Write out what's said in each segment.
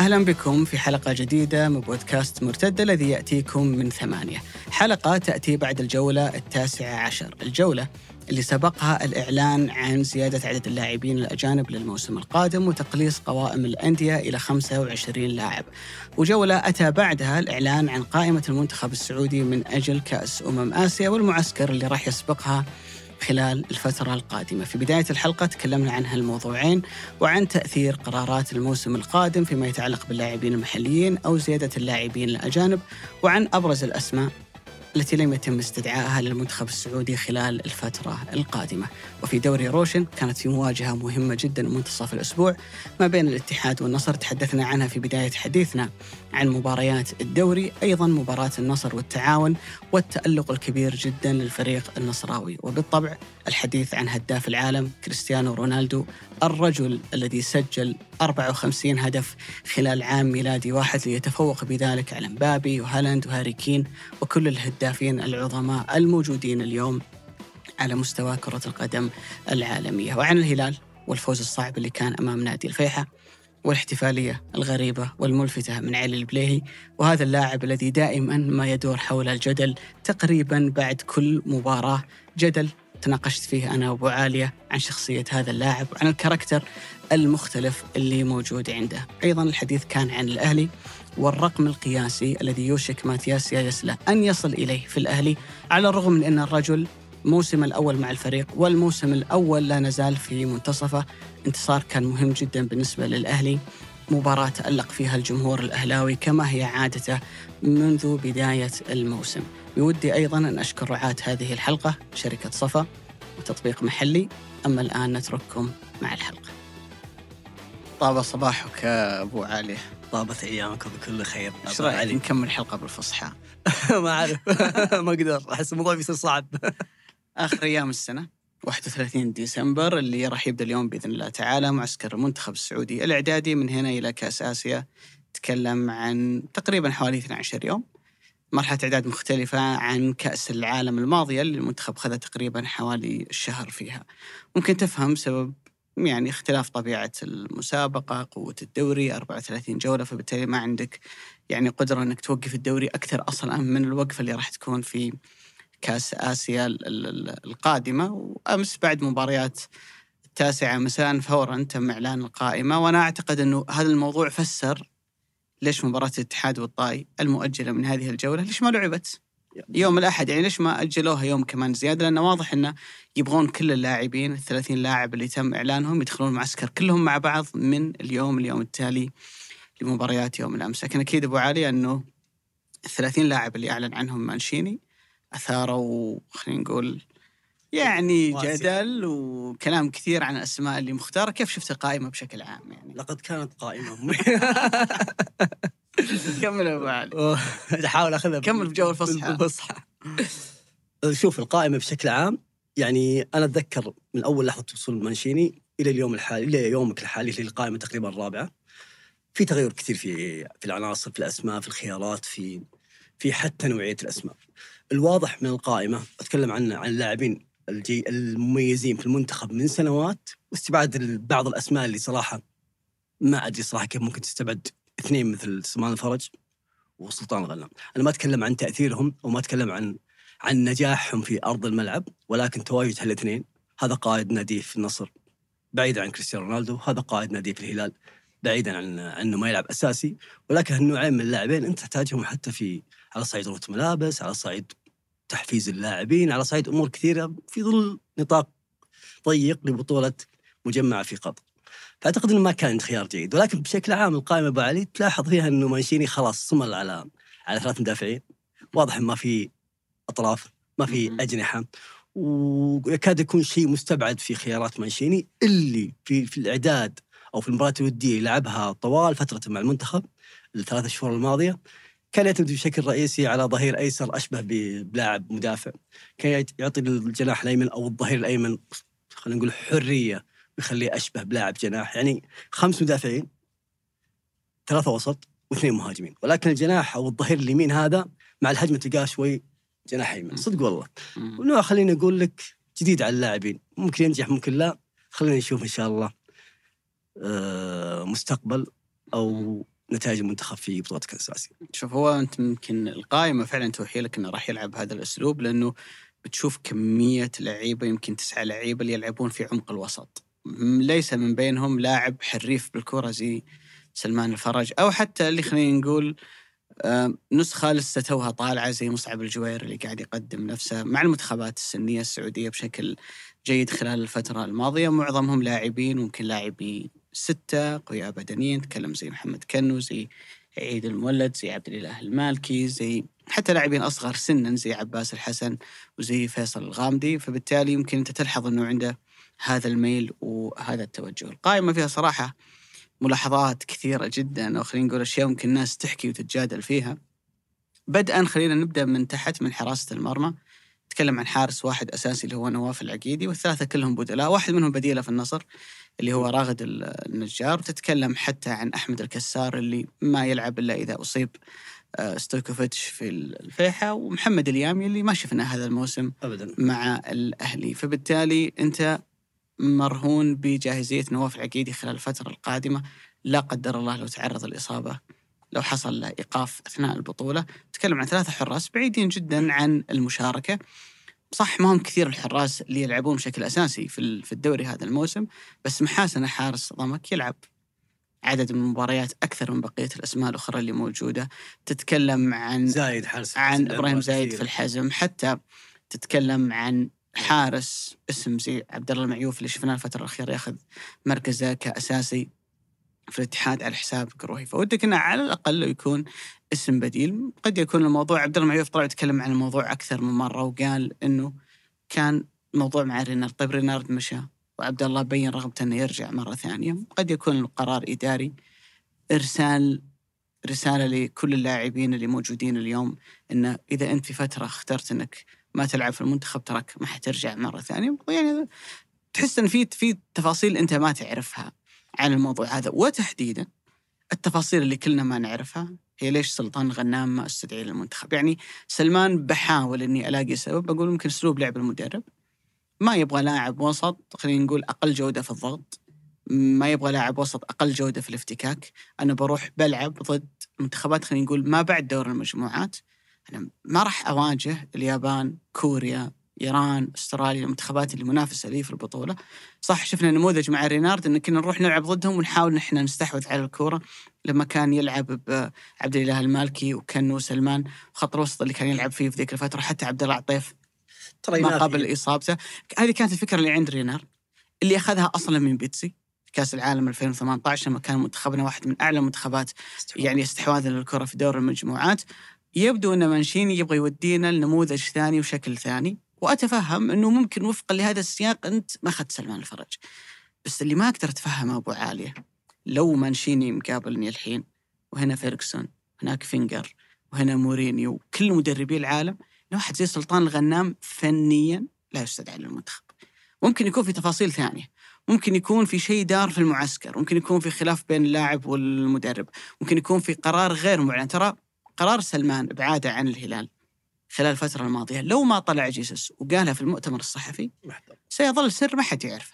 أهلا بكم في حلقة جديدة من بودكاست مرتدة الذي يأتيكم من 8. حلقة تأتي بعد الجولة 19، الجولة اللي سبقها الإعلان عن زيادة عدد اللاعبين الأجانب للموسم القادم وتقليص قوائم الأندية إلى 25 لاعب، وجولة أتى بعدها الإعلان عن قائمة المنتخب السعودي من أجل كأس آسيا والمعسكر اللي راح يسبقها خلال الفترة القادمة. في بداية الحلقة تكلمنا عن هالموضوعين وعن تأثير قرارات الموسم القادم فيما يتعلق باللاعبين المحليين أو زيادة اللاعبين الأجانب، وعن أبرز الأسماء التي لم يتم استدعائها للمنتخب السعودي خلال الفترة القادمة. وفي دوري روشن كانت في مواجهة مهمة جدا منتصف الأسبوع ما بين الاتحاد والنصر، تحدثنا عنها في بداية حديثنا عن مباريات الدوري، أيضا مباراة النصر والتعاون والتألق الكبير جدا للفريق النصراوي، وبالطبع الحديث عن هداف العالم كريستيانو رونالدو، الرجل الذي سجل 54 هدف خلال عام ميلادي واحد ليتفوق بذلك على مبابي وهالاند وهاري كين وكل الهدافين العظماء الموجودين اليوم على مستوى كرة القدم العالمية. وعن الهلال والفوز الصعب اللي كان أمام نادي الفيحة والاحتفالية الغريبة والملفتة من علي البليهي، وهذا اللاعب الذي دائما ما يدور حول الجدل تقريبا بعد كل مباراة، جدل تناقشت فيه أنا وأبو عالية عن شخصية هذا اللاعب وعن الكاركتر المختلف اللي موجود عنده. أيضا الحديث كان عن الأهلي والرقم القياسي الذي يوشك ماتياس ياسلا أن يصل إليه في الأهلي، على الرغم من أن الرجل موسم الأول مع الفريق والموسم الأول لا نزال في منتصفه. انتصار كان مهم جدا بالنسبة للأهلي، مباراة تألق فيها الجمهور الأهلاوي كما هي عادته منذ بداية الموسم. بودي أيضا أن أشكر رعاة هذه الحلقة شركة صفا وتطبيق محلي. أما الآن نترككم مع الحلقة. طاب صباحك أبو علي. طابت أيامك بكل خير. إيش رأيك نكمل الحلقة بالفصحى؟ ما أعرف ما أقدر، أحس الموضوع بيصير صعب. آخر أيام السنة 31 ديسمبر اللي راح يبدأ اليوم بإذن الله تعالى معسكر المنتخب السعودي الإعدادي من هنا إلى كأس آسيا. تكلم عن تقريبا حوالي 12 يوم، مرحلة إعداد مختلفة عن كأس العالم الماضية اللي المنتخب خذ تقريبا حوالي الشهر فيها. ممكن تفهم سبب يعني اختلاف طبيعة المسابقة، قوة الدوري 34 جولة، فبالتالي ما عندك يعني قدرة أنك توقف الدوري أكثر أصلا من الوقفة اللي راح تكون في كأس آسيا القادمة. وأمس بعد مباريات 9 مساء فورا تم إعلان القائمة، وأنا أعتقد أنه هذا الموضوع فسر ليش مباراة الاتحاد والطائي المؤجلة من هذه الجولة ليش ما لعبت يوم الأحد، يعني ليش ما أجلوها يوم كمان زيادة، لأنه واضح أنه يبغون كل اللاعبين 30 لاعب اللي تم إعلانهم يدخلون المعسكر كلهم مع بعض من اليوم التالي لمباريات يوم الأمس. لكن أكيد أبو علي أنه 30 لاعب اللي أعلن عنهم مانشيني أثاروا خلينا نقول يعني جدل وكلام كثير عن الأسماء اللي مختارة. كيف شفت القائمة بشكل عام؟ يعني لقد كانت قائمة كمل أبو علي. أحاول أخذها كمل بجو الفصحى. شوف القائمة بشكل عام، يعني أنا أتذكر من أول لحظة وصول مانشيني إلى اليوم الحالي، إلى يومك الحالي اللي القائمة تقريبا الرابعة، في تغير كثير في العناصر، في الأسماء، في الخيارات، في حتى نوعية الأسماء. الواضح من القائمة أتكلم عن اللاعبين المميزين في المنتخب من سنوات، واستبعاد بعض الأسماء اللي صراحة ما أدري صراحة كيف ممكن تستبعد اثنين مثل سلمان الفرج وسلطان الغنام. أنا ما أتكلم عن تأثيرهم وما أتكلم عن نجاحهم في أرض الملعب، ولكن تواجد هالاثنين. هذا قائد نادي في النصر بعيدا عن كريستيانو رونالدو، هذا قائد نادي في الهلال بعيدا عن أنه ما يلعب أساسي، ولكن هالنوعين من اللاعبين أنت تحتاجهم حتى على صعيد ربط ملابس، على صعيد تحفيز اللاعبين، على صعيد أمور كثيرة في ظل نطاق ضيق لبطولة مجمعة في قطر. فأعتقد أنه ما كان خيار جيد. ولكن بشكل عام القائمة بعلي تلاحظ فيها أنه مانشيني خلاص صمل على 3 مدافعين، واضح ما في أطراف، ما في أجنحة، ويكاد يكون شيء مستبعد في خيارات مانشيني اللي في الإعداد أو في المباراة الودية لعبها طوال فترة مع المنتخب ال3 شهور الماضية. كان يعتمد بشكل رئيسي على ظهير أيسر أشبه بلاعب مدافع، كان يعطي الجناح الأيمن أو الظهير الأيمن خلينا نقول حرية ويخليه أشبه بلاعب جناح، يعني 5 مدافعين 3 وسط و2 مهاجمين، ولكن الجناح أو الظهير اليمين هذا مع الهجمة تلقاه شوي جناح يمين صدق والله. ونوع خليني أقول لك جديد على اللاعبين، ممكن ينجح ممكن لا، خلينا نشوف إن شاء الله مستقبل أو نتائج المنتخب في بطولة كأس آسيا. شوف، هو أنت ممكن القائمة فعلا توحي لك أنه راح يلعب هذا الأسلوب، لأنه بتشوف كمية لعيبة، يمكن 9 لعيبة اللي يلعبون في عمق الوسط، ليس من بينهم لاعب حريف بالكرة زي سلمان الفرج، أو حتى اللي خلينا نقول نسخة لسه توها طالعة زي مصعب الجوير اللي قاعد يقدم نفسه مع المنتخبات السنية السعودية بشكل جيد خلال الفترة الماضية. معظمهم لاعبين، ممكن لاعبي 6 قوياء بدنيا، نتكلم زي محمد كنو، زي عيد المولد، زي عبد الإله المالكي، زي حتى لاعبين أصغر سنا زي عباس الحسن وزي فيصل الغامدي. فبالتالي يمكن أنت تلحظ أنه عنده هذا الميل وهذا التوجه. القائمة فيها صراحة ملاحظات كثيرة جدا، أو خلينا نقول أشياء ممكن الناس تحكي وتتجادل فيها. بدءا خلينا نبدأ من تحت، من حراسة المرمى. نتكلم عن حارس واحد أساسي اللي هو نواف العقيدي، والثلاثة كلهم بدلاء، واحد منهم بديلة في النصر اللي هو راغد النجار. وتتكلم حتى عن أحمد الكسار اللي ما يلعب إلا إذا أصيب ستويكوفيتش في الفيحة، ومحمد اليامي اللي ما شفنا هذا الموسم أبدا مع الأهلي. فبالتالي أنت مرهون بجاهزية نواف العقيدي خلال الفترة القادمة، لا قدر الله لو تعرض الإصابة، لو حصل له إيقاف أثناء البطولة. تكلم عن 3 حراس بعيدين جدا عن المشاركة. صح ما هم كثير الحراس اللي يلعبون بشكل أساسي في الدوري هذا الموسم، بس محاسن حارس ضمك يلعب عدد من المباريات أكثر من بقية الأسماء الأخرى اللي موجودة. تتكلم عن زايد حارس، عن إبراهيم زايد في الحزم، حتى تتكلم عن حارس اسم زي عبد الله المعيوف اللي شفناه الفترة الأخيرة ياخذ مركزه كأساسي في الاتحاد على حساب كروهي. فودك إنه على الأقل يكون اسم بديل. قد يكون الموضوع، عبد الله المعيوف طلع يتكلم عن الموضوع أكثر من مرة، وقال إنه كان موضوع مع رينارد. طيب رينارد مشى وعبد الله بين رغبته إنه يرجع مرة ثانية. قد يكون القرار إداري، إرسال رسالة لكل اللاعبين اللي موجودين اليوم إنه إذا أنت في فترة اخترت إنك ما تلعب في المنتخب ترك ما حترجع مرة ثانية. يعني تحس إن في تفاصيل أنت ما تعرفها عن الموضوع هذا، وتحديدا التفاصيل اللي كلنا ما نعرفها هي ليش سلطان الغنام ما استدعي للمنتخب. يعني سلمان بحاول إني ألاقي سبب، أقول ممكن أسلوب لعب المدرب، ما يبغى لاعب وسط خلينا نقول أقل جودة في الضغط، ما يبغى لاعب وسط أقل جودة في الافتكاك. أنا بروح بلعب ضد منتخبات خلينا نقول ما بعد دور المجموعات، أنا ما راح أواجه اليابان، كوريا، إيران، أستراليا، المنتخبات اللي منافسة لي في البطولة. صح شفنا نموذج مع رينارد إن كنا نروح نلعب ضدهم ونحاول نحن نستحوذ على الكرة، لما كان يلعب بعبد الإله المالكي وكنو سلمان، خط الوسط اللي كان يلعب فيه في ذيك الفترة حتى عبد الله عطيف ما قبل إصابته. هذه كانت الفكرة اللي عند رينارد، اللي أخذها أصلا من بيتسي كأس العالم 2018 لما كان منتخبنا واحد من أعلى منتخبات يعني استحواذا للكرة في دور المجموعات. يبدو أن مانشيني يبغى يودينا لنموذج ثاني وشكل ثاني، وأتفهم أنه ممكن وفقا لهذا السياق أنت ما أخذت سلمان الفرج. بس اللي ما أقدر أتفهمه أبو عالية، لو مانشيني مقابلني الحين وهنا فيرغسون، هناك فينجر، وهنا مورينيو، كل مدربي العالم، لو واحد زي سلطان الغنام فنيا لا يستدعي للمنتخب. ممكن يكون في تفاصيل ثانية، ممكن يكون في شيء دار في المعسكر، ممكن يكون في خلاف بين اللاعب والمدرب، ممكن يكون في قرار غير معلن. ترى قرار سلمان إبعاده عن الهلال خلال الفترة الماضية لو ما طلع جيسوس وقالها في المؤتمر الصحفي سيظل سر ما حد يعرفه.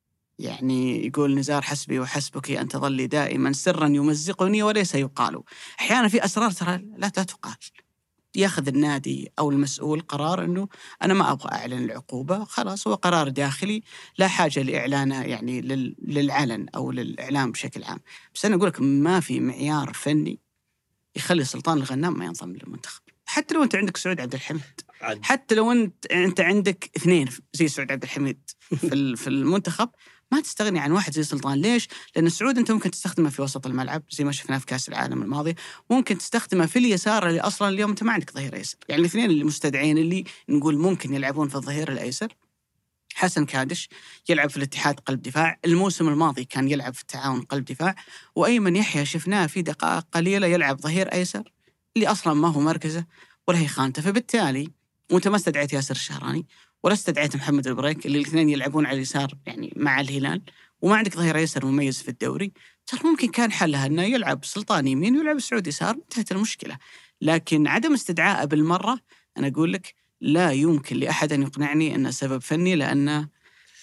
يعني يقول نزار حسبي وحسبك أن تظلي دائما سرا يمزقني وليس يقال. أحيانا في أسرار ترى لا تقال. ياخذ النادي أو المسؤول قرار أنه أنا ما أبغى أعلن العقوبة، خلاص هو قرار داخلي لا حاجة لإعلانه يعني للعلن أو للإعلام بشكل عام. بس أنا أقول لك ما في معيار فني يخلي سلطان الغنام ما ينضم للمنتخب. حتى لو أنت عندك سعود عبد الحميد، حتى لو أنت عندك 2 زي سعود عبد الحميد في المنتخب، ما تستغني عن واحد زي سلطان. ليش؟ لأن سعود أنت ممكن تستخدمه في وسط الملعب زي ما شفناه في كأس العالم الماضي، ممكن تستخدمه في اليسار اللي أصلاً اليوم أنت ما عندك ظهير أيسر. يعني الاثنين اللي مستدعين اللي نقول ممكن يلعبون في الظهير الأيسر، حسن كادش يلعب في الاتحاد قلب دفاع، الموسم الماضي كان يلعب في التعاون قلب دفاع، وأيمن يحيى شفناه في دقائق قليلة يلعب ظهير أيسر اللي أصلاً ما هو مركزه ولا هي خانته. فبالتالي وأنت ما استدعيت ياسر الشهراني ولا استدعيت محمد البريك اللي الاثنين يلعبون على اليسار يعني مع الهلال، وما عندك ظهير أيسر مميز في الدوري، ترى ممكن كان حلها أنه يلعب سلطان يمين ويلعب سعود يسار، انتهت المشكلة. لكن عدم استدعاءه بالمرة أنا أقول لك لا يمكن لأحد أن يقنعني أنه سبب فني، لأن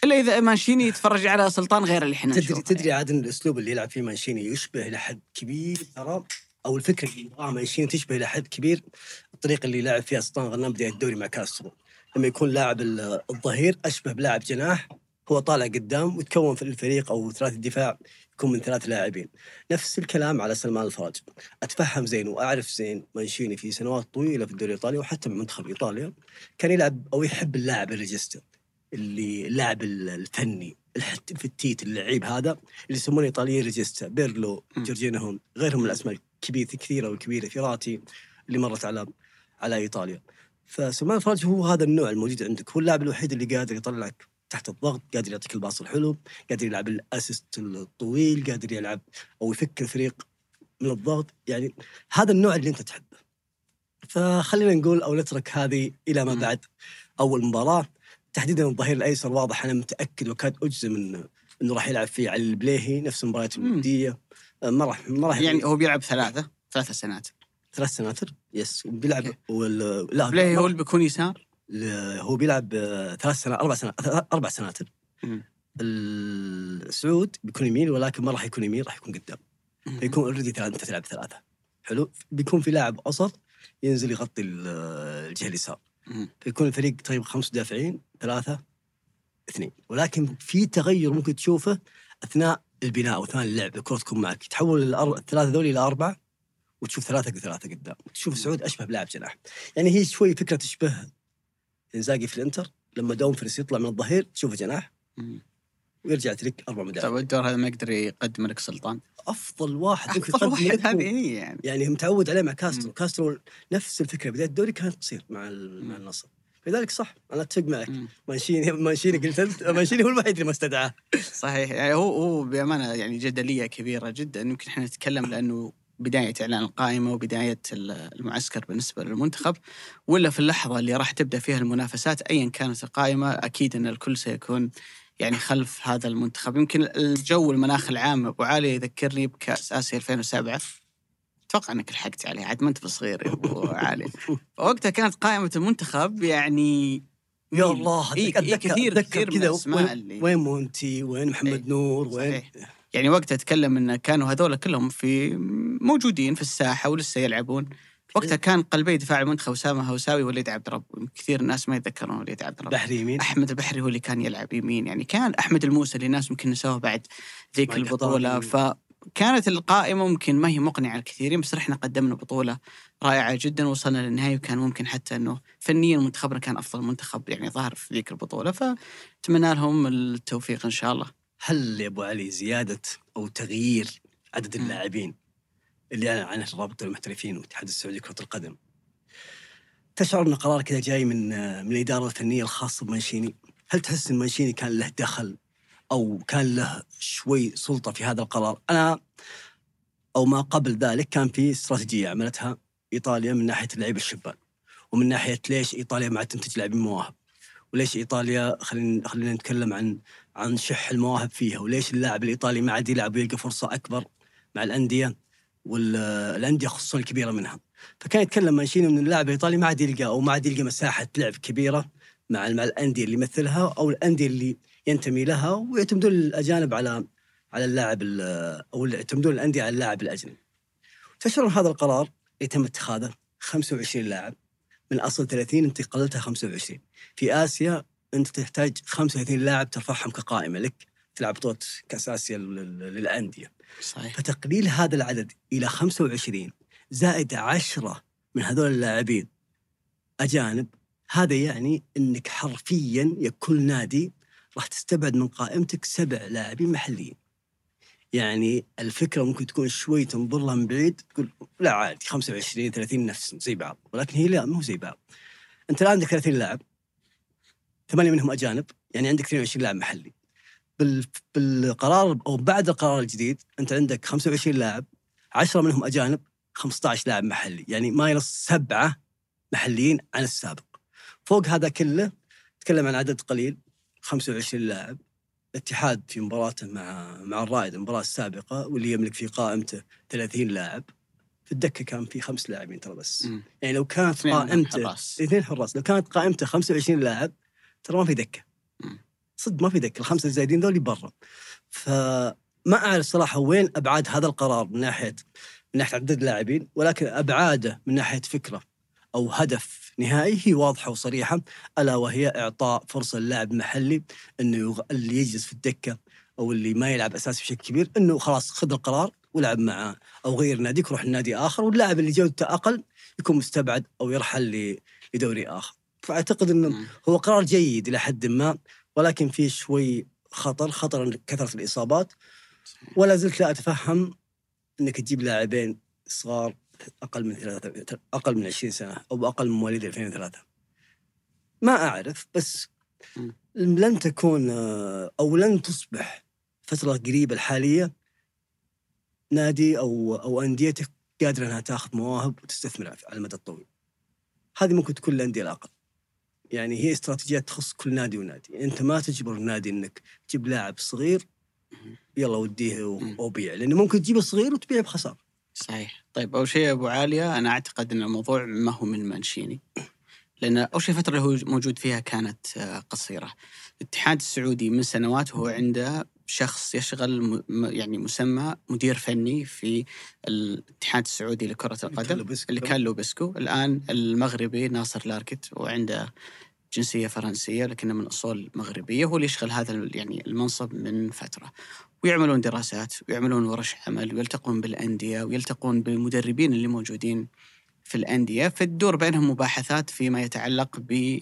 إلا إذا مانشيني يتفرج على سلطان غير اللي احنا نشوفه. تدري عاد الأسلوب اللي يلعب فيه مانشيني يشبه إلى حد كبير ترى، أو الفكرة اللي يبغاها مانشيني تشبه إلى حد كبير الطريقة اللي لعب فيها سلطان غنام بداية الدوري مع كاسترو، لما يكون لاعب الظهير أشبه بلاعب جناح، هو طالع قدام وتكون في الفريق أو ثلاث الدفاع يكون من 3 لاعبين. نفس الكلام على سلمان الفرج. أتفهم زين وأعرف زين مانشيني في سنوات طويلة في الدوري الإيطالي وحتى بمنتخب إيطاليا كان يلعب أو يحب اللاعب الريجستا، اللي اللاعب الفني الفتيت اللعيب هذا اللي يسمونه الايطاليين ريجيستا، بيرلو، جورجينهو، غيرهم من الاسماء الكثيره والكبيره، فيراتي اللي مرت على ايطاليا. فسلمان الفرج هو هذا النوع الموجود عندك، هو اللاعب الوحيد اللي قادر يطلعك تحت الضغط، قادر يعطيك الباص الحلو، قادر يلعب الاسيست الطويل، قادر يلعب او يفك الفريق من الضغط. يعني هذا النوع اللي انت تحبه. فخلينا نقول او نترك هذه الى ما بعد اول مباراه، تحديدا الظهير الايسر واضح، انا متاكد وكاد اجزم انه راح يلعب فيه علي البليهي نفس المباريات الوديه. ما راح يعني هو بيلعب 3 سنوات 3 سناتر يس، وبيلعب لا البليهي هو اللي بيكون يسار، هو بيلعب 3 سنوات 4 سناتر. السعود بيكون يمين، ولكن ما راح يكون يمين، راح يكون قدام، فيكون اوريدي انت تلعب 3 حلو. بيكون في لاعب وسط ينزل يغطي الجهه اليسار، فيكون الفريق تقريبا 5 مدافعين 3-2. ولكن في تغير ممكن تشوفه اثناء البناء او اثناء اللعب، الكره تكون معك تحول الثلاثه ذولي الى 4 وتشوف 3 قدام، وتشوف السعود اشبه بلاعب جناح. يعني هي شوي فكره تشبه إنزاغي في الانتر لما دومفريس يطلع من الظهير تشوفه جناح ويرجع تريك 4 مدافع. طيب الدور هذا ما يقدر يقدم لك سلطان؟ افضل واحد هذه هي يعني متعود عليه مع كاسترو نفس الفكره، بدايه الدوري كانت تصير مع النصر. لذلك صح انا اتفق معك. مانشيني قلت انت مانشيني هو الوحيد اللي ما استدعاه. صحيح، يعني هو بامانه يعني جدليه كبيره جدا. يمكن احنا نتكلم لانه بدايه اعلان القائمه وبدايه المعسكر بالنسبه للمنتخب، ولا في اللحظه اللي راح تبدا فيها المنافسات ايا كانت القائمه، اكيد ان الكل سيكون يعني خلف هذا المنتخب. يمكن الجو المناخ العام ابو علي يذكرني بكاس اسيا 2007، اتوقع انك لحقت عليه، عاد ما انت بصغير يا ابو علي. وقتها كانت قائمه المنتخب يعني يا الله كثير من الاسماء وين مونتي، وين محمد نور، وين يعني وقتها اتكلم ان كانوا هذول كلهم في موجودين في الساحه ولسه يلعبون. وقتها كان قلبي دفاع المنتخب أسامة هوساوي ووليد عبد رب، كثير الناس ما يتذكرون وليد عبد رب. بحري يمين، أحمد البحري هو اللي كان يلعب يمين، يعني كان أحمد الموسى اللي الناس ممكن نسوه بعد ذيك البطولة. فكانت القائمة ممكن ما هي مقنعة الكثيرين، بس رحنا قدمنا بطولة رائعة جدا، وصلنا للنهاية، وكان ممكن حتى أنه فنيا منتخبنا كان أفضل منتخب يعني ظهر في ذيك البطولة، فتمنى لهم التوفيق إن شاء الله. هل يا أبو علي زيادة أو تغيير عدد اللاعبين اللي أعلن عنه رابطة المحترفين والاتحاد السعودي لكرة القدم، تشعر أن قرار كذا جاي من الإدارة الفنية الخاصة بمانشيني؟ هل تحس أن مانشيني كان له دخل أو كان له شوي سلطة في هذا القرار؟ أنا أو ما قبل ذلك كان في استراتيجية عملتها إيطاليا من ناحية اللعيبة الشبان، ومن ناحية ليش إيطاليا ما تنتج لاعبين مواهب، وليش إيطاليا خلينا نتكلم عن شح المواهب فيها، وليش اللاعب الإيطالي ما عاد يلعب ويلقى فرصة أكبر مع الأندية والأندية خصوصا الكبيرة منها. فكان يتكلم مانشيني من اللاعب الإيطالي ما عاد يلقى أو ما عاد يلقى مساحة لعب كبيرة مع الأندية اللي يمثلها أو الأندية اللي ينتمي لها، ويعتمدون الأجانب على اللاعب أو يعتمدون الأندية على اللاعب الأجنبي. تشعر هذا القرار يتم اتخاذه 25 لاعب من أصل 30 أنت قللتها 25. في آسيا أنت تحتاج 35 لاعب ترفعهم كقائمة لك تلعب بطولة كأس آسيا للأندية. صحيح. فتقليل هذا العدد إلى 25 زائد 10 من هذول اللاعبين أجانب، هذا يعني أنك حرفياً يا كل نادي راح تستبعد من قائمتك 7 لاعبين محليين. يعني الفكرة ممكن تكون شوي تنظر لها من بعيد تقول لا عادي 25 30 نفس زي بعض، ولكن هي لا، مو زي بعض. أنت الآن عندك 30 لاعب 8 منهم أجانب، يعني عندك 22 لاعب محلي. بالقرار أو بعد القرار الجديد أنت عندك 25 لاعب 10 منهم أجانب 15 لاعب محلي، يعني ما ينص 7 محليين عن السابق. فوق هذا كله تكلم عن عدد قليل 25 لاعب. الاتحاد في مباراته مع الرائد المباراة السابقة واللي يملك في قائمته 30 لاعب، في الدكة كان في 5 لاعبين ترى بس. يعني لو كانت قائمته 2 حراس، لو كانت قائمته 25 لاعب ترى ما في دكة. صدق ما في دكة، الخمسة الزايدين ذولي برا. فما أعرف صراحة وين أبعاد هذا القرار من ناحية عدد اللاعبين، ولكن أبعاده من ناحية فكرة أو هدف نهائي هي واضحة وصريحة، ألا وهي إعطاء فرصة للاعب محلي إنه اللي يجلس في الدكة أو اللي ما يلعب أساسي بشكل كبير إنه خلاص خذ القرار ولعب معه، أو غير ناديك روح النادي آخر، واللاعب اللي جودته أقل يكون مستبعد أو يرحل لدوري آخر. فأعتقد إنه هو قرار جيد إلى حد ما، ولكن فيه شوي خطر كثرة الإصابات. ولا زلت لا أتفهم إنك تجيب لاعبين صغار أقل من 20 سنة أو أقل من مواليد 2003. ما أعرف، بس لن تكون أو لن تصبح فترة قريبة الحالية نادي أو أنديتك قادرة أنها تأخذ مواهب وتستثمر على المدى الطويل. هذه ممكن تكون الأندية الأقل، يعني هي استراتيجيات تخص كل نادي ونادي. أنت ما تجبر النادي إنك تجيب لاعب صغير يلا وديه وبيع، لأنه ممكن تجيب الصغير وتبيع بخسارة. صحيح. طيب أول شيء أبو عالية، أنا أعتقد أن الموضوع ما هو من مانشيني، لأن أول شيء الفترة اللي هو موجود فيها كانت قصيرة. الاتحاد السعودي من سنوات وهو عنده شخص يشغل يعني مسمى مدير فني في الاتحاد السعودي لكرة القدم اللي كان لوبسكو، الآن المغربي ناصر لاركت، وعنده جنسية فرنسية لكنه من أصول مغربية، هو اللي يشغل هذا يعني المنصب من فترة. ويعملون دراسات ويعملون ورش عمل ويلتقون بالأندية ويلتقون بالمدربين اللي موجودين في الأندية، فتدور بينهم مباحثات فيما يتعلق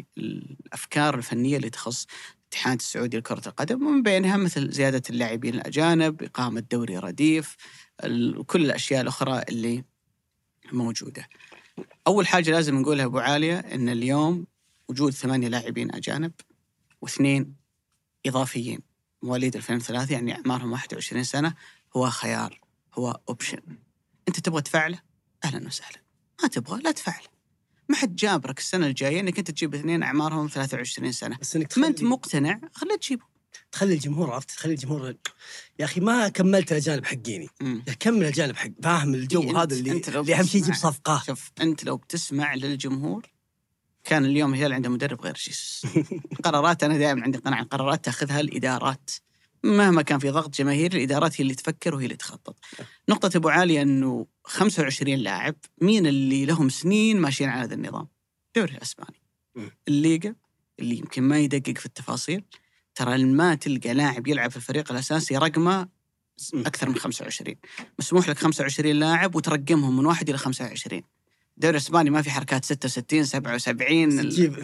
بالأفكار الفنية اللي تخص الاتحاد السعودي لكرة القدم، ومن بينها مثل زيادة اللاعبين الأجانب، إقامة دوري رديف، كل الأشياء الأخرى اللي موجودة. أول حاجة لازم نقولها أبو عالية إن اليوم وجود 8 لاعبين أجانب و2 إضافيين مواليد 2003 يعني أعمارهم 21 سنة هو خيار، هو أوبشن. أنت تبغى تفعله أهلا وسهلا، ما تبغى لا تفعله. ما حد جابرك السنة الجاية إنك أنت تجيب 2 أعمارهم 23 سنة، بس إنك ما أنت مقتنع خليه تجيبه. تخلي الجمهور، عرفت، تخلي الجمهور يا أخي ما كملت الجانب حقيني، كمل الجانب حق فاهم الجو هذا اللي أهم شيء يجيب صفقة. شوف أنت لو بتسمع للجمهور كان اليوم الهلال عنده مدرب غير جيسوس. قرارات أنا دائما عندي قناعة القرارات تأخذها الإدارات، مهما كان في ضغط جماهيري الإدارات هي اللي تفكر وهي اللي تخطط. نقطة أبو عالية أنه 25 لاعب مين اللي لهم سنين ماشيين على هذا النظام؟ الدوري الإسباني، الليغا اللي يمكن ما يدقق في التفاصيل، ترى ما تلقى لاعب يلعب في الفريق الأساسي رقمه أكثر من 25. مسموح لك 25 لاعب وترقمهم من 1 إلى 25. الدوري الإسباني ما في حركات 66 77 تجيب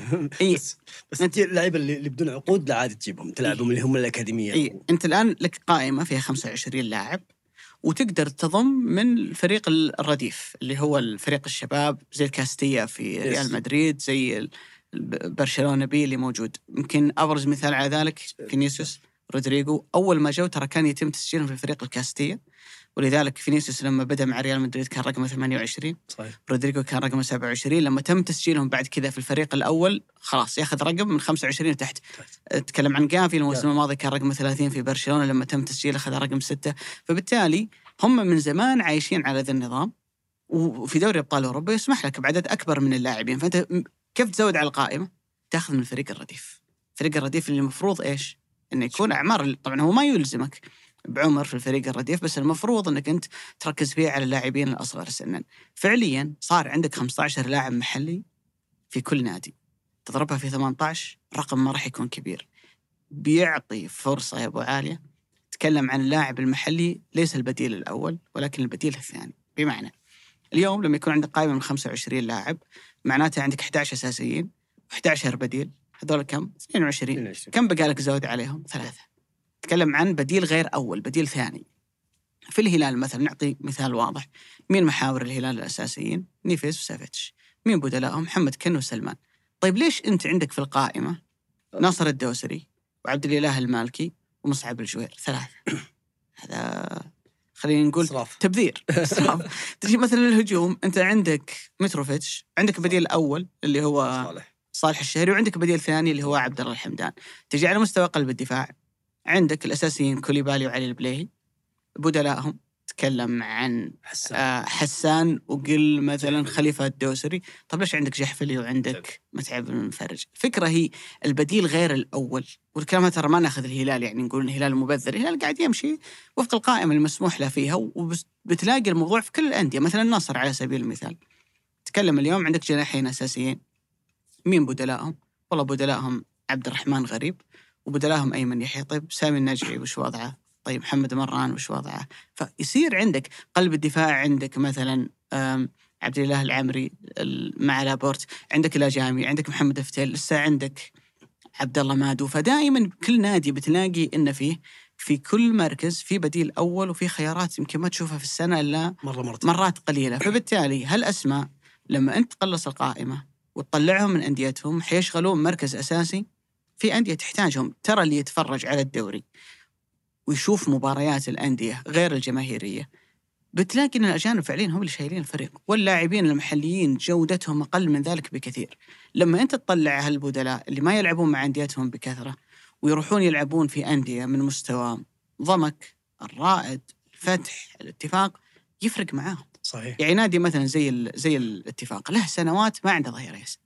بس انت اللعيبه اللي بدون عقود لا عاد تجيبهم تلعبهم اللي هم الاكاديميه. انت الان لك قائمه فيها 25 لاعب وتقدر تضم من الفريق الرديف اللي هو الفريق الشباب زي الكاستيا في ريال مدريد، زي برشلونه بي اللي موجود. يمكن ابرز مثال على ذلك فينيسيوس رودريغو، اول ما جو ترى كان يتم تسجيلهم في فريق الكاستيا، ولذلك فينيسيوس لما بدأ مع ريال مدريد كان رقمه 28 صحيح. رودريغو كان رقمه 27. لما تم تسجيلهم بعد كذا في الفريق الأول خلاص ياخذ رقم من 25 تحت. تكلم عن جافي الموسم الماضي كان رقمه 30 في برشلونة، لما تم تسجيله أخذ رقم 6. فبالتالي هم من زمان عايشين على ذا النظام، وفي دوري أبطال أوروبا يسمح لك بعدد أكبر من اللاعبين. فأنت كيف تزود على القائمة؟ تأخذ من الفريق الرديف. فريق الرديف اللي المفروض إيش؟ إنه يكون أعمار، طبعا هو ما يلزمك بعمر في الفريق الرديف، بس المفروض أنك أنت تركز فيه على اللاعبين الأصغر سنا. فعليا صار عندك 15 لاعب محلي في كل نادي، تضربها في 18 رقم ما راح يكون كبير. بيعطي فرصة يا أبو عالية تكلم عن اللاعب المحلي ليس البديل الأول ولكن البديل الثاني. بمعنى اليوم لما يكون عندك قائمة من 25 لاعب معناته عندك 11 أساسيين و11 بديل، هذول كم؟ 22. كم بقالك زود عليهم؟ 3. تكلم عن بديل غير أول، بديل ثاني. في الهلال مثلا نعطي مثال واضح، مين محاور الهلال الأساسيين؟ نيفيز وسافيتش. مين بدلاءهم؟ محمد كن وسلمان. طيب ليش أنت عندك في القائمة ناصر الدوسري وعبد الإله المالكي ومصعب الجوير 3؟ هذا خلينا نقول صراف. تبذير صراف. تجي مثلا الهجوم أنت عندك متروفيتش، عندك بديل أول اللي هو صالح الشهري، وعندك بديل ثاني اللي هو عبد الله الحمدان. تجي على مستوى قلب الدفاع عندك الأساسيين كوليبالي وعلي البليهي، بدلاءهم تكلم عن حسان. حسان وقل مثلا جحفلي. خليفة الدوسري. طب ليش عندك جحفلي وعندك متعب بن المفرج؟ الفكرة هي البديل غير الأول. والكلام ترى ما ناخذ الهلال يعني نقول الهلال مبذر، الهلال قاعد يمشي وفق القائمة المسموح له فيها، وبتلاقي الموضوع في كل الأندية. مثلا النصر على سبيل المثال، تكلم اليوم عندك جناحين أساسيين، مين بدلائهم؟ والله بدلائهم عبد الرحمن غريب، وبدلائهم أيمن يحيى. طيب سامي النجعي وش وضعه؟ طيب محمد مران وش وضعه؟ فيصير عندك قلب الدفاع، عندك مثلا عبد الله العمري مع لابورت، عندك الأجامي، عندك محمد فتيل، لسه عندك عبد الله مادو. فدائما كل نادي بتلاقي إن فيه في كل مركز في بديل أول، وفي خيارات يمكن ما تشوفها في السنة إلا مرات قليلة. فبالتالي هالأسماء لما أنت تقلص القائمة وتطلعهم من أنديتهم حيشغلون مركز أساسي في أندية تحتاجهم. ترى اللي يتفرج على الدوري ويشوف مباريات الأندية غير الجماهيرية بتلاقي أن الأجانب فعليا هم اللي شايلين الفريق، واللاعبين المحليين جودتهم أقل من ذلك بكثير. لما أنت تطلع هالبدلاء اللي ما يلعبون مع أنديتهم بكثرة ويروحون يلعبون في أندية من مستوى ضمك، الرائد، الفتح، الاتفاق، يفرق معاهم. صحيح. يعني نادي مثلا زي الاتفاق له سنوات ما عنده ظهير يسار.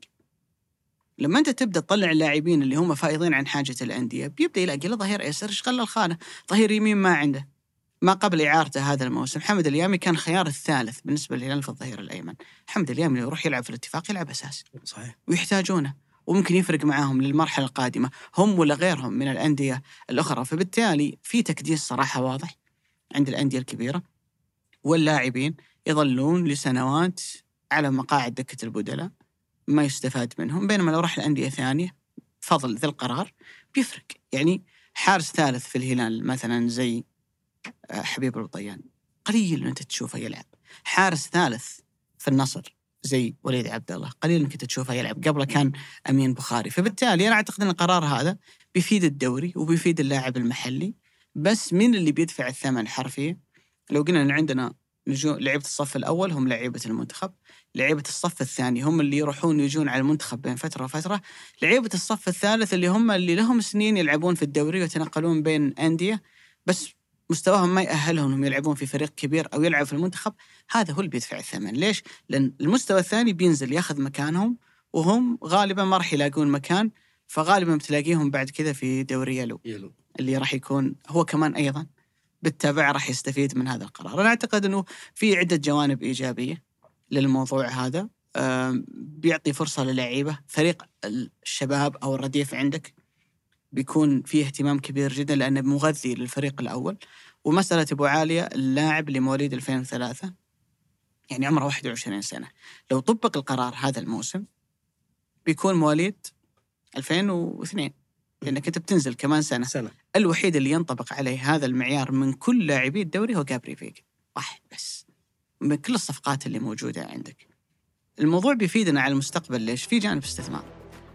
لما أنت تبدأ تطلع اللاعبين اللي هم فائضين عن حاجة الأندية بيبدأ يلاقي له ظهير يسار يشغل الخانة. ظهير يمين ما عنده. ما قبل إعارته هذا الموسم حمد اليامي كان خيار الثالث بالنسبة للهلال في الظهير الأيمن. حمد اليامي لو يروح يلعب في الاتفاق يلعب أساس. صحيح. ويحتاجونه وممكن يفرق معاهم للمرحلة القادمة هم ولا غيرهم من الأندية الأخرى. فبالتالي في تكديس صراحة واضح عند الأندية الكبيرة، واللاعبين يظلون لسنوات على مقاعد دكة البدلاء ما يستفاد منهم. بينما لو راح الأندية ثانية فضل ذي القرار بيفرق. يعني حارس ثالث في الهلال مثلا زي حبيب الطيان قليل أنت تشوفه يلعب. حارس ثالث في النصر زي وليد عبد الله قليل أنك تشوفه يلعب، قبله كان أمين بخاري. فبالتالي أنا أعتقد أن القرار هذا بيفيد الدوري وبيفيد اللاعب المحلي. بس مين اللي بيدفع الثمن حرفيا؟ لو قلنا أن عندنا لعيبة الصف الأول هم لعيبة المنتخب، لعيبة الصف الثاني هم اللي يروحون يجون على المنتخب بين فترة وفترة، لعيبة الصف الثالث اللي هم اللي لهم سنين يلعبون في الدوري ويتنقلون بين أندية بس مستواهم ما يأهلهم انهم يلعبون في فريق كبير او يلعب في المنتخب. هذا هو اللي بيدفع الثمن. ليش؟ لان المستوى الثاني بينزل ياخذ مكانهم، وهم غالبا ما راح يلاقون مكان، فغالبا بتلاقيهم بعد كذا في دوري يلو اللي راح يكون هو كمان ايضا بالتابع راح يستفيد من هذا القرار. انا اعتقد انه في عده جوانب ايجابيه للموضوع هذا. بيعطي فرصه للاعيبه. فريق الشباب او الرديف عندك بيكون فيه اهتمام كبير جدا لأنه مغذي للفريق الأول. ومسألة أبو عالية اللاعب اللي مواليد 2003 يعني عمره 21 سنة، لو طبق القرار هذا الموسم بيكون مواليد 2002 لأنك أنت بتنزل كمان سنة. الوحيد اللي ينطبق عليه هذا المعيار من كل لاعبي الدوري هو جابري فيغ، واحد بس من كل الصفقات اللي موجودة عندك. الموضوع بيفيدنا على المستقبل. ليش؟ في جانب استثمار.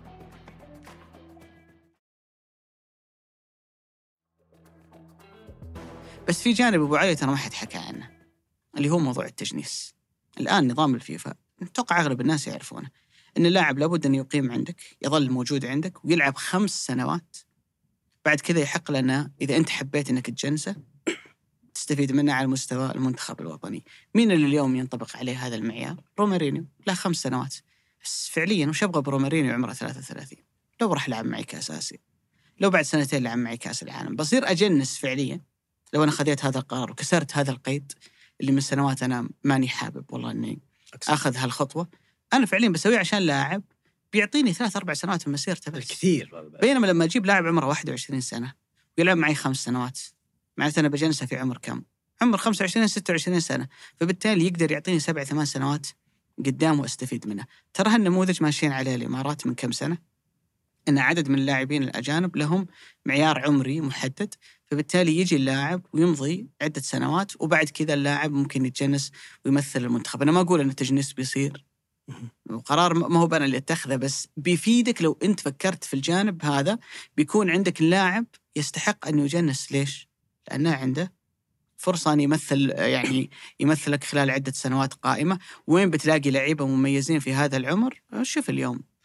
بس في جانب أبو عالية ترى ما حد حكى عنه اللي هو موضوع التجنيس. الآن نظام الفيفا أتوقع أغلب الناس يعرفونه أن اللاعب لابد أن يقيم عندك، يظل موجود عندك ويلعب 5 سنوات. بعد كذا يحق لنا إذا أنت حبيت أنك تجنسه تستفيد منه على مستوى المنتخب الوطني. مين اللي اليوم ينطبق عليه هذا المعيار؟ رومارينيو له 5 سنوات بس فعليا. وش أبغى برومارينيو عمره 33؟ لو راح لعب معي كأس آسيا، لو بعد 2 لعب معي كأس العالم، بصير أجنس فعليا. لو أنا خذيت هذا القرار وكسرت هذا القيد اللي من سنوات أنا ماني حابب والله أني أخذ هالخطوة، أنا فعليا بسويه عشان لاعب بيعطيني 3-4 سنوات من مسيرته بس. الكثير. بينما لما أجيب لاعب عمره 21 سنة ويلعب معي 5 سنوات، معناته أنا بجنسه في عمر كم؟ عمر 25-26 سنة. فبالتالي يقدر يعطيني 7-8 سنوات قدام واستفيد منه. ترى هالنموذج ماشيين عليه الإمارات من كم سنة، أن عدد من اللاعبين الأجانب لهم معيار عمري محدد، فبالتالي يجي اللاعب ويمضي عدة سنوات وبعد كذا اللاعب ممكن يتجنس ويمثل المنتخب. أنا ما أقول أن التجنيس بيصير وقرار ما هو أنا اللي أتخذه، بس بيفيدك لو أنت فكرت في الجانب هذا. بيكون عندك اللاعب يستحق أن يجنس. ليش؟ لأنه عنده فرصة أن يمثلك خلال عدة سنوات قائمة. وين بتلاقي لعيبة مميزين في هذا العمر؟ شوف اليوم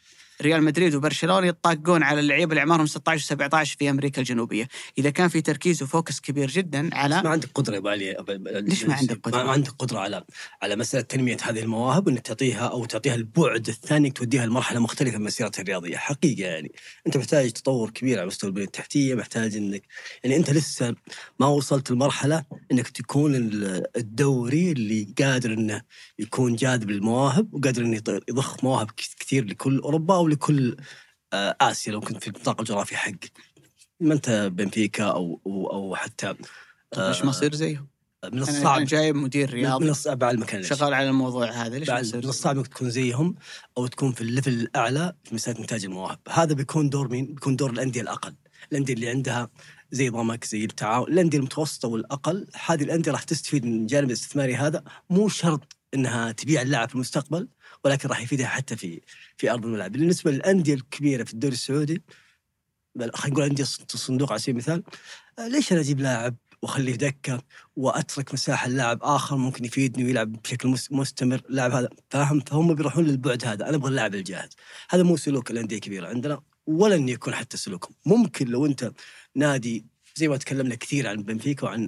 ريال مدريد وبرشلونة يطاقون على اللعيبة اللي أعمارهم 16 و17 في أمريكا الجنوبية. إذا كان في تركيز وفوكس كبير جدا على ما عندك قدرة يا أبو علي. ليش ما عندك قدرة؟ ما عندك قدرة على مسألة تنمية هذه المواهب، وإنك تعطيها البعد الثاني، توديها لمرحلة مختلفة من مسيرتها الرياضية. حقيقة يعني أنت محتاج تطور كبير على مستوى البنية التحتية، محتاج إنك يعني أنت لسه ما وصلت لمرحلة إنك تكون الدوري اللي قادر إنه يكون جاذب للمواهب، وقادر إنه يضخ مواهب كثير لكل أوروبا أو لكل آسيا لو كنت في النطاق الجغرافي حقك. ما أنت بنفيكا أو حتى ليش ما يصير زيهم؟ من الصعب. أنا جايب مدير رياضي من الصعب على المكان شغال على الموضوع هذا، ليش ما يصير؟ من الصعب إنك تكون زيهم أو تكون في الليفل الأعلى في مسألة إنتاج المواهب. هذا بيكون دور مين؟ بيكون دور الأندية الأقل، الأندية اللي عندها زي ضمك، زي التعاون، الأندية المتوسطة والأقل. هذه الأندية راح تستفيد من الجانب الاستثماري هذا. مو شرط إنها تبيع اللاعب في المستقبل، ولكن راح يفيدها حتى في أرض الملعب. بالنسبة للأندية الكبيرة في الدوري السعودي، خلينا نقول أندية الصندوق على سبيل المثال، ليش أنا أجيب لاعب وأخليه دكة وأترك مساحة للاعب آخر ممكن يفيدني ويلعب بشكل مستمر؟ اللاعب هذا فاهم، فهم بيروحون للبعد هذا. أنا أبغى اللاعب الجاهز. هذا مو سلوك الأندية الكبيرة عندنا، ولا أن يكون حتى سلوكهم. ممكن لو أنت نادي زي ما تكلمنا كثير عن بنفيكا وعن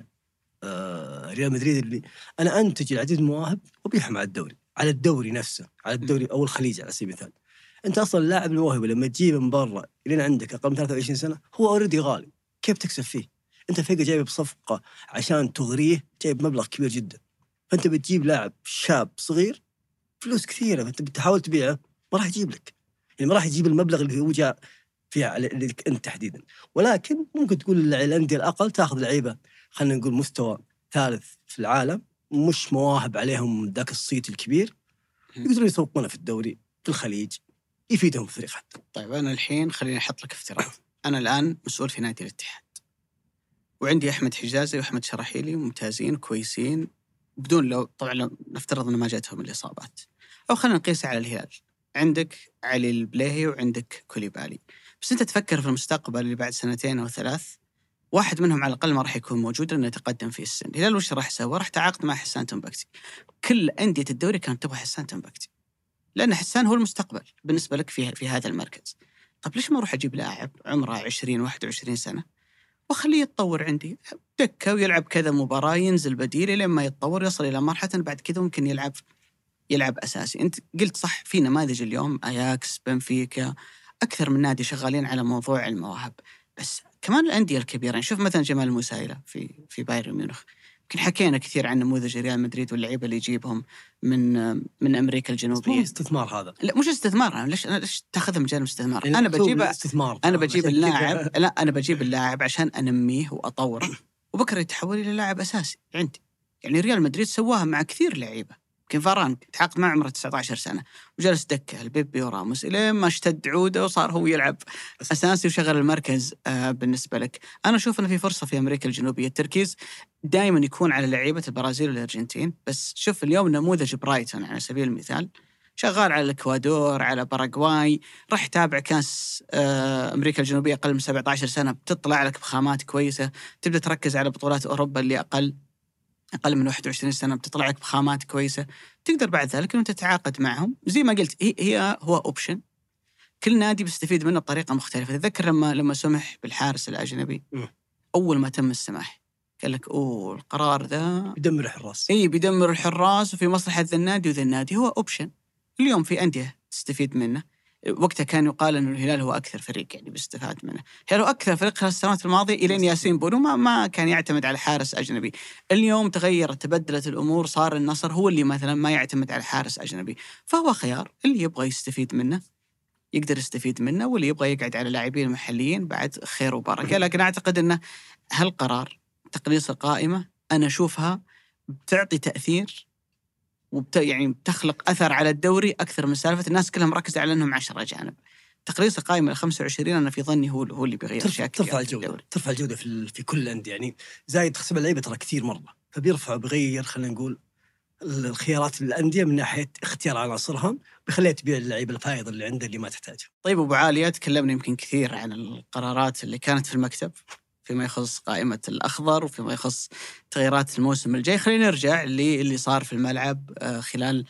ريال مدريد، اللي أنا أنتج العديد من المواهب وبيحهم على الدوري نفسه، على الدوري أو الخليج على سبيل المثال. أنت أصلا اللاعب الموهبة لما تجيبه من برا لين عندك أقل من 23 سنة هو أوريدي غالي، كيف تكسب فيه؟ أنت فيك جايبه بصفقة عشان تغريه، جايب مبلغ كبير جدا. فأنت بتجيب لاعب شاب صغير فلوس كثيرة، فأنت بتحاول تبيعه ما راح يجيب لك، يعني ما راح يجيب المبلغ اللي هو جاء فيها اللي أنت تحديدا. ولكن ممكن تقول الأندية الأقل تأخذ لعيبة خلينا نقول مستوى ثالث في العالم، مش مواهب عليهم ذاك الصيت الكبير، يقدرون يسوقونه في الدوري في الخليج، يفيدهم في الفريق حتى. طيب أنا الحين خليني أحط لك افتراض. أنا الآن مسؤول في نادي الاتحاد، وعندي أحمد حجازي وأحمد شراحيلي ممتازين كويسين، بدون لو نفترض أن ما جاتهم الإصابات. أو خلينا نقيسها على الهلال، عندك علي البليهي وعندك كوليبالي. بس أنت تفكر في المستقبل اللي بعد 2 أو 3، واحد منهم على الأقل ما راح يكون موجود لأنه يتقدم في السن. الهلال وش راح يسوي؟ راح تعاقد مع حسان تنبكتي. كل أندية الدوري كانت تبغى حسان تنبكتي، لأن حسان هو المستقبل بالنسبة لك في هذا المركز. طب ليش ما أروح أجيب لاعب عمره 20-21 سنة وخليه يتطور عندي دكة ويلعب كذا مباراة، ينزل بديل لما يتطور يصل إلى مرحلة بعد كذا ممكن يلعب أساسي. أنت قلت صح، في نماذج اليوم أياكس، بنفيكا، أكثر من نادي شغالين على موضوع المواهب. بس كمان الأندية الكبيرة، نشوف مثلا جمال المسايلة في بايرن ميونخ. يمكن حكينا كثير عن نموذج ريال مدريد واللعيبة اللي يجيبهم من أمريكا الجنوبية. استثمار هذا؟ لا مش استثمار. ليش تاخذها من جانب استثمار؟ أنا بجيب اللاعب لا أنا بجيب اللاعب عشان أنميه وأطوره وبكرة يتحول إلى لاعب أساسي عندي. يعني ريال مدريد سواها مع كثير لعيبة. يمكن فاران تعاقد مع عمره 19 سنة وجلس دكة البيبي وراموس إلى ما اشتد عوده وصار هو يلعب أساسي وشغل المركز. بالنسبة لك أنا أشوف أن في فرصة في أمريكا الجنوبية. التركيز دائما يكون على لعيبة البرازيل والأرجنتين. بس شوف اليوم نموذج برايتون على سبيل المثال شغال على الإكوادور، على باراغواي، راح يتابع كاس أمريكا الجنوبية أقل من 17 سنة، بتطلع لك بخامات كويسة، تبدأ تركز على بطولات أوروبا اللي أقل من 21 سنة، بتطلع لك بخامات كويسة، تقدر بعد ذلك أن تتعاقد معهم. زي ما قلت هو أوبشن، كل نادي بيستفيد منه بطريقة مختلفة. تذكر لما سمح بالحارس الأجنبي، أول ما تم السماح قال لك القرار ذا بيدمر الحراس. بيدمر الحراس وفي مصلحة ذا النادي وذا النادي. هو أوبشن، اليوم في أندية تستفيد منه. وقتها كان يقال أن الهلال هو أكثر فريق يعني بيستفاد منه. الهلال هو أكثر فريق خلال السنوات الماضية إلين ياسين بونو ما كان يعتمد على حارس أجنبي. اليوم تغيرت، تبدلت الأمور، صار النصر هو اللي مثلا ما يعتمد على حارس أجنبي. فهو خيار، اللي يبغى يستفيد منه يقدر يستفيد منه، واللي يبغى يقعد على لاعبين محليين بعد خير وبركة. لكن أعتقد أنه هالقرار تقليص القائمة أنا أشوفها بتعطي تأثير يعني بتخلق أثر على الدوري أكثر من سالفة الناس كلها مركزة على أنهم 10 أجانب. تقليص القائمة ل 25 أنا في ظني هو اللي بيغير أشياء كثير. ترفع الجودة في كل الأندية. يعني زايد تخسب اللعيبة ترى كثير مرة، فبيرفع بيغير خلينا نقول الخيارات للأندية من ناحية اختيار عناصرهم، بيخليها تبيع اللعيبة الفائضة اللي عنده اللي ما تحتاجها. طيب أبو عالية، تكلمنا يمكن كثير عن القرارات اللي كانت في المكتب فيما يخص قائمة الأخضر وفيما يخص تغييرات الموسم الجاي. خلينا نرجع اللي صار في الملعب خلال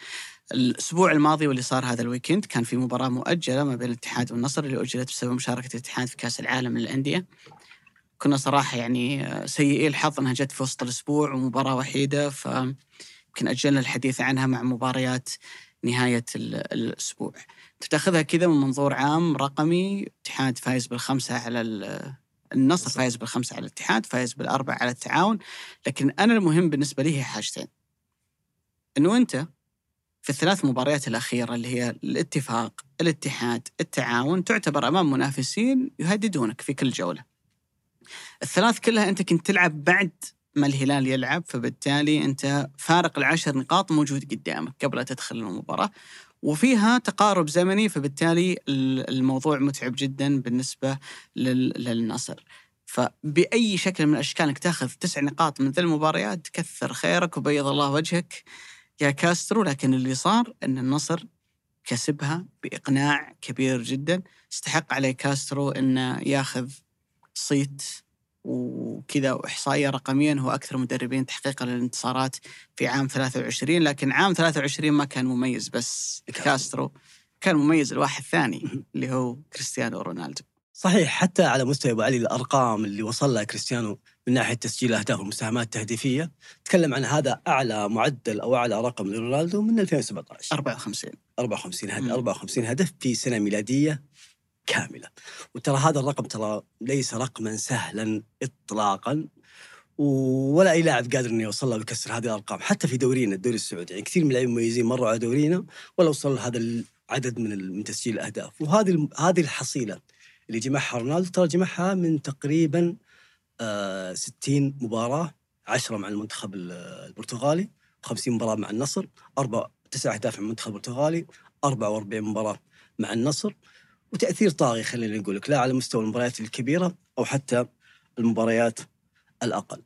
الأسبوع الماضي واللي صار هذا الويكند كان في مباراة مؤجلة ما بين الاتحاد والنصر اللي أجلت بسبب مشاركة الاتحاد في كأس العالم للأندية. كنا صراحة يعني سيئي الحظ أنها جت في وسط الأسبوع ومباراة وحيدة، فيمكن أجلنا الحديث عنها مع مباريات نهاية الأسبوع. تأخذها كذا من منظور عام رقمي، الاتحاد فايز ب5 على النصر، فايز ب5 على الاتحاد، فايز ب4 على التعاون. لكن أنا المهم بالنسبة لي هي حاجتين، أنه أنت في الثلاث مباريات الأخيرة اللي هي الاتفاق، الاتحاد، التعاون، تعتبر أمام منافسين يهددونك في كل جولة. الثلاث كلها أنت كنت تلعب بعد ما الهلال يلعب، فبالتالي أنت فارق 10 نقاط موجود قدامك قبل تدخل المباراة، وفيها تقارب زمني، فبالتالي الموضوع متعب جدا بالنسبة للنصر. فبأي شكل من الأشكال أنك تأخذ 9 نقاط من ذي المباريات كثر خيرك وبيض الله وجهك يا كاسترو. لكن اللي صار أن النصر كسبها بإقناع كبير جدا. استحق عليه كاسترو أنه ياخذ صيت وكذا وإحصائية رقميا هو أكثر مدربين تحقيقا للانتصارات في عام 23. لكن عام 23 ما كان مميز بس كاسترو، كان مميز الواحد الثاني اللي هو كريستيانو رونالدو. صحيح، حتى على مستوى أبو علي الأرقام اللي وصل لها كريستيانو من ناحية تسجيل أهداف والمساهمات التهديفية، تكلم عن هذا أعلى معدل أو أعلى رقم لرونالدو من 2017، 54 هدف في سنة ميلادية كاملة. وترى هذا الرقم ترى ليس رقما سهلا إطلاقا، ولا أي لاعب قادر إنه يوصل له ويكسر هذه الأرقام. حتى في دورينا الدوري السعودي يعني كثير من اللاعبين مميزين مروا على دورينا ولا وصل هذا العدد من تسجيل الأهداف. وهذه الحصيلة اللي جمعها رونالدو ترى جمعها من تقريبا 60 مباراة، 10 مع المنتخب البرتغالي، 50 مباراة مع النصر، 9 أهداف مع المنتخب البرتغالي، 44 مباراة مع النصر. وتأثير طاغي خلينا نقول لك، لا على مستوى المباريات الكبيرة أو حتى المباريات الأقل.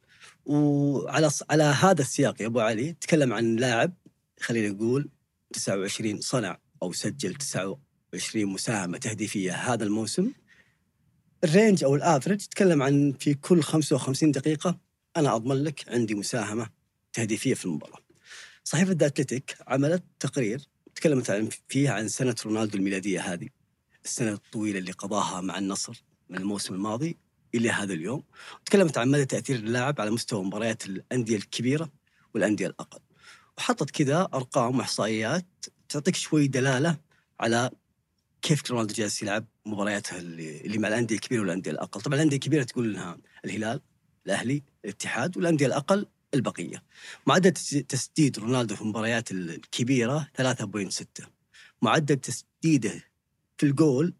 على هذا السياق يا أبو علي تكلم عن لاعب خلينا نقول 29 صنع أو سجل 29 مساهمة تهديفية هذا الموسم. الرينج أو الافرج تكلم عن في كل 55 دقيقة أنا أضمن لك عندي مساهمة تهديفية في المباراة. صحيفة ذا أتلتيك عملت تقرير تكلمت فيه عن سنة رونالدو الميلادية، هذه السنة الطويلة اللي قضاها مع النصر من الموسم الماضي إلى هذا اليوم. تكلمت عن مدى تأثير اللاعب على مستوى مباريات الأندية الكبيرة والأندية الأقل، وحطت كذا أرقام وإحصائيات تعطيك شوي دلالة على كيف رونالدو جالس يلعب مبارياتها اللي مع الأندية الكبيرة والأندية الأقل. طبعا الأندية الكبيرة تقول لها الهلال، الأهلي، الاتحاد، والأندية الأقل البقية. معدل تسديد رونالدو في المباريات الكبيرة 3.6، معدل تسديده في الجول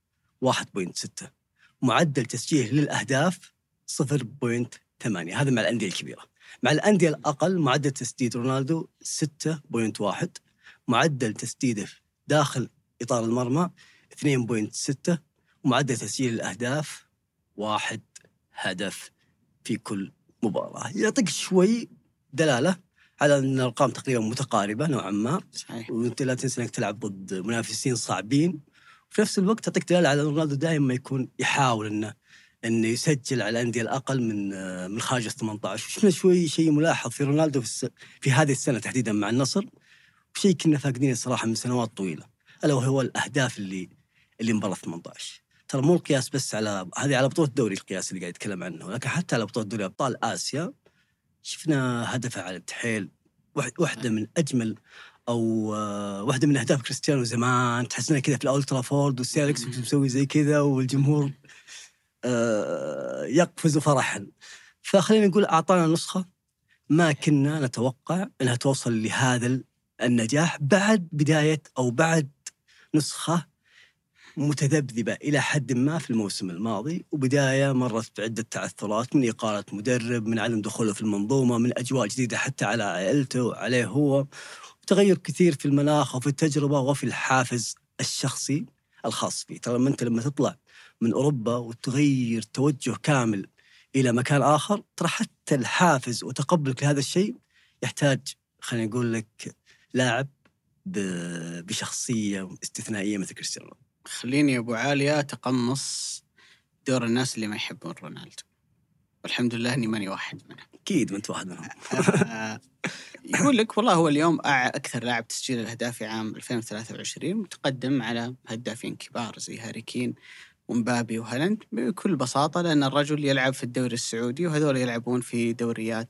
1.6، معدل تسجيله للأهداف 0.8. هذا مع الأندية الكبيرة. مع الأندية الأقل معدل تسديد رونالدو 6.1، معدل تسديده داخل إطار المرمى 2.6، ومعدل تسجيل الأهداف 1 هدف في كل مباراة. يعطيك شوي دلالة على أن الأرقام تقريبا متقاربة نوعا ما. صحيح. وأنت لا تنسى أنك تلعب ضد منافسين صعبين، وفي نفس الوقت تعطيك دلالة على رونالدو دائما يكون يحاول أنه يسجل على الأندية الأقل من خارج 18. شفنا شيء ملاحظ في رونالدو في هذه السنة تحديدا مع النصر، وشيء كنا فاقدين الصراحة من سنوات طويلة، ألا وهو الأهداف اللي مباراة 18. ترى مو القياس بس على هذه، على بطولة الدوري القياس اللي قاعد يتكلم عنه، لكن حتى على بطولة دوري أبطال آسيا شفنا هدفه على التحيل، واحدة من أجمل أو واحدة من أهداف كريستيانو زمان. تحسنا كذا في الأولترا فورد والسيركس مسوي زي كذا والجمهور يقفز فرحا. فخلينا نقول أعطانا نسخة ما كنا نتوقع أنها توصل لهذا النجاح بعد بداية أو بعد نسخة متذبذبة إلى حد ما في الموسم الماضي، وبداية مرت بعدة تعثرات، من إقالة مدرب، من عدم دخوله في المنظومة، من أجواء جديدة حتى على عائلته وعليه هو، وتغير كثير في المناخ وفي التجربة وفي الحافز الشخصي الخاص فيه. ترى لما تطلع من أوروبا وتغير توجه كامل إلى مكان آخر، ترى حتى الحافز وتقبلك لهذا الشيء يحتاج خلينا نقول لك لاعب بشخصية استثنائية مثل كريستيانو. خليني يا أبو عالية أتقمص دور الناس اللي ما يحبون رونالدو، والحمد لله أني ماني واحد منهم. اكيد وانت واحد منهم. يقول لك والله هو اليوم اكثر لاعب تسجيل الاهداف في عام 2023، متقدم على هدافين كبار زي هاري كين ومبابي وهالاند بكل بساطه، لان الرجل يلعب في الدوري السعودي وهذول يلعبون في دوريات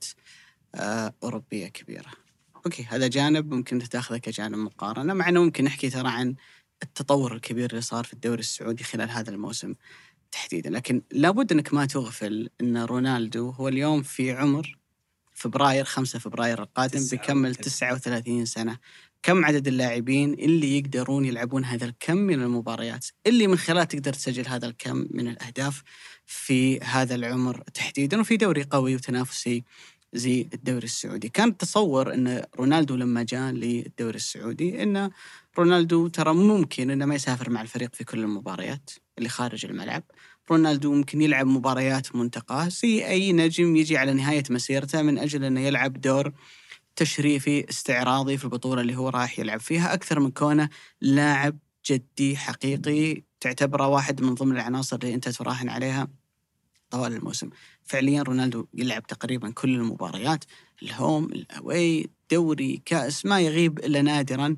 اوروبيه كبيره. اوكي، هذا جانب ممكن تاخذه كجانب مقارنه، مع انه ممكن نحكي ترى عن التطور الكبير اللي صار في الدوري السعودي خلال هذا الموسم تحديدا. لكن لابد انك ما تغفل ان رونالدو هو اليوم في عمر فبراير 5 فبراير القادم بيكمل 39 سنة. كم عدد اللاعبين اللي يقدرون يلعبون هذا الكم من المباريات اللي من خلال تقدر تسجل هذا الكم من الأهداف في هذا العمر تحديدا وفي دوري قوي وتنافسي زي الدوري السعودي؟ كان التصور أن رونالدو لما جاء للدوري السعودي أن رونالدو ترى ممكن أنه ما يسافر مع الفريق في كل المباريات اللي خارج الملعب. رونالدو ممكن يلعب مباريات منتقاه زي أي نجم يجي على نهاية مسيرته من أجل أنه يلعب دور تشريفي استعراضي في البطولة اللي هو راح يلعب فيها، أكثر من كونه لاعب جدي حقيقي تعتبره واحد من ضمن العناصر اللي أنت تراهن عليها طوال الموسم. فعليا رونالدو يلعب تقريبا كل المباريات، الهوم الأوي دوري كأس، ما يغيب إلا نادرا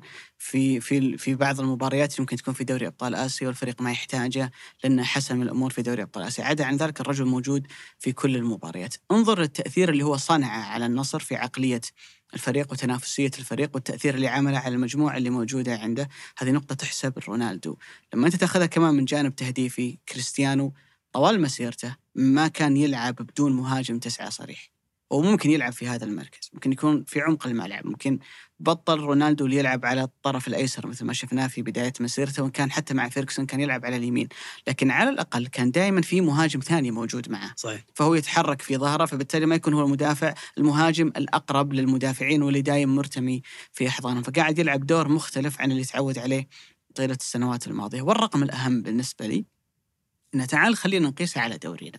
في بعض المباريات يمكن تكون في دوري أبطال آسيا والفريق ما يحتاجه لأنه حسم من الأمور في دوري أبطال آسيا. عدا عن ذلك الرجل موجود في كل المباريات. انظر للتأثير اللي هو صنعه على النصر في عقلية الفريق وتنافسية الفريق والتأثير اللي عمله على المجموعة اللي موجودة عنده. هذه نقطة تحسب رونالدو. لما أنت تأخذها كمان من جانب تهديفي، كريستيانو طوال مسيرته ما كان يلعب بدون مهاجم 9 صريح، وممكن يلعب في هذا المركز، ممكن يكون في عمق الملعب. ممكن بطل رونالدو اللي يلعب على الطرف الأيسر مثل ما شفناه في بداية مسيرته، وكان حتى مع فيركسون كان يلعب على اليمين، لكن على الأقل كان دائما في مهاجم ثاني موجود معه. صحيح. فهو يتحرك في ظهره، فبالتالي ما يكون هو المهاجم الأقرب للمدافعين واللي دائما مرتمي في أحضانهم، فقاعد يلعب دور مختلف عن اللي تعود عليه طيلة السنوات الماضية. والرقم الأهم بالنسبة لي إن تعال خلينا نقيسها على دورينا.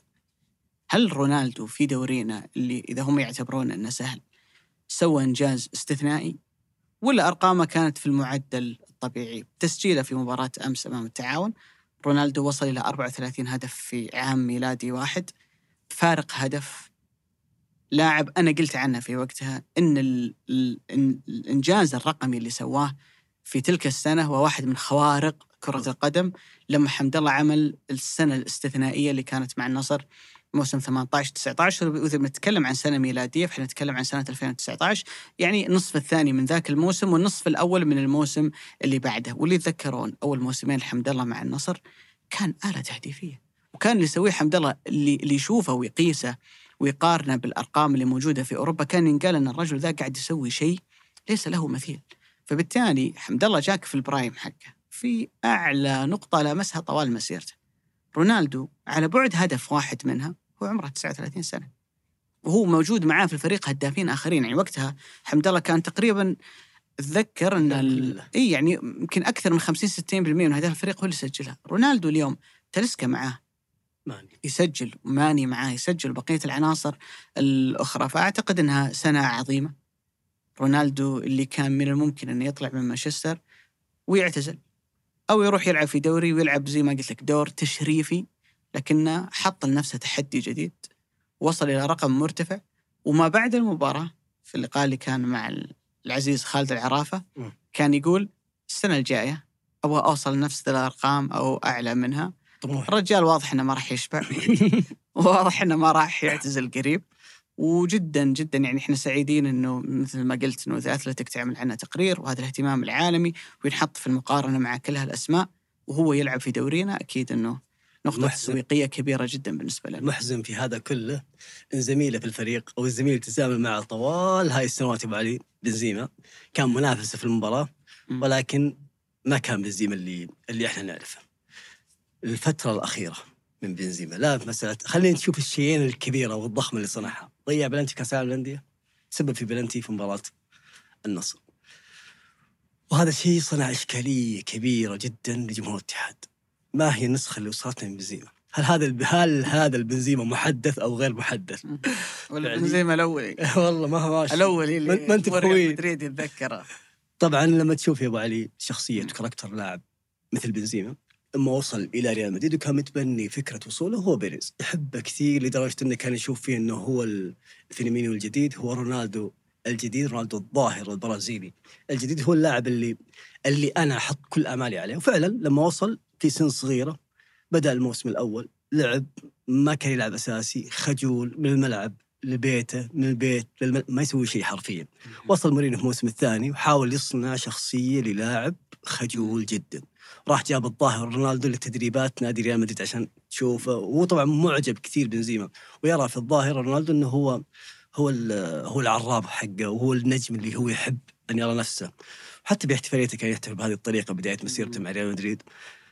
هل رونالدو في دورينا اللي إذا هم يعتبرون أنه سهل سوى إنجاز استثنائي، ولا أرقامه كانت في المعدل الطبيعي؟ تسجيله في مباراة أمس أمام التعاون رونالدو وصل إلى 34 هدف في عام ميلادي واحد، فارق هدف. لاعب أنا قلت عنه في وقتها إن الإنجاز الرقمي اللي سواه في تلك السنة هو واحد من خوارق كرة القدم، لما حمد الله عمل السنة الاستثنائية اللي كانت مع النصر موسم 18-19. وإذا بنتكلم عن سنة ميلادية فإحنا نتكلم عن سنة 2019، يعني النصف الثاني من ذاك الموسم والنصف الأول من الموسم اللي بعده. واللي يتذكرون أول موسمين الحمد لله مع النصر كان آلة تهديفية، وكان اللي يسويه حمد الله اللي يشوفه ويقيسه ويقارنه بالأرقام اللي موجودة في أوروبا كان ينقال أن الرجل ذا قاعد يسوي شيء ليس له مثيل. فبالتالي حمد الله جاك في البرايم حقه في أعلى نقطة لمسها طوال مسيرته. رونالدو على بعد هدف واحد منها هو عمره 39 سنة، وهو موجود معاه في الفريق هدافين آخرين. يعني وقتها حمد الله كان تقريبا أتذكر أن يعني يمكن أكثر من 50-60% من أهداف الفريق هو اللي سجلها. رونالدو اليوم تلسكا معاه يسجل، ماني معاه يسجل، بقية العناصر الأخرى. فأعتقد أنها سنة عظيمة. رونالدو اللي كان من الممكن أن يطلع من مانشستر ويعتزل أو يروح يلعب في دوري ويلعب زي ما قلت لك دور تشريفي، لكنه حط لنفسه تحدي جديد، وصل إلى رقم مرتفع. وما بعد المباراة في اللقاء اللي كان مع العزيز خالد العرافة كان يقول السنة الجاية أبغى أوصل نفس الأرقام أو أعلى منها. الرجال واضح أنه ما راح يشبع واضح أنه ما راح يعتزل قريب. وجدا جدا يعني احنا سعيدين انه مثل ما قلت انه ذا أثلتيك تعمل عنه تقرير وهذا الاهتمام العالمي وينحط في المقارنة مع كل هالأسماء وهو يلعب في دورينا. أكيد انه نقطة تسويقية كبيرة جدا بالنسبة لنا. المحزن في هذا كله إن زميله في الفريق أو الزميل اللي تزامل معه طوال هاي السنوات أبو علي بنزيما كان منافسة في المباراة، ولكن ما كان بنزيما اللي احنا نعرفه. الفترة الأخيرة من بنزيما لا مسألة خلينا نشوف الشيئين الكبيرة والضخمة اللي صنعها. ضيع بلنتي كأس العالم للأندية، سبب في بلنتي في مباراة النصر، وهذا الشيء صنع إشكالية كبيرة جدا لجمهور الاتحاد. ما هي النسخة اللي وصلتنا من بنزيما؟ هل هذا البنزيما محدث أو غير محدث؟ ولا بنزيما الأولي والله ما هو ماشي الأولي اللي ما أنت خوي مدريد يتذكره. طبعا لما تشوف يا أبو علي شخصية وكاركتر لاعب مثل بنزيما لما وصل إلى ريال مدريد وكان متبني فكرة وصوله هو بيريز، يحبه كثير لدرجة أنه كان يشوف فيه أنه هو الفينيمينيو الجديد، هو رونالدو الجديد، رونالدو الظاهر البرازيلي الجديد، هو اللاعب اللي أنا أحط كل آمالي عليه. وفعلا لما وصل في سن صغيرة بدأ الموسم الأول لعب، ما كان يلعب أساسي، خجول، من الملعب لبيته، من البيت ما يسوي شيء حرفيا. وصل مورينيو في الموسم الثاني وحاول يصنع شخصية للاعب خجول جدا، راح جاب الظاهر رونالدو لتدريبات نادي ريال مدريد عشان تشوفه، وهو طبعا معجب كثير بنزيما، ويرى في الظاهر رونالدو انه هو العراب حقه، وهو النجم اللي هو يحب ان يرى نفسه. حتى باحتفاليته كان يحتفل بهذه الطريقه بدايه مسيرته مع ريال مدريد.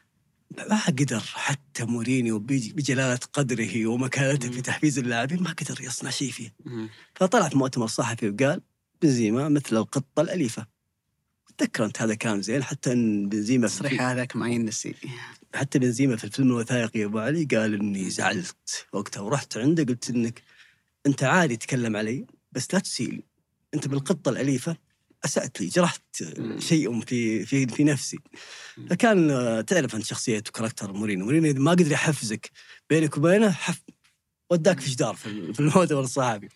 ما قدر حتى مورينيو بجلالة قدره ومكانته في تحفيز اللاعبين ما قدر يصنع شيء فيه. فطلع في مؤتمر صحفي وقال بنزيما مثل القطة الأليفة. تذكر أنت هذا كان زين، حتى أن بنزيما صريح هذاك ما ينسي. حتى بنزيما في الفيلم الوثائقي أبو علي قال إني زعلت وقتها ورحت عنده قلت إنك أنت عادي تكلم علي بس لا تسيلي، أنت بالقطة الأليفة أسأت لي، جرحت شيء في نفسي. فكان تعرف أنت شخصية وكاركتر مورينيو ما قدر يحفزك بينك وبينه، وداك في جدار في المؤتمر الصحفي.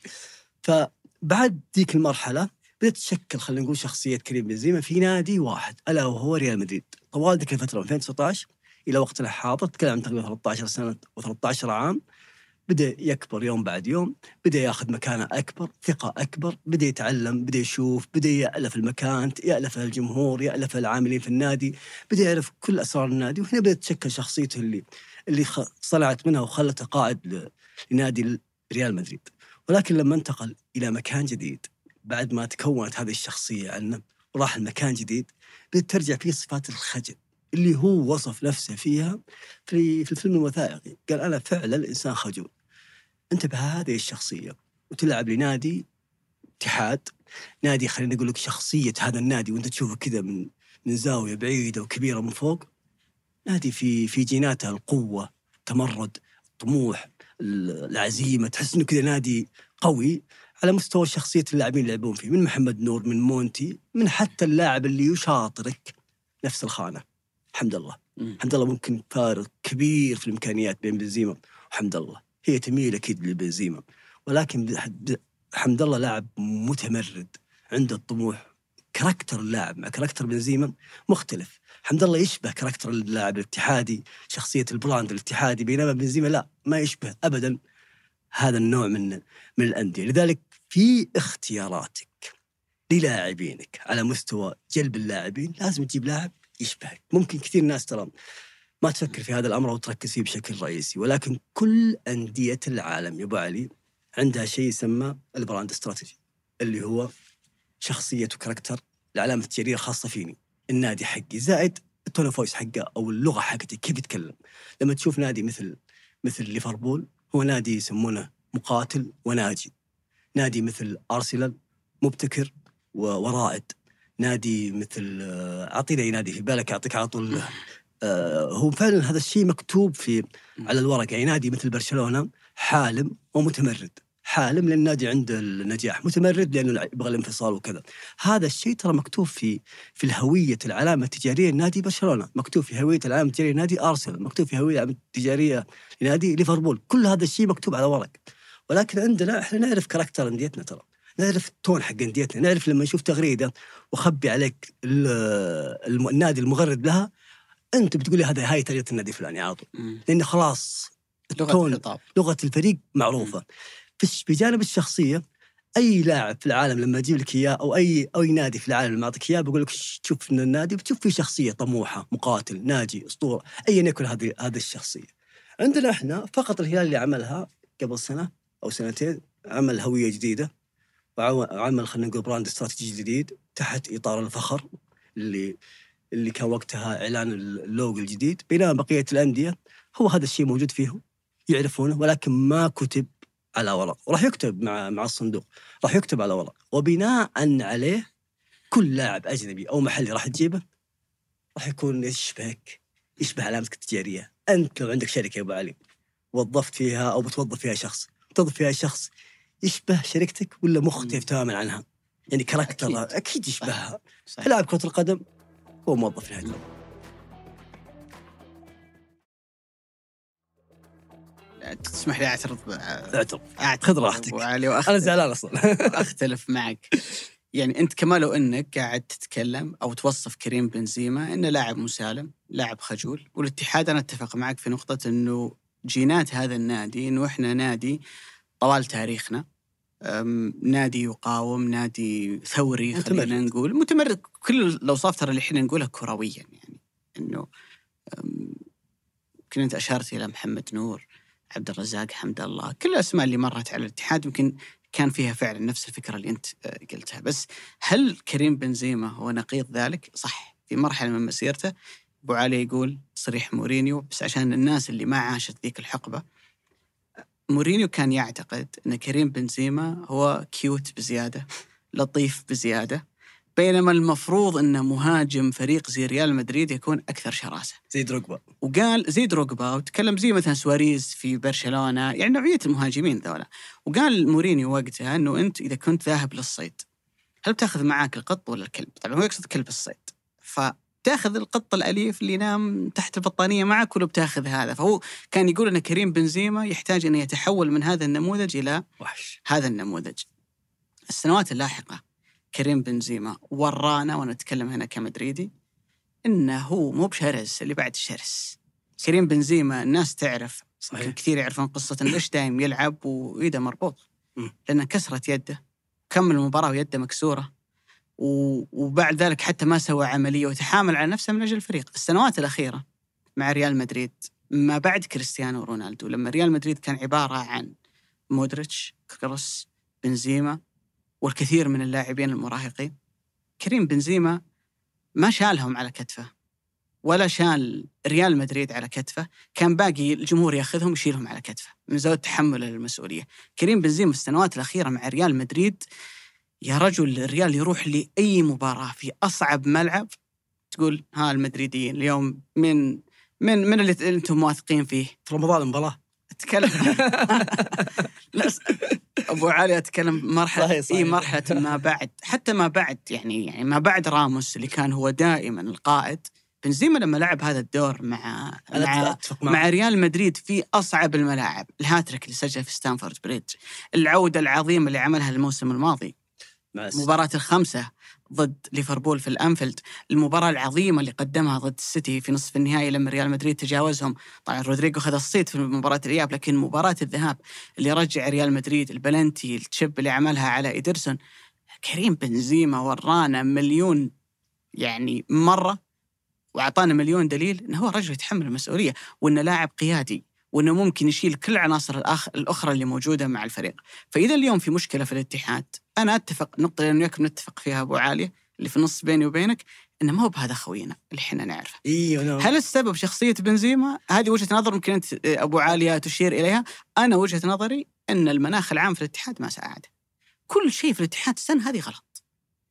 فبعد ذيك المرحلة بدأت تشكل خلينا نقول شخصية كريم بنزيما في نادي واحد ألا وهو ريال مدريد. طوال ذيك الفترة من 2019 إلى وقتنا الحاضر، تكلم عن تقريبا 13 سنة و13 عام، بدأ يكبر يوم بعد يوم، بدأ ياخذ مكانة أكبر، ثقة أكبر، بدأ يتعلم، بدأ يشوف، بدأ يألف المكان، يألف الجمهور، يألف العاملين في النادي، بدأ يعرف كل أسرار النادي. وهنا بدأت تشكل شخصيته اللي صنعت منها وخلته قائد لنادي ريال مدريد. ولكن لما انتقل إلى مكان جديد بعد ما تكونت هذه الشخصية عنه وراح المكان جديد، بدأت ترجع فيه صفات الخجل اللي هو وصف نفسه فيها في الفيلم الوثائقي. قال أنا فعلا إنسان خجول. أنت بهذه الشخصية وتلعب لنادي اتحاد، نادي خلينا نقول لك شخصية هذا النادي وأنت تشوفه كذا من زاوية بعيدة وكبيرة من فوق، نادي في جيناته القوة، التمرد، الطموح، العزيمة، تحس إنه كذا نادي قوي على مستوى شخصية اللاعبين اللي يلعبون فيه، من محمد نور، من مونتي، من حتى اللاعب اللي يشاطرك نفس الخانة حمد الله. حمد الله ممكن فارق كبير في الإمكانيات بين بنزيما وحمد الله، هي تميل أكيد لبنزيما، ولكن حمد الله لاعب متمرد عنده الطموح. كاركتر اللاعب مع كاركتر بنزيما مختلف. حمد الله يشبه كاركتر اللاعب الاتحادي، شخصية البراند الاتحادي، بينما بنزيما لا، ما يشبه أبدا هذا النوع من الأندية. لذلك في اختياراتك للاعبينك على مستوى جلب اللاعبين لازم تجيب لاعب يشبهك. ممكن كثير ناس ترى ما تفكر في هذا الأمر وتركز فيه بشكل رئيسي، ولكن كل أندية العالم يا أبو علي عندها شيء يسمى البراند استراتيجي، اللي هو شخصية وكاركتر العلامة التجارية الخاصة فيني، النادي حقي، زائد التون فويس حقه أو اللغة حقتي كيف يتكلم. لما تشوف نادي مثل ليفربول، هو نادي يسمونه مقاتل وناجي. نادي مثل أرسنال مبتكر ورائد. نادي مثل أعطينا أي نادي في بالك أعطيك على طول. هو فعلا هذا الشيء مكتوب على الورق. يعني نادي مثل برشلونة حالم ومتمرد، حالم لأن النادي عنده النجاح، متمرد لأنه يبغى الانفصال وكذا. هذا الشيء ترى مكتوب في الهوية العلامة التجارية لنادي برشلونة، مكتوب في هوية العلامة التجارية لنادي أرسنال، مكتوب في هوية العلامة التجارية لنادي ليفربول. كل هذا الشيء مكتوب على ورق. ولكن عندنا احنا نعرف كاركتر أنديتنا، ترى نعرف التون حق أنديتنا، نعرف لما نشوف تغريدة وخبي عليك النادي المغرد لها، أنت بتقول لي هاي طريقة النادي فلاني على طول، لأن خلاص لغة الفريق معروفة. بجانب الشخصية، أي لاعب في العالم لما أجيب لك إياه أو أي نادي في العالم لما أعطيك إياه بقول لك تشوف إن النادي بتشوف فيه شخصية طموحة، مقاتل، ناجي، أسطورة، أيا يكن هذه الشخصية. عندنا إحنا فقط الهلال اللي عملها قبل سنة أو سنتين، عمل هوية جديدة وعمل خلينا نقول براند استراتيجي جديد تحت إطار الفخر اللي كان وقتها إعلان اللوغو الجديد. بينما بقية الأندية هو هذا الشيء موجود فيهم يعرفونه، ولكن ما كتب على ورق، وراح يكتب مع الصندوق، راح يكتب على ورق، وبناء عليه كل لاعب أجنبي أو محلي راح تجيبه راح يكون يشبه علامتك التجارية. أنت لو عندك شركة يا أبو علي وظفت فيها أو بتوظف فيها شخص، توظف فيها شخص يشبه شركتك ولا مختلف تماما عنها؟ يعني كاركتر أكيد يشبهها. لاعب كرة القدم هو موظف نهائي. تسمح لي أعترض خذ راحتك. أبو علي أنا زعلان أصلا. أختلف معك. يعني أنت كما لو أنك قاعد تتكلم أو توصف كريم بنزيما إنه لاعب مسالم، لاعب خجول. والاتحاد أنا أتفق معك في نقطة إنه جينات هذا النادي، إنه إحنا نادي طوال تاريخنا نادي يقاوم، نادي ثوري، خلينا نقول متمرد. كل الأوصاف ترى اللي إحنا نقولها كرويا، يعني إنه يمكن أنت أشرت إلى محمد نور، عبد الرزاق، حمد الله، كل الأسماء اللي مرت على الاتحاد يمكن كان فيها فعلا نفس الفكرة اللي أنت قلتها. بس هل كريم بنزيما هو نقيض ذلك؟ صح، في مرحلة من مسيرته أبو علي يقول صريح مورينيو، بس عشان الناس اللي ما عاشت ذيك الحقبة، مورينيو كان يعتقد أن كريم بنزيما هو كيوت بزيادة، لطيف بزيادة، بينما المفروض أن مهاجم فريق زي ريال مدريد يكون أكثر شراسة، زي دروغبا. وقال زي دروغبا، وتكلم زي مثلا سواريز في برشلونة، يعني نوعية المهاجمين ذولا. وقال مورينيو وقتها أنه أنت إذا كنت ذاهب للصيد هل بتاخذ معاك القط ولا الكلب؟ طبعا هو يقصد كلب الصيد، فتاخذ القط الأليف اللي ينام تحت البطانية معك ولا بتاخذ هذا؟ فهو كان يقول أن كريم بنزيما يحتاج أن يتحول من هذا النموذج إلى وحش. هذا النموذج. السنوات اللاحقة كريم بنزيما ورانا، وأنا أتكلم هنا كمدريدي، إنه هو مو بشرس اللي بعد الشرس. كريم بنزيما الناس تعرف، صحيح، كثير يعرفون قصة إنه ليش دايم يلعب ويده مربوط، لأنه كسرت يده، كمل المباراة ويده مكسورة، وبعد ذلك حتى ما سوى عملية وتحامل على نفسه من أجل الفريق. السنوات الأخيرة مع ريال مدريد ما بعد كريستيانو رونالدو، لما ريال مدريد كان عبارة عن مودريتش، كروس، بنزيما والكثير من اللاعبين المراهقين، كريم بنزيما ما شالهم على كتفه ولا شال ريال مدريد على كتفه، كان باقي الجمهور ياخذهم ويشيلهم على كتفه من زاوية تحمل المسؤولية. كريم بنزيما في السنوات الأخيرة مع ريال مدريد، يا رجل الريال يروح لأي مباراة في أصعب ملعب تقول ها المدريديين اليوم من اللي أنتم واثقين فيه في رمضان المباراة أتكلم لا أبو علي أتكلم مرحلة مرحلة ما بعد، حتى ما بعد يعني ما بعد راموس اللي كان هو دائما القائد. بنزيما لما لعب هذا الدور مع ريال مدريد في أصعب الملاعب، الهاتريك اللي سجل في ستانفورد بريدج، العودة العظيمة اللي عملها الموسم الماضي، مباراة 5 ضد ليفربول في الأنفيلد، المباراة العظيمة اللي قدمها ضد السيتي في نصف النهائي لما ريال مدريد تجاوزهم. طبعا رودريغو خذ الصيت في مباراة الإياب، لكن مباراة الذهاب اللي رجع ريال مدريد، البلنتي، التشيب اللي عملها على إيدرسون، كريم بنزيما ورانا مليون يعني مرة وأعطانا مليون دليل إنه هو رجل يتحمل المسؤولية، وإنه لاعب قيادي، وإنه ممكن يشيل كل العناصر الأخرى اللي موجودة مع الفريق. فإذا اليوم في مشكلة في الاتحاد، أنا أتفق نقطة اللي يكون نتفق فيها أبو عالية اللي في النص بيني وبينك، إنه ما هو بهذا خوينا اللي إحنا نعرفه. هل السبب شخصية بنزيما؟ هذه وجهة نظر ممكن أنت أبو عالية تشير إليها. أنا وجهة نظري أن المناخ العام في الاتحاد ما ساعده. كل شيء في الاتحاد السنة هذه غلط.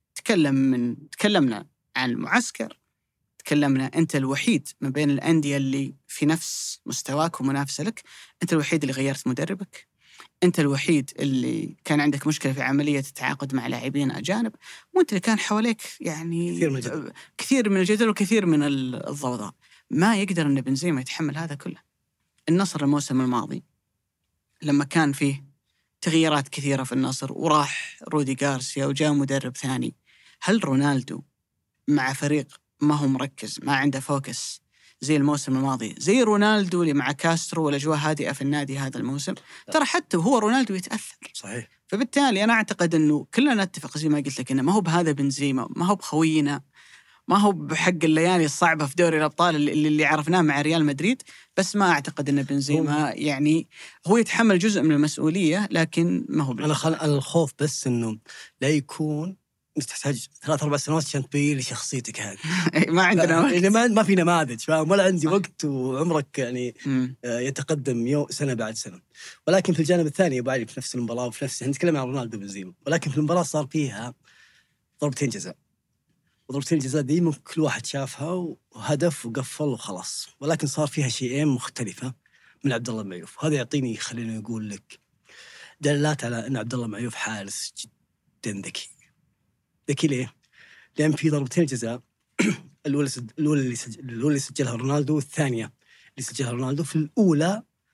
تكلمنا عن المعسكر، تكلمنا أنت الوحيد من بين الأندية اللي في نفس مستواك ومنافسة لك، أنت الوحيد اللي غيرت مدربك، أنت الوحيد اللي كان عندك مشكلة في عملية التعاقد مع لاعبين أجانب، وأنت اللي كان حواليك يعني كثير من الجدل وكثير من الضوضاء. ما يقدر أن بنزيما يتحمل هذا كله. النصر الموسم الماضي لما كان فيه تغييرات كثيرة في النصر وراح رودي غارسيا وجاء مدرب ثاني، هل رونالدو مع فريق ما هو مركز، ما عنده فوكس زي الموسم الماضي، زي رونالدو اللي مع كاسترو والأجواء هادئة في النادي هذا الموسم، ترى حتى هو رونالدو يتأثر. صحيح. فبالتالي أنا أعتقد أنه كلنا نتفق زي ما قلت لك، إنه ما هو بهذا بنزيما، ما هو بخوينا، ما هو بحق الليالي الصعبة في دوري الأبطال اللي عرفناه مع ريال مدريد. بس ما أعتقد أن بنزيما يعني هو يتحمل جزء من المسؤولية، لكن ما هو أنا الخوف بس إنه لا يكون تحتاج 3-4 سنوات عشان تبين لي شخصيتك هذه. ما عندنا وقت. ما في نماذج، فاهم؟ ولا عندي وقت، وعمرك يعني يتقدم سنة بعد سنة. ولكن في الجانب الثاني بعد في نفس المباراة وفي نفس نتكلم عن رونالدو بنزيما، ولكن في المباراة صار فيها ضربتين جزاء، وضربتين الجزاء دي ممكن كل واحد شافها وهدف وقفل وخلاص، ولكن صار فيها شيئين مختلفة من عبد الله معيوف. هذا يعطيني خلينا نقول لك دلالات على أن عبد الله معيوف حارس جدا ذكي. ذكي ليه؟ لأن في ضربتين جزاء الأولى اللي سجلها رونالدو، والثانية اللي سجلها رونالدو. في الأولى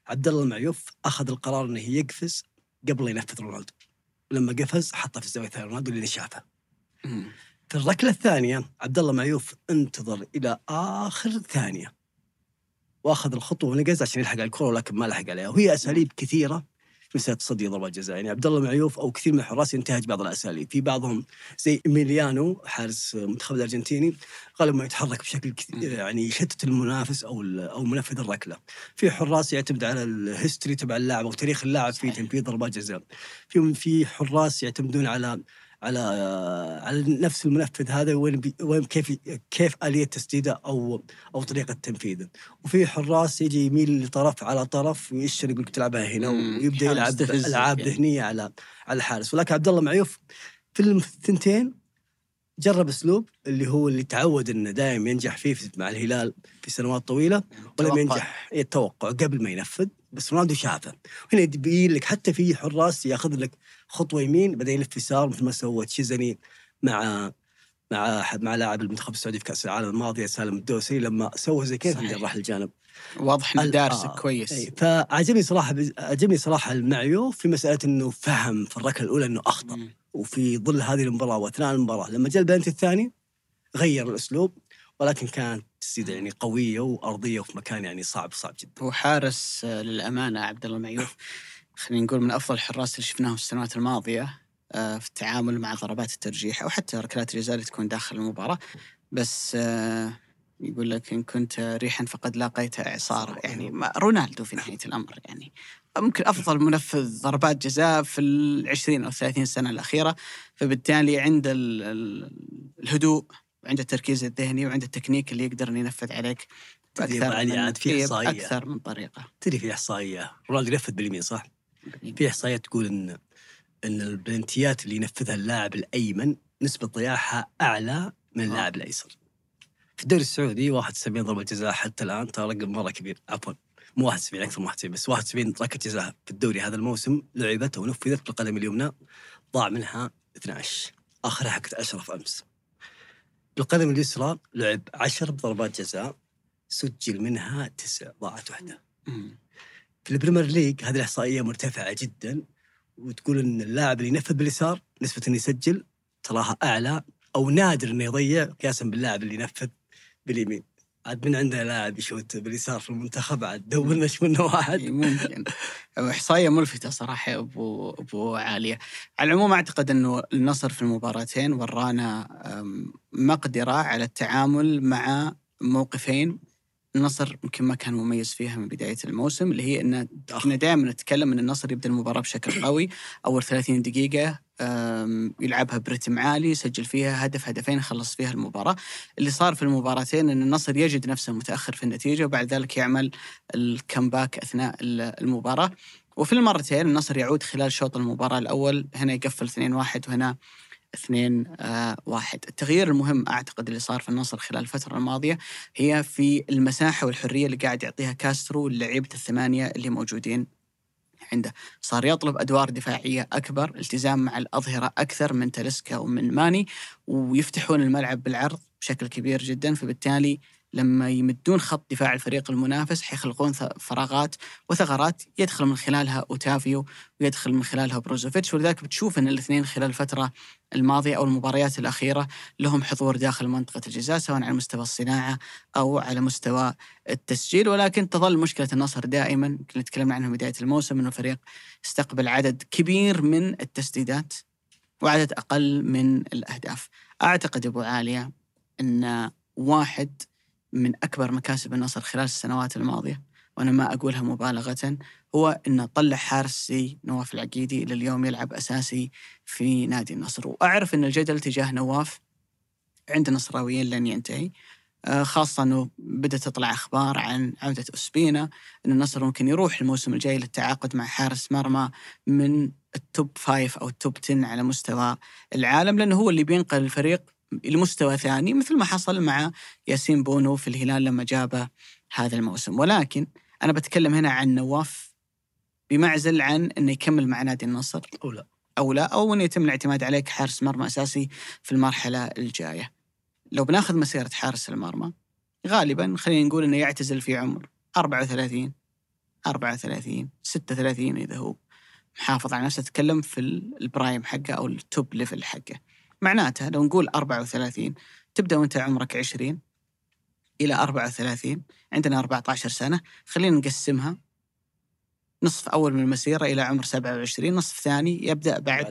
عبد الله المعيوف أخذ القرار إنه يقفز قبل لا ينفذ رونالدو، لما قفز حطه في الزاوية الثانية رونالدو اللي شافه. في الركلة الثانية عبد الله معيوف انتظر إلى آخر ثانية وأخذ الخطوة ونقز عشان يلحق على الكرة، ولكن ما لحق عليها. وهي أساليب كثيرة في مسألة تصدي ضربات جزاء. يعني عبد الله معيوف أو كثير من الحراس ينتهج بعض الأساليب، في بعضهم زي إيميليانو حارس المنتخب الأرجنتيني غالبا ما يتحرك بشكل يعني يشتت المنافس أو منفذ الركلة. في حراس يعتمد على الهيستوري تبع اللاعب أو تاريخ اللاعب في تنفيذ ضربات جزاء. في حراس يعتمدون على نفس المنفذ هذا وين كيف آلية تسديده أو طريقة تنفيذه. وفي حراس يجي يميل لطرف على طرف ويشتري يقول تلعبها هنا ويبدأ يلعب ألعاب ذهنية على الحارس. ولكن عبد الله معيوف في الثنتين جرب أسلوب اللي تعود إنه دائما ينجح فيه مع الهلال في سنوات طويلة، ولم ينجح التوقع قبل ما ينفذ. بس رونالدو شافه. هنا يبين لك حتى في حراس ياخذ لك خطوة يمين بعدين يلف يسار، مثل ما سوى تشيزني مع لاعب المنتخب السعودي في كأس العالم الماضي سالم الدوسري، لما سوى زي كيف راح الجانب. واضح إنه دارس كويس. فعجبني صراحة المعيوف في مسألة إنه فهم في الركلة الأولى إنه أخطأ، وفي ظل هذه المباراة وأثناء المباراة لما جاء البلنتي الثاني غير الأسلوب، ولكن كانت تسديدة يعني قوية وأرضية وفي مكان يعني صعب جدا. هو حارس للأمانة عبد الله المعيوف خلينا نقول من أفضل الحراس اللي شفناهم في السنوات الماضية في التعامل مع ضربات الترجيح أو حتى ركلات الجزاء اللي تكون داخل المباراة. بس يقول لك إن كنت ريحا فقد لاقيت إعصار، يعني رونالدو في نهاية الأمر يعني ممكن أفضل منفذ ضربات جزاء في 20 أو 30 سنة الأخيرة. فبالتالي عند الهدوء وعند التركيز الذهني وعند التكنيك اللي يقدر ينفذ عليك أكثر من طريقة. تدري في إحصائية رونالدو ينفذ باليمين صح؟ في إحصائية تقول إن البلنتيات اللي ينفذها اللاعب الأيمن نسبة ضياعها أعلى من اللاعب الأيسر. في الدوري السعودي 71 ضربة جزاء حتى الآن، ترى رقم مرة كبير. عفوا مو 71 أكثر من 71، بس 71 ركلة جزاء في الدوري هذا الموسم لعبت ونفذت بالقدم اليمنى، ضاع منها 12، آخرها حقت أشرف أمس. بالقدم اليسرى لعب 10 ضربات جزاء، سجل منها 9، ضاعت واحدة. في البريمير ليج هذه الإحصائية مرتفعة جدا، وتقول إن اللاعب اللي ينفذ باليسار نسبة إنه يسجل تراها أعلى أو نادر إنه يضيع قياسا باللاعب اللي ينفذ باليمين. عاد من عندنا لاعب يشوت باليسار في المنتخب، عاد دورنا شو منه واحد. ممكن إحصائية ملفتة صراحة أبو عالية. على العموم أعتقد أنه النصر في المباراتين ورانا مقدرة على التعامل مع موقفين النصر يمكن ما كان مميز فيها من بداية الموسم، اللي هي أن إحنا دائما نتكلم أن النصر يبدأ المباراة بشكل قوي، أول 30 دقيقة يلعبها برتم عالي، يسجل فيها هدف هدفين يخلص فيها المباراة. اللي صار في المباراتين أن النصر يجد نفسه متأخر في النتيجة وبعد ذلك يعمل الكمباك أثناء المباراة. وفي المرتين النصر يعود خلال شوط المباراة الأول، هنا يقفل 2-1 وهنا 2-1. التغيير المهم أعتقد اللي صار في النصر خلال الفترة الماضية هي في المساحة والحرية اللي قاعد يعطيها كاسترو للعيبة الثمانية اللي موجودين عنده. صار يطلب أدوار دفاعية أكبر، التزام مع الأظهرة أكثر من تاليسكا ومن ماني، ويفتحون الملعب بالعرض بشكل كبير جدا. فبالتالي لما يمدون خط دفاع الفريق المنافس حيخلقون فراغات وثغرات يدخل من خلالها أوتافيو ويدخل من خلالها بروزوفيتش. ولذلك بتشوف أن الاثنين خلال الفترة الماضية أو المباريات الأخيرة لهم حضور داخل منطقة الجزاء، سواء على مستوى الصناعة أو على مستوى التسجيل. ولكن تظل مشكلة النصر دائما كنا نتكلم عنها بداية الموسم، أنه الفريق استقبل عدد كبير من التسديدات وعدد أقل من الأهداف. أعتقد أبو عالية أن واحد من أكبر مكاسب النصر خلال السنوات الماضية، وأنا ما أقولها مبالغة، هو أنه طلع حارس زي نواف العقيدي إلى اليوم يلعب أساسي في نادي النصر. وأعرف أن الجدل تجاه نواف عند النصراويين لن ينتهي، خاصة أنه بدأت تطلع أخبار عن عودة أسبينا، أن النصر ممكن يروح الموسم الجاي للتعاقد مع حارس مرمى من التوب 5 أو التوب 10 على مستوى العالم، لأنه هو اللي بينقل الفريق لمستوى ثاني، مثل ما حصل مع ياسين بونو في الهلال لما جابه هذا الموسم. ولكن أنا بتكلم هنا عن نواف بمعزل عن أنه يكمل مع نادي النصر أو لا، أو أنه يتم الاعتماد عليه كحارس مرمى أساسي في المرحلة الجاية. لو بناخذ مسيرة حارس المرمى غالبا خلينا نقول أنه يعتزل في عمر 34 34 36 إذا هو محافظ على نفسه. تتكلم في البرايم حقه أو التوب ليفل حقه. معناتها لو نقول 34 تبدأ وانت عمرك 20 إلى 34 عندنا 14 سنة. خلينا نقسمها نصف أول من المسيرة إلى عمر 27، نصف ثاني يبدأ بعد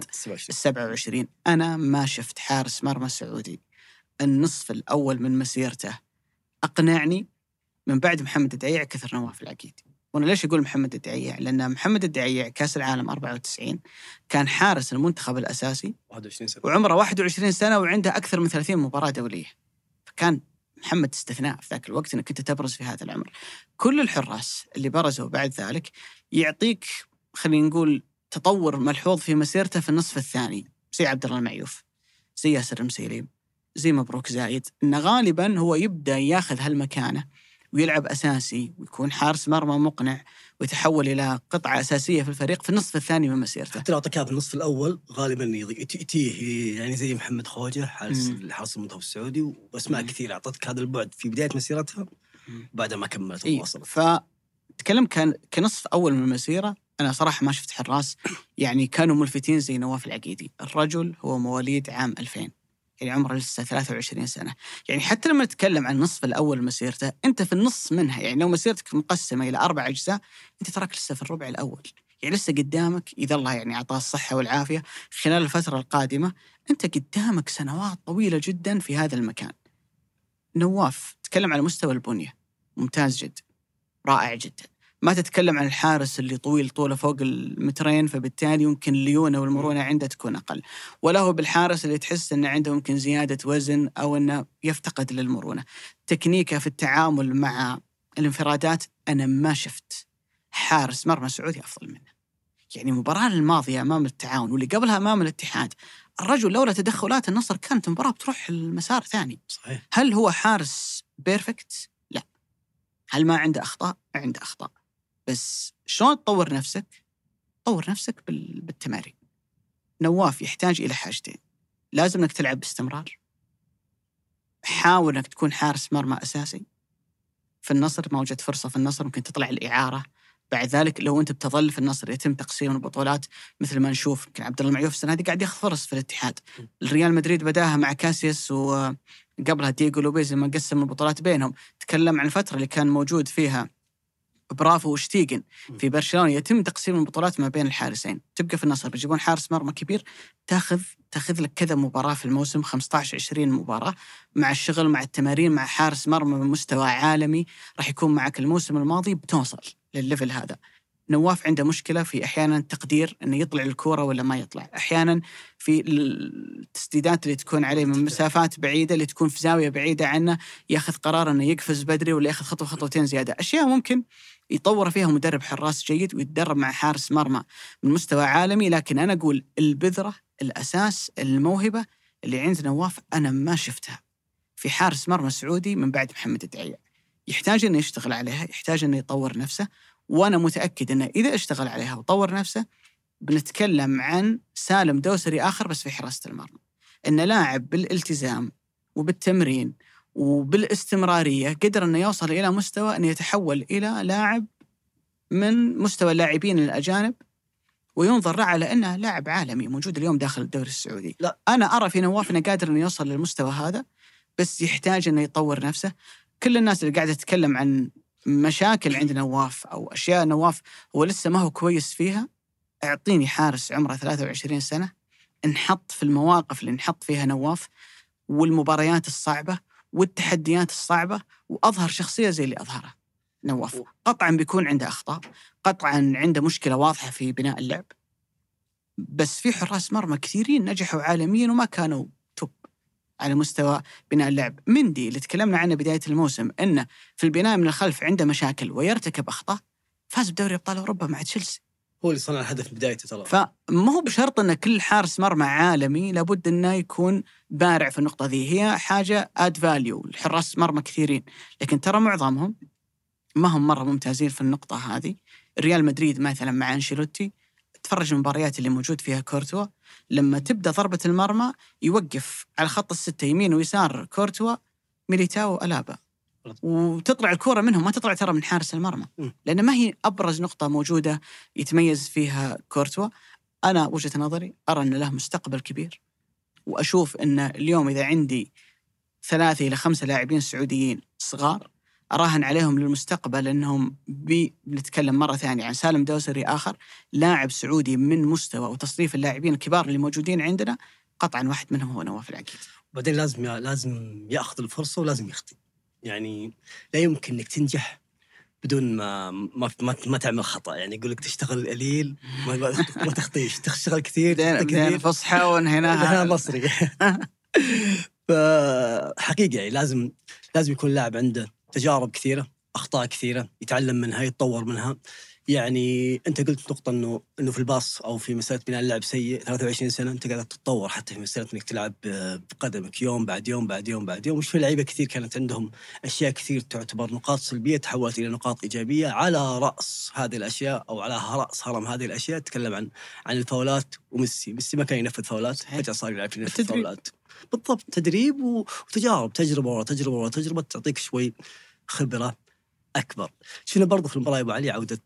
27. أنا ما شفت حارس مرمى سعودي النصف الأول من مسيرته أقنعني من بعد محمد الدعيع كثر نواف العقيدي. وأنا ليش أقول محمد الدعيع؟ لأن محمد الدعيع كأس العالم 94 كان حارس المنتخب الأساسي 21 سنة وعمره 21 سنة وعنده أكثر من 30 مباراة دولية. فكان محمد استثناء في ذاك الوقت أنك كنت تبرز في هذا العمر. كل الحراس اللي برزوا بعد ذلك يعطيك خلينا نقول تطور ملحوظ في مسيرته في النصف الثاني، زي عبد الله المعيوف، زي ياسر المسيليم، زي مبروك زايد. إنه غالبا هو يبدأ ياخذ هالمكانة ويلعب أساسي ويكون حارس مرمى مقنع ويتحول إلى قطعة أساسية في الفريق في النصف الثاني من مسيرته. حتى لو أعطيك في النصف الأول غالبا يتيه يعني زي محمد خوجة حارس المنتخب السعودي وأسماء كثيرة أعطتك هذا البعد في بداية مسيرتها بعد ما كملت وواصلت. فتكلم كان كنصف أول من المسيرة أنا صراحة ما شفت حراس يعني كانوا ملفتين زي نواف العقيدي. الرجل هو مواليد عام 2000 يعني عمره لسه 23 سنة. يعني حتى لما نتكلم عن النصف الأول مسيرته أنت في النص منها. يعني لو مسيرتك مقسمة إلى 4 أجزاء أنت تراك لسه في الربع الأول. يعني لسه قدامك إذا الله يعني أعطاه الصحة والعافية خلال الفترة القادمة أنت قدامك سنوات طويلة جدا في هذا المكان. نواف تتكلم على مستوى البنية ممتاز جدا رائع جدا. ما تتكلم عن الحارس اللي طوله فوق المترين فبالتالي يمكن الليونة والمرونة عنده تكون أقل، ولا هو بالحارس اللي تحس أنه عنده ممكن زيادة وزن أو أنه يفتقد للمرونة. تكنيكه في التعامل مع الانفرادات أنا ما شفت حارس مرمى سعودي أفضل منه. يعني المباراة الماضية أمام التعاون واللي قبلها أمام الاتحاد الرجل لولا تدخلات النصر كانت المباراة بتروح المسار ثاني. صحيح. هل هو حارس بيرفكت؟ لا. هل ما عنده أخطاء؟ عنده أخطاء. بس شلون تطور نفسك؟ طور نفسك بالتمارين. نواف يحتاج إلى حاجتين. لازم أنك تلعب باستمرار. حاول أنك تكون حارس مرمى أساسي. في النصر ما وجدت فرصة في النصر ممكن تطلع الإعارة. بعد ذلك لو أنت بتظل في النصر يتم تقسيم البطولات مثل ما نشوف. يمكن عبد الله المعيوف السنة هذه قاعد ياخذ فرص في الاتحاد. الريال مدريد بداها مع كاسياس وقبلها دييغو لوبيز لما قسم البطولات بينهم. تكلم عن الفترة اللي كان موجود فيها برافو وشتيغن في برشلونة يتم تقسيم البطولات ما بين الحارسين. تبقى في النصر بيجيبون حارس مرمى كبير تاخذ لك كذا مباراة في الموسم 15-20 مباراة مع الشغل مع التمارين مع حارس مرمى من مستوى عالمي راح يكون معك الموسم الماضي بتوصل للليفل هذا. نواف عنده مشكلة في أحيانا تقدير أنه يطلع الكرة ولا ما يطلع. أحيانا في التسديدات اللي تكون عليه من مسافات بعيدة اللي تكون في زاوية بعيدة عنه ياخذ قرار أنه يقفز بدري ولا ياخذ خطوتين زيادة. أشياء ممكن يطور فيها مدرب حراس جيد ويتدرب مع حارس مرمى من مستوى عالمي. لكن أنا أقول البذرة الأساس الموهبة اللي عند نواف أنا ما شفتها في حارس مرمى سعودي من بعد محمد الدعيع. يحتاج أنه يشتغل عليها، يحتاج أنه يطور نفسه، وأنا متأكد أنه إذا اشتغل عليها وطور نفسه بنتكلم عن سالم دوسري آخر بس في حراسة المرمى. إنه لاعب بالالتزام وبالتمرين وبالاستمرارية قدر أنه يوصل إلى مستوى أن يتحول إلى لاعب من مستوى اللاعبين الأجانب وينظر على أنه لاعب عالمي موجود اليوم داخل الدوري السعودي. لا أنا أرى في نواف أنه قادر أنه يوصل للمستوى هذا بس يحتاج أنه يطور نفسه. كل الناس اللي قاعدة تتكلم عن مشاكل عند نواف أو أشياء نواف هو لسه ما هو كويس فيها، أعطيني حارس عمره 23 سنة انحط في المواقف اللي انحط فيها نواف والمباريات الصعبة والتحديات الصعبة وأظهر شخصية زي اللي أظهرها نواف. قطعا بيكون عنده أخطاء، قطعا عنده مشكلة واضحة في بناء اللعب، بس في حراس مرمى كثيرين نجحوا عالميا وما كانوا توب على مستوى بناء اللعب. مندي اللي تكلمنا عنه بداية الموسم إنه في البناء من الخلف عنده مشاكل ويرتكب أخطاء، فاز بدوري أبطال أوروبا مع تشيلسي، هو اللي صنع الهدف بدايته ترى. فما هو بشرط أن كل حارس مرمى عالمي لابد أنه يكون بارع في النقطة ذي. هي حاجة add value الحراس مرمى كثيرين، لكن ترى معظمهم ما هم مرة ممتازين في النقطة هذه. ريال مدريد مثلا مع أنشيلوتي تفرج المباريات اللي موجود فيها كورتوا، لما تبدأ ضربة المرمى يوقف على خط الستة يمين ويسار كورتوا، ميليتاو وألابا، وتطلع الكرة منهم، ما تطلع ترى من حارس المرمى، لأن ما هي أبرز نقطة موجودة يتميز فيها كورتوا. أنا وجهة نظري أرى أن له مستقبل كبير، وأشوف أن اليوم إذا عندي 3 إلى 5 لاعبين سعوديين صغار أراهن عليهم للمستقبل أنهم بنتكلم مرة ثانية عن سالم دوسري آخر لاعب سعودي من مستوى وتصنيف اللاعبين الكبار اللي موجودين عندنا، قطعا واحد منهم هو نواف العقيد. وبعدين لازم يأخذ الفرصة ولازم يخطي، يعني لا يمكن إنك تنجح بدون ما تعمل خطأ. يعني يقول لك تشتغل قليل ما تخطيش، تشتغل كثير فصحى وهنا مصري. فحقيقة يعني لازم يكون لاعب عنده تجارب كثيرة، أخطاء كثيرة، يتعلم منها، يتطور منها. يعني أنت قلت نقطة إنه في الباص أو في مسألة بناء اللعب سيء. 23 سنة أنت قاعد تتطور حتى في مسألة إنك تلعب بقدمك يوم بعد يوم بعد يوم بعد يوم. مش في لعيبة كثير كانت عندهم أشياء كثير تعتبر نقاط سلبية تحولت إلى نقاط إيجابية. على رأس هذه الأشياء أو على رأس هرم هذه الأشياء تكلم عن الفاولات. وميسي ما كان ينفذ فاولات، فجأة صار يلعب ينفذ فاولات. بالضبط، تدريب وتجارب، تجربة ورا تجربة ورا تجربة تعطيك شوي خبرة أكبر. شفنا برضو في المباراة أبو علي عودة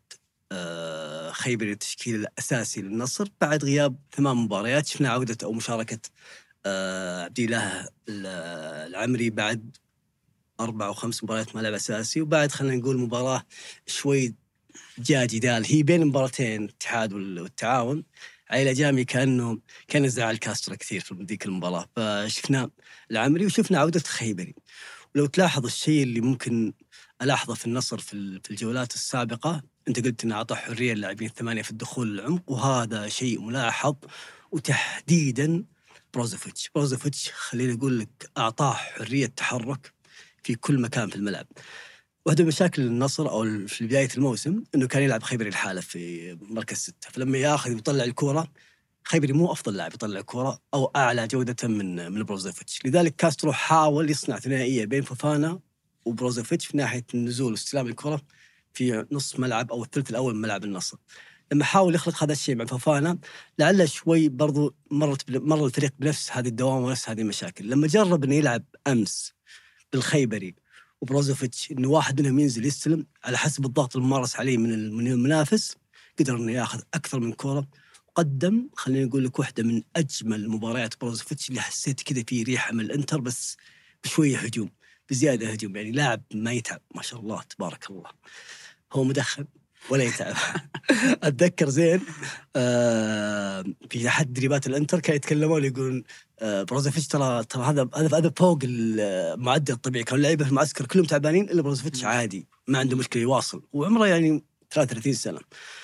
خيبري التشكيل الأساسي للنصر بعد غياب 8 مباريات. شفنا عودة أو مشاركة عبد الله العمري بعد 4 أو 5 مباريات ما لعب أساسي، وبعد خلينا نقول مباراة شوي جاء جدال هي بين مباراتين الاتحاد والتعاون. عائلة جامي كان زعل كاسترا كثير في ذيك المباراة، فشفنا العمري وشفنا عودة خيبري. ولو تلاحظ الشيء اللي ممكن ألاحظه في النصر في الجولات السابقة، أنت قلت أنه أعطى حرية اللاعبين 8 في الدخول للعمق، وهذا شيء ملاحظ. وتحديدا بروزوفيتش خليني أقول لك أعطاه حرية تحرك في كل مكان في الملعب. واحدة من مشاكل النصر أو في بداية الموسم أنه كان يلعب خيبري الحالة في مركز 6، فلما ياخذ ويطلع الكرة خيبري مو أفضل لاعب يطلع الكرة أو أعلى جودة من بروزوفيتش. لذلك كاسترو حاول يصنع ثنائية بين فوفانا وبروزوفيتش في ناحية النزول واستلام الكرة في نص ملعب أو الثلث الأول من ملعب النصر. لما حاول يخلق هذا الشيء مع فوفانا لعل شوي برضو مر الفريق بنفس هذه الدوام ونفس هذه المشاكل. لما جرب أنه يلعب أمس بالخيبري وبروزوفيتش إنه واحد منهم ينزل يستلم على حسب الضغط الممارس عليه من المنافس، قدر إنه يأخذ أكثر من كرة. قدم خلينا نقول لك واحدة من أجمل مباريات بروزوفيتش اللي حسيت كذا في ريحة من الإنتر، بس بشوية هجوم، بزيادة هجوم. يعني لاعب ما يتعب ما شاء الله تبارك الله، هو مدخن ولا يتعب. أتذكر زين في أحد تدريبات الإنتر كانوا يتكلمون يقولون بروزوفيتش ترى هذا فوق المعدل الطبيعي. كانوا اللعيبة في المعسكر كلهم تعبانين إلا بروزوفيتش عادي ما عنده مشكلة يواصل، وعمره يعني 33 سنة.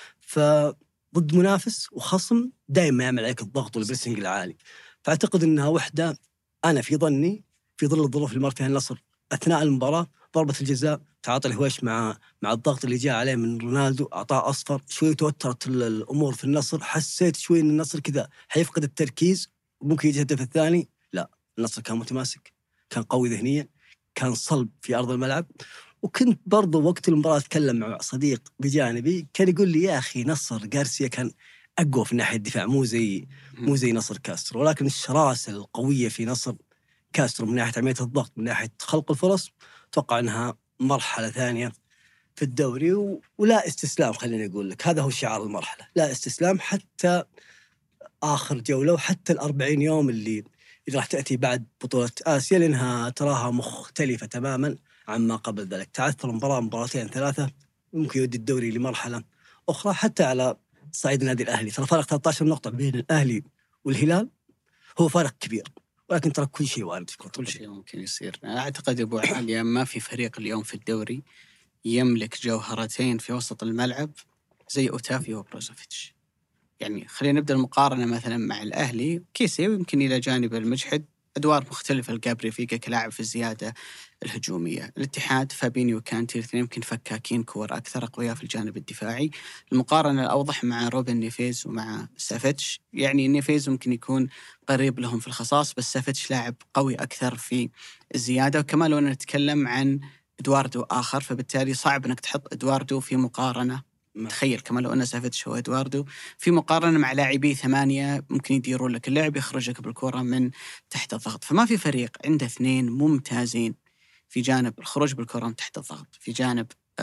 فضد منافس وخصم دائما يعمل عليك الضغط والبريسنج العالي. فأعتقد أنها وحدة أنا في ظني في ظل الظروف اللي مر فيها النصر أثناء المباراة، ضربة الجزاء تعاطي الهويش مع الضغط اللي جاء عليه من رونالدو، أعطاه أصفر، شوي توترت الأمور في النصر. حسيت شوي أن النصر كذا حيفقد التركيز وممكن يجي الهدف الثاني. لا، النصر كان متماسك، كان قوي ذهنيا، كان صلب في أرض الملعب. وكنت برضو وقت المباراة أتكلم مع صديق بجانبي كان يقول لي يا أخي نصر غارسيا كان أقوى في ناحية الدفاع، مو زي نصر كاسترو، ولكن الشراسة القوية في نصر كاسترو من ناحية عملية الضغط، من ناحية خلق الفرص. أتوقع أنها مرحلة ثانية في الدوري ولا استسلام. خليني أقول لك هذا هو شعار المرحلة، لا استسلام حتى آخر جولة وحتى 40 يوم اللي راح تأتي بعد بطولة آسيا، لأنها تراها مختلفة تماما عما قبل ذلك. تعثر مباراتين 3 ممكن يودي الدوري لمرحلة أخرى. حتى على صعيد النادي الأهلي ترى فارق 13 نقطة بين الأهلي والهلال هو فارق كبير، ولكن ترى كل شيء وارد، كل شيء ممكن يصير. أنا أعتقد أبو علي ما في فريق اليوم في الدوري يملك جوهرتين في وسط الملعب زي أوتافي وبروزوفيتش. يعني خلينا نبدأ المقارنة مثلا مع الأهلي، كيسي يمكن إلى جانب المجحد أدوار مختلفة لجابري فيجا كلاعب في الزيادة الهجومية. الاتحاد فابينيو وكانتي الاثنين يمكن فكاكين كور أكثر أقوياء في الجانب الدفاعي. المقارنة الأوضح مع روبن نيفيز ومع سافيتش، يعني نيفيز ممكن يكون قريب لهم في الخصاص، بس سافيتش لاعب قوي أكثر في الزيادة. وكمان لو نتكلم عن إدواردو آخر، فبالتالي صعب أنك تحط إدواردو في مقارنة. تخيل كمان لو أن سافيتش هو إدواردو في مقارنة مع لاعبي 8 ممكن يديرون لك اللعب، يخرجك بالكرة من تحت الضغط. فما في فريق عنده 2 ممتازين في جانب الخروج بالكرة من تحت الضغط، في جانب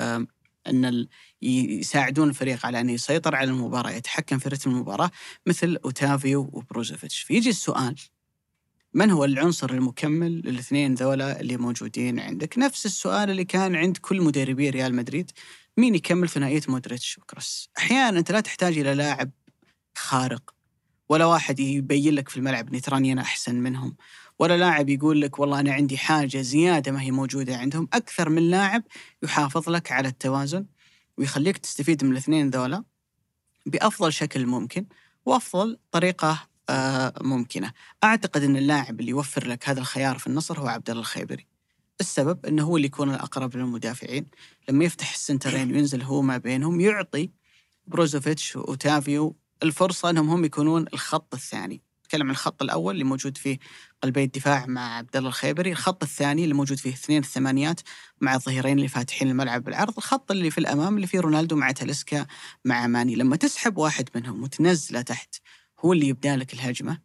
أن يساعدون الفريق على أن يسيطر على المباراة، يتحكم في رتم المباراة، مثل أوتافيو وبروزوفيتش. فيجي السؤال: من هو العنصر المكمل للاثنين ذولا اللي موجودين عندك؟ نفس السؤال اللي كان عند كل مدربي ريال مدريد: مين يكمل ثنائية مودريتش وكروس؟ أحيانا أنت لا تحتاج إلى لاعب خارق، ولا واحد يبين لك في الملعب إني تراني أنا أحسن منهم، ولا لاعب يقول لك والله أنا عندي حاجة زيادة ما هي موجودة عندهم. أكثر من لاعب يحافظ لك على التوازن ويخليك تستفيد من الاثنين ذولا بأفضل شكل ممكن وأفضل طريقة ممكنة. أعتقد أن اللاعب اللي يوفر لك هذا الخيار في النصر هو عبد الله الخيبري. السبب أنه هو اللي يكون الأقرب للمدافعين، لما يفتح السنترين وينزل هو ما بينهم يعطي بروزوفيتش وأوتافيو الفرصة أنهم هم يكونون الخط الثاني. نتكلم عن الخط الأول اللي موجود فيه قلبي الدفاع مع عبد الله الخيبري، الخط الثاني اللي موجود فيه 2 الثمانيات مع الظهيرين اللي فاتحين الملعب بالعرض، الخط اللي في الأمام اللي فيه رونالدو مع تاليسكا مع ماني. لما تسحب واحد منهم وتنزله تحت هو اللي يبدأ لك الهجمة،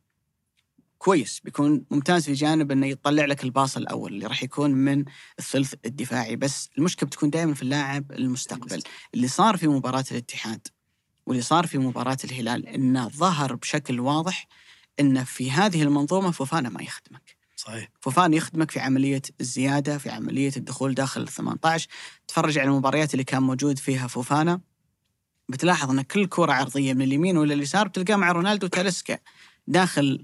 كويس، بيكون ممتاز في جانب أنه يطلع لك الباص الأول اللي راح يكون من الثلث الدفاعي. بس المشكلة بتكون دائما في اللاعب المستقبل. اللي صار في مباراة الاتحاد واللي صار في مباراة الهلال إنه ظهر بشكل واضح إن في هذه المنظومة فوفانا ما يخدمك. صحيح. فوفانا يخدمك في عملية الزيادة، في عملية الدخول داخل 18. تفرج على المباريات اللي كان موجود فيها فوفانا، بتلاحظ أن كل كرة عرضية من اليمين ولا اليسار بتلقاه مع رونالدو وتاليسكا داخل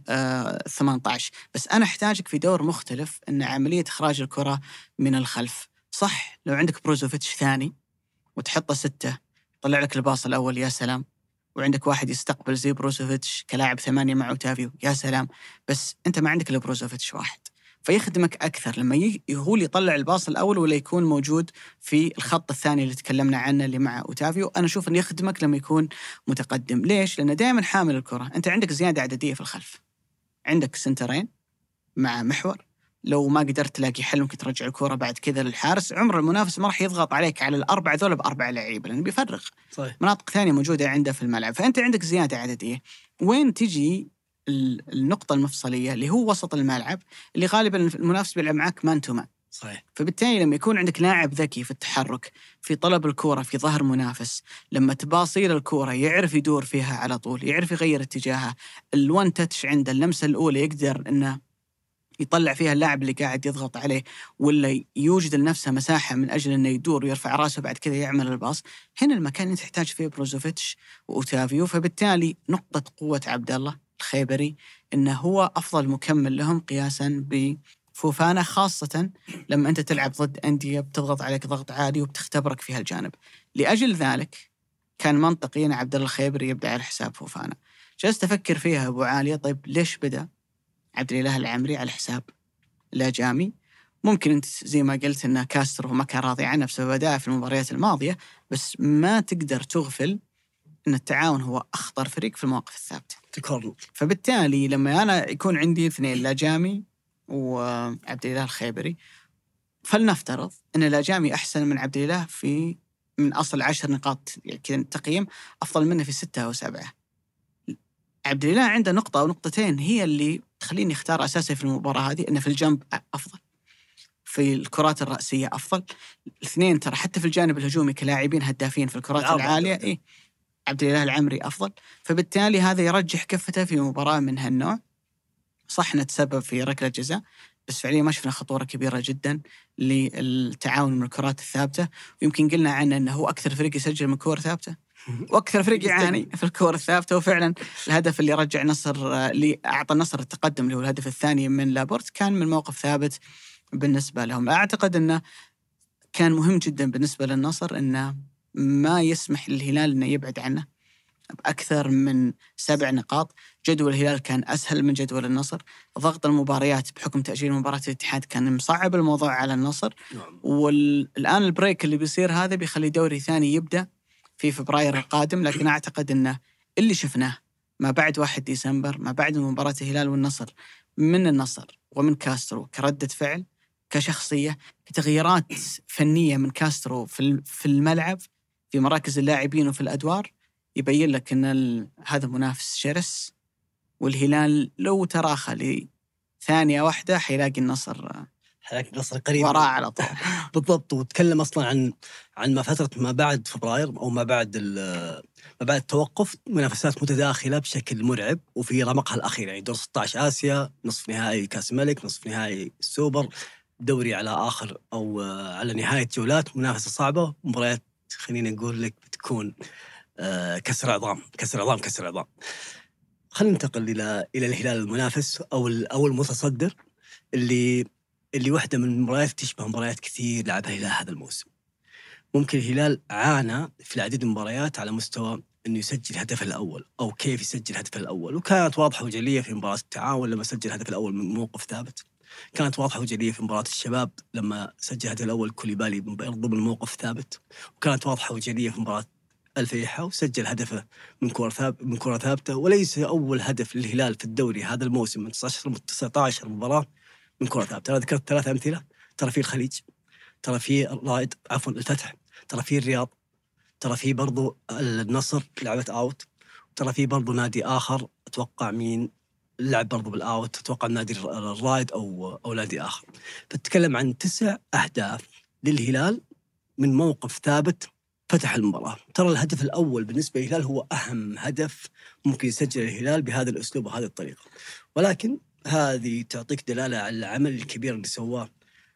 18. بس أنا أحتاجك في دور مختلف، أن عملية إخراج الكرة من الخلف. صح، لو عندك بروزوفيتش ثاني وتحطه 6 طلع لك الباص الأول، يا سلام. وعندك واحد يستقبل زي بروزوفيتش كلاعب 8 مع أوتافيو، يا سلام. بس أنت ما عندك إلا بروزوفيتش واحد، فيخدمك أكثر لما هو اللي يطلع الباص الأول ولا يكون موجود في الخط الثاني اللي تكلمنا عنه اللي مع أوتافيو. أنا أشوف أنه يخدمك لما يكون متقدم. ليش؟ لأنه دائما حامل الكرة. أنت عندك زيادة عددية في الخلف، عندك سنترين مع محور، لو ما قدرت تلاقي حل ممكن ترجع الكرة بعد كذا للحارس. عمر المنافس ما راح يضغط عليك على الأربعة ذول ب4 لعيبة، لأنه بيفرغ صحيح. مناطق ثانية موجودة عنده في الملعب. فأنت عندك زيادة عددية. وين تجي النقطة المفصلية اللي هو وسط الملعب، اللي غالبا المنافس بيلعب معك مان تو مان. صحيح. فبالتالي لما يكون عندك لاعب ذكي في التحرك، في طلب الكرة في ظهر منافس، لما تباصيل الكرة يعرف يدور فيها على طول، يعرف يغير اتجاهها، الوان تاتش عنده اللمسة الأولى يقدر إنه يطلع فيها اللاعب اللي قاعد يضغط عليه، ولا يوجد لنفسه مساحة من أجل أنه يدور ويرفع راسه بعد كذا يعمل الباص. هنا المكان اللي تحتاج فيه بروزوفيتش وأوتافيو. فبالتالي نقطة قوة عبد الله الخيبري أنه هو أفضل مكمل لهم قياسا بفوفانا، خاصة لما أنت تلعب ضد أندية بتضغط عليك ضغط عالي وبتختبرك في هالجانب. لأجل ذلك كان منطقي أن عبد الله الخيبري يبدأ على حساب فوفانا. جلست أفكر فيها أبو عالية، طيب ليش بدأ عبد الإله العمري على حساب لاجامي؟ ممكن أنت زي ما قلت أن كاسترو ما كان راضي عنه بسبب أداءه في المباريات الماضية، بس ما تقدر تغفل أن التعاون هو أخطر فريق في المواقف الثابتة. فبالتالي لما أنا يكون عندي 2 لاجامي وعبد الإله الخيبري، فلنفترض أن لاجامي أحسن من عبد الإله في من أصل 10 نقاط يعني تقييم، أفضل منه في 6 أو 7. عبد الإله عنده نقطة أو نقطتين هي اللي تخليني اختار أساسي في المباراة هذه، إنه في الجنب أفضل، في الكرات الرأسية أفضل. 2 ترى حتى في الجانب الهجومي كلاعبين هدافين في الكرات العالية عبد الإله العمري أفضل. فبالتالي هذا يرجح كفته في مباراة من هالنوع. صح نتسبب في ركلة جزاء، بس فعليا ما شفنا خطورة كبيرة جدا للتعاون من الكرات الثابتة. ويمكن قلنا عنه أنه هو أكثر فريق يسجل من كور ثابتة وأكثر فريق يعاني في الكور الثابتة. وفعلا الهدف اللي رجع نصر، اللي أعطى النصر التقدم اللي هو الهدف الثاني من لابورت، كان من موقف ثابت بالنسبة لهم. أعتقد أنه كان مهم جدا بالنسبة للنصر أنه ما يسمح للهلال أنه يبعد عنه بأكثر من 7 نقاط. جدول الهلال كان أسهل من جدول النصر. ضغط المباريات بحكم تأجيل مباراة الاتحاد كان مصعب الموضوع على النصر. والآن البريك اللي بيصير هذا بيخلي دوري ثاني يبدأ في فبراير القادم. لكن أعتقد أنه اللي شفناه ما بعد 1 ديسمبر، ما بعد مباراة الهلال والنصر، من النصر ومن كاسترو كردة فعل، كشخصية، كتغييرات فنية من كاسترو في الملعب، في مراكز اللاعبين وفي الأدوار، يبين لك أن هذا منافس شرس. والهلال لو تراخى لثانية واحدة حيلاقي النصر حالك النصر قريب وراء على طول. بالضبط. وتكلم أصلا عن ما فترة ما بعد فبراير أو ما بعد التوقف، منافسات متداخلة بشكل مرعب، وفي رمقها الأخير يعني دور 16 آسيا، نصف نهائي كأس الملك، نصف نهائي السوبر، دوري على آخر أو على نهاية جولات، منافسة صعبة، مباريات خلينا نقول لك بتكون كسر عظام. خلينا ننتقل إلى الهلال المنافس أو المتصدر، اللي واحدة من المباريات تشبه مباريات كثير لعبها الهلال هذا الموسم. ممكن الهلال عانى في العديد من المباريات على مستوى أنه يسجل هدفه الأول أو كيف يسجل هدفه الأول، وكانت واضحة وجلية في مباراة التعاون لما سجل هدف الأول من موقف ثابت، كانت واضحة وجلية في مباراة الشباب لما سجل هدف الأول كوليبالي برضو من موقف ثابت، وكانت واضحة وجلية في مباراة الفيحاء وسجل هدفه من كرة ثابتة. وليس أول هدف للهلال في الدوري هذا الموسم من 19 مباراة من كرة ثابتة. أنا ذكرت 3 أمثلة، ترى في الخليج، ترى في الرائد الفتح، ترى في الرياض، ترى في برضو النصر لعبت أوت، ترى في برضو نادي آخر أتوقع مين لعب برضو بالأوت، أتوقع نادي الرائد أو نادي آخر. فتتكلم عن 9 أهداف للهلال من موقف ثابت فتح المباراة. ترى الهدف الأول بالنسبة للهلال هو أهم هدف ممكن يسجل الهلال بهذا الأسلوب وهذه الطريقة، ولكن هذه تعطيك دلالة على العمل الكبير اللي سواه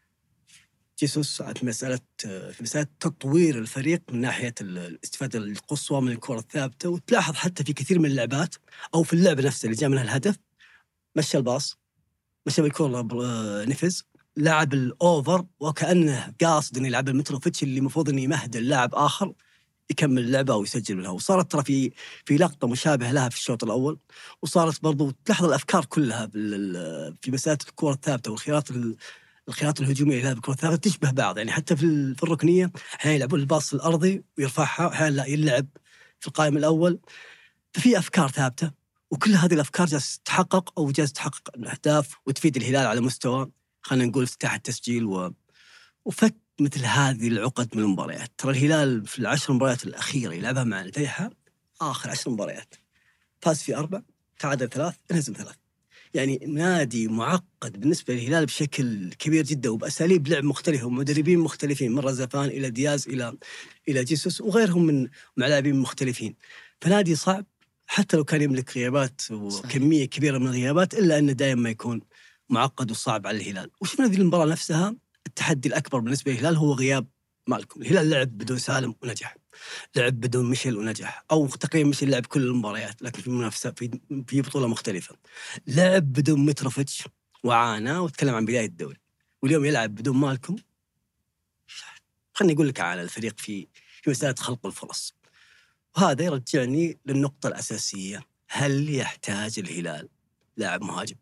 جيسوس في مسألة تطوير الفريق من ناحية الاستفادة القصوى من الكرة الثابتة. وتلاحظ حتى في كثير من اللعبات أو في اللعبة نفسها اللي جاء منها الهدف، مشى الباص، مشى بالكرة نفز، لعب الأوفر وكأنه قاصد أن يلعب المتروفيتش اللي المفروض أن يمهد اللاعب آخر يكمل اللعبة أو يسجل منها. وصارت ترى في لقطة مشابهة لها في الشوط الأول، وصارت برضو تلاحظ الأفكار كلها في مسألة الكرة الثابتة والخيارات الهجومية اللي بالكرة الثابتة تشبه بعض. يعني حتى في الركنية أحيانا يلعبون الباص الأرضي ويرفعها، أحيانا لا يلعب في القائم الأول. ففي أفكار ثابتة، وكل هذه الأفكار جالسة تتحقق أو جالسة تحقق الأهداف وتفيد الهلال على مستوى خلينا نقول افتتاح التسجيل وفك مثل هذه العقد من المباريات. ترى الهلال في 10 مباريات الأخيرة يلعبها مع الفيحاء، آخر 10 مباريات فاز في 4، تعادل 3، انهزم 3. يعني نادي معقد بالنسبة للهلال بشكل كبير جدا، وبأساليب لعب مختلفة ومدربين مختلفين، من رزفان إلى دياز إلى جيسوس وغيرهم من لاعبين مختلفين. فنادي صعب حتى لو كان يملك غيابات وكمية كبيرة من الغيابات، إلا أنه دائما ما يكون معقد وصعب على الهلال. وشفنا ذي المباراة نفسها التحدي الأكبر بالنسبة للهلال هو غياب مالكم. الهلال لعب بدون سالم ونجح، لعب بدون ميشيل ونجح، أو تقريبا ميشيل لعب كل المباريات لكن في منافسة في بطولة مختلفة. لعب بدون متروفيتش وعانى وتكلم عن بداية الدوري، واليوم يلعب بدون مالكم. خلني أقول لك على الفريق في مسألة خلق الفرص، وهذا يرجعني للنقطة الأساسية: هل يحتاج الهلال لاعب مهاجم؟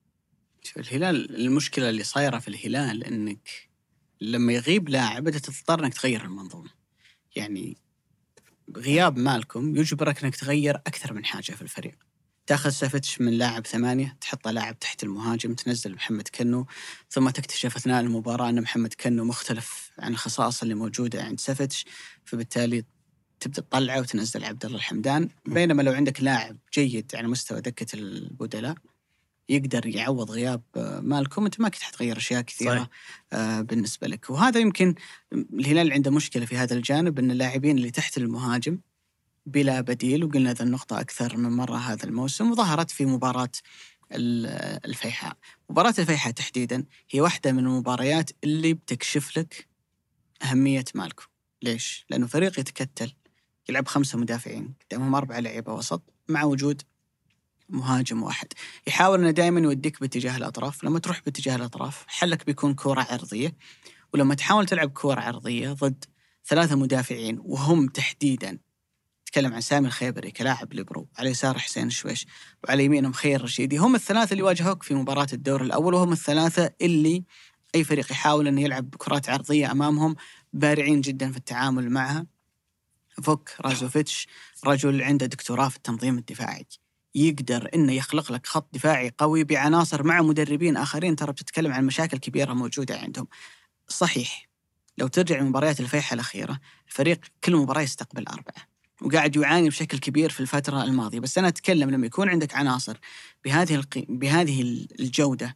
الهلال المشكلة اللي صايرة في الهلال إنك لما يغيب لاعب أنت تضطر إنك تغير المنظومة. يعني غياب مالكم يجبرك إنك تغير أكثر من حاجة في الفريق. تأخذ سافيتش من لاعب 8 تحطه لاعب تحت المهاجم، تنزل محمد كنو، ثم تكتشف أثناء المباراة أن محمد كنو مختلف عن الخصائص اللي موجودة عند سافيتش، فبالتالي تبدأ تطلعه وتنزل عبد الله الحمدان. بينما لو عندك لاعب جيد على مستوى دكة البدلاء يقدر يعوض غياب مالكم، أنت ما كنت حتغير أشياء كثيرة بالنسبة لك. وهذا يمكن الهلال عنده مشكلة في هذا الجانب، أن اللاعبين اللي تحت المهاجم بلا بديل، وقلنا هذا النقطة أكثر من مرة هذا الموسم، وظهرت في مباراة الفيحاء. مباراة الفيحاء تحديدا هي واحدة من المباريات اللي بتكشف لك أهمية مالكم. ليش؟ لأنه فريق يتكتل، يلعب 5 مدافعين، قدامهم 4 لعيبة وسط مع وجود مهاجم واحد. يحاول أنه دائما يوديك باتجاه الأطراف. لما تروح باتجاه الأطراف حلك بيكون كرة عرضية، ولما تحاول تلعب كرة عرضية ضد 3 مدافعين وهم تحديدا تكلم عن سامي الخيبري كلاعب ليبرو، على يسار حسين الشويش، وعلى يمينهم خير رشيدي، هم الثلاثة اللي واجهوك في مباراة الدور الأول، وهم الثلاثة اللي أي فريق يحاول أن يلعب كرات عرضية أمامهم بارعين جدا في التعامل معها. فوك رازوفيتش رجل عنده دكتوراه في التنظيم الدفاعي، يقدر إنه يخلق لك خط دفاعي قوي بعناصر مع مدربين آخرين. ترى بتتكلم عن مشاكل كبيرة موجودة عندهم. صحيح لو ترجع لمباريات الفيحاء الأخيرة، الفريق كل مباراة يستقبل 4 وقاعد يعاني بشكل كبير في الفترة الماضية. بس أنا أتكلم لما يكون عندك عناصر بهذه الجودة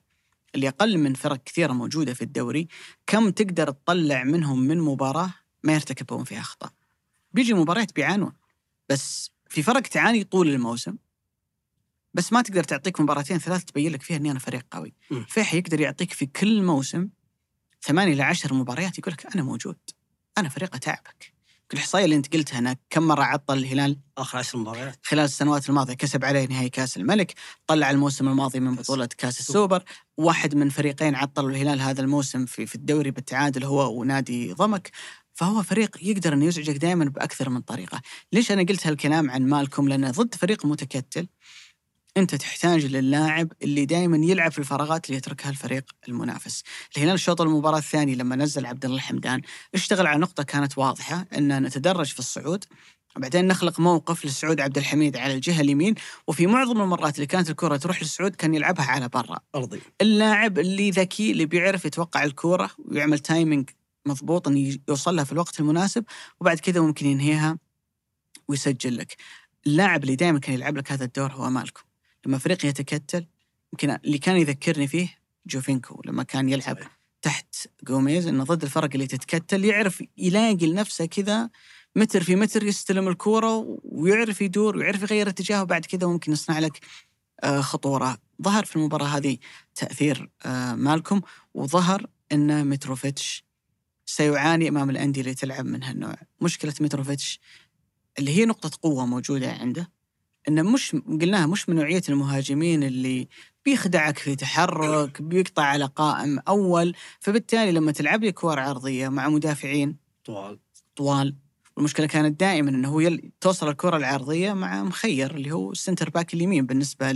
اللي أقل من فرق كثيرة موجودة في الدوري، كم تقدر تطلع منهم من مباراة ما يرتكبون فيها أخطاء؟ بيجي مباريات بيعانون، بس في فرق تعاني طول الموسم، بس ما تقدر تعطيك مباراتين 3 تبين لك فيها أني أنا فريق قوي. فيح يقدر يعطيك في كل موسم 8 إلى 10 مباريات يقول لك أنا موجود، أنا فريق أتعبك. الإحصائية اللي أنت قلتها أنا كم مرة عطل الهلال آخر 10 مباريات خلال السنوات الماضية، كسب عليه نهائي كأس الملك، طلع الموسم الماضي من بطولة كأس السوبر، واحد من فريقين عطلوا الهلال هذا الموسم في الدوري بالتعادل هو ونادي ضمك. فهو فريق يقدر أن يزعجك دائما بأكثر من طريقة. ليش أنا قلت هالكلام عن مالكم؟ لأنه ضد فريق متكتل أنت تحتاج للاعب اللي دائما يلعب في الفراغات اللي يتركها الفريق المنافس. الهلال الشوط المباراة الثاني لما نزل عبد الله الحمدان اشتغل على نقطة كانت واضحة، أن نتدرج في الصعود وبعدين نخلق موقف للسعود عبد الحميد على الجهة اليمين، وفي معظم المرات اللي كانت الكرة تروح للسعود كان يلعبها على برا أرضي. اللاعب اللي ذكي اللي بيعرف يتوقع الكرة ويعمل تايمينج مضبوط أن يوصلها في الوقت المناسب، وبعد كذا ممكن ينهيها ويسجل لك. اللاعب اللي دائما كان يلعب لك هذا الدور هو مالكم. لما فريق يتكتل يمكن اللي كان يذكرني فيه جوفينكو لما كان يلعب تحت غوميز، إنه ضد الفرق اللي تتكتل يعرف يلاقي لنفسه كذا متر في متر يستلم الكرة ويعرف يدور ويعرف يغير اتجاهه، بعد كذا ممكن يصنع لك خطورة. ظهر في المباراة هذه تأثير مالكم، وظهر أن متروفيتش سيعاني أمام الأندية اللي تلعب من هالنوع. مشكلة متروفيتش اللي هي نقطة قوة موجودة عنده إنه مش قلناها مش من نوعية المهاجمين اللي بيخدعك في تحرك بيقطع على قائم أول، فبالتالي لما تلعب لي كور عرضية مع مدافعين طوال والمشكلة كانت دائما إنه هو توصل الكرة العرضية مع مخير اللي هو السنتر باك اليمين بالنسبة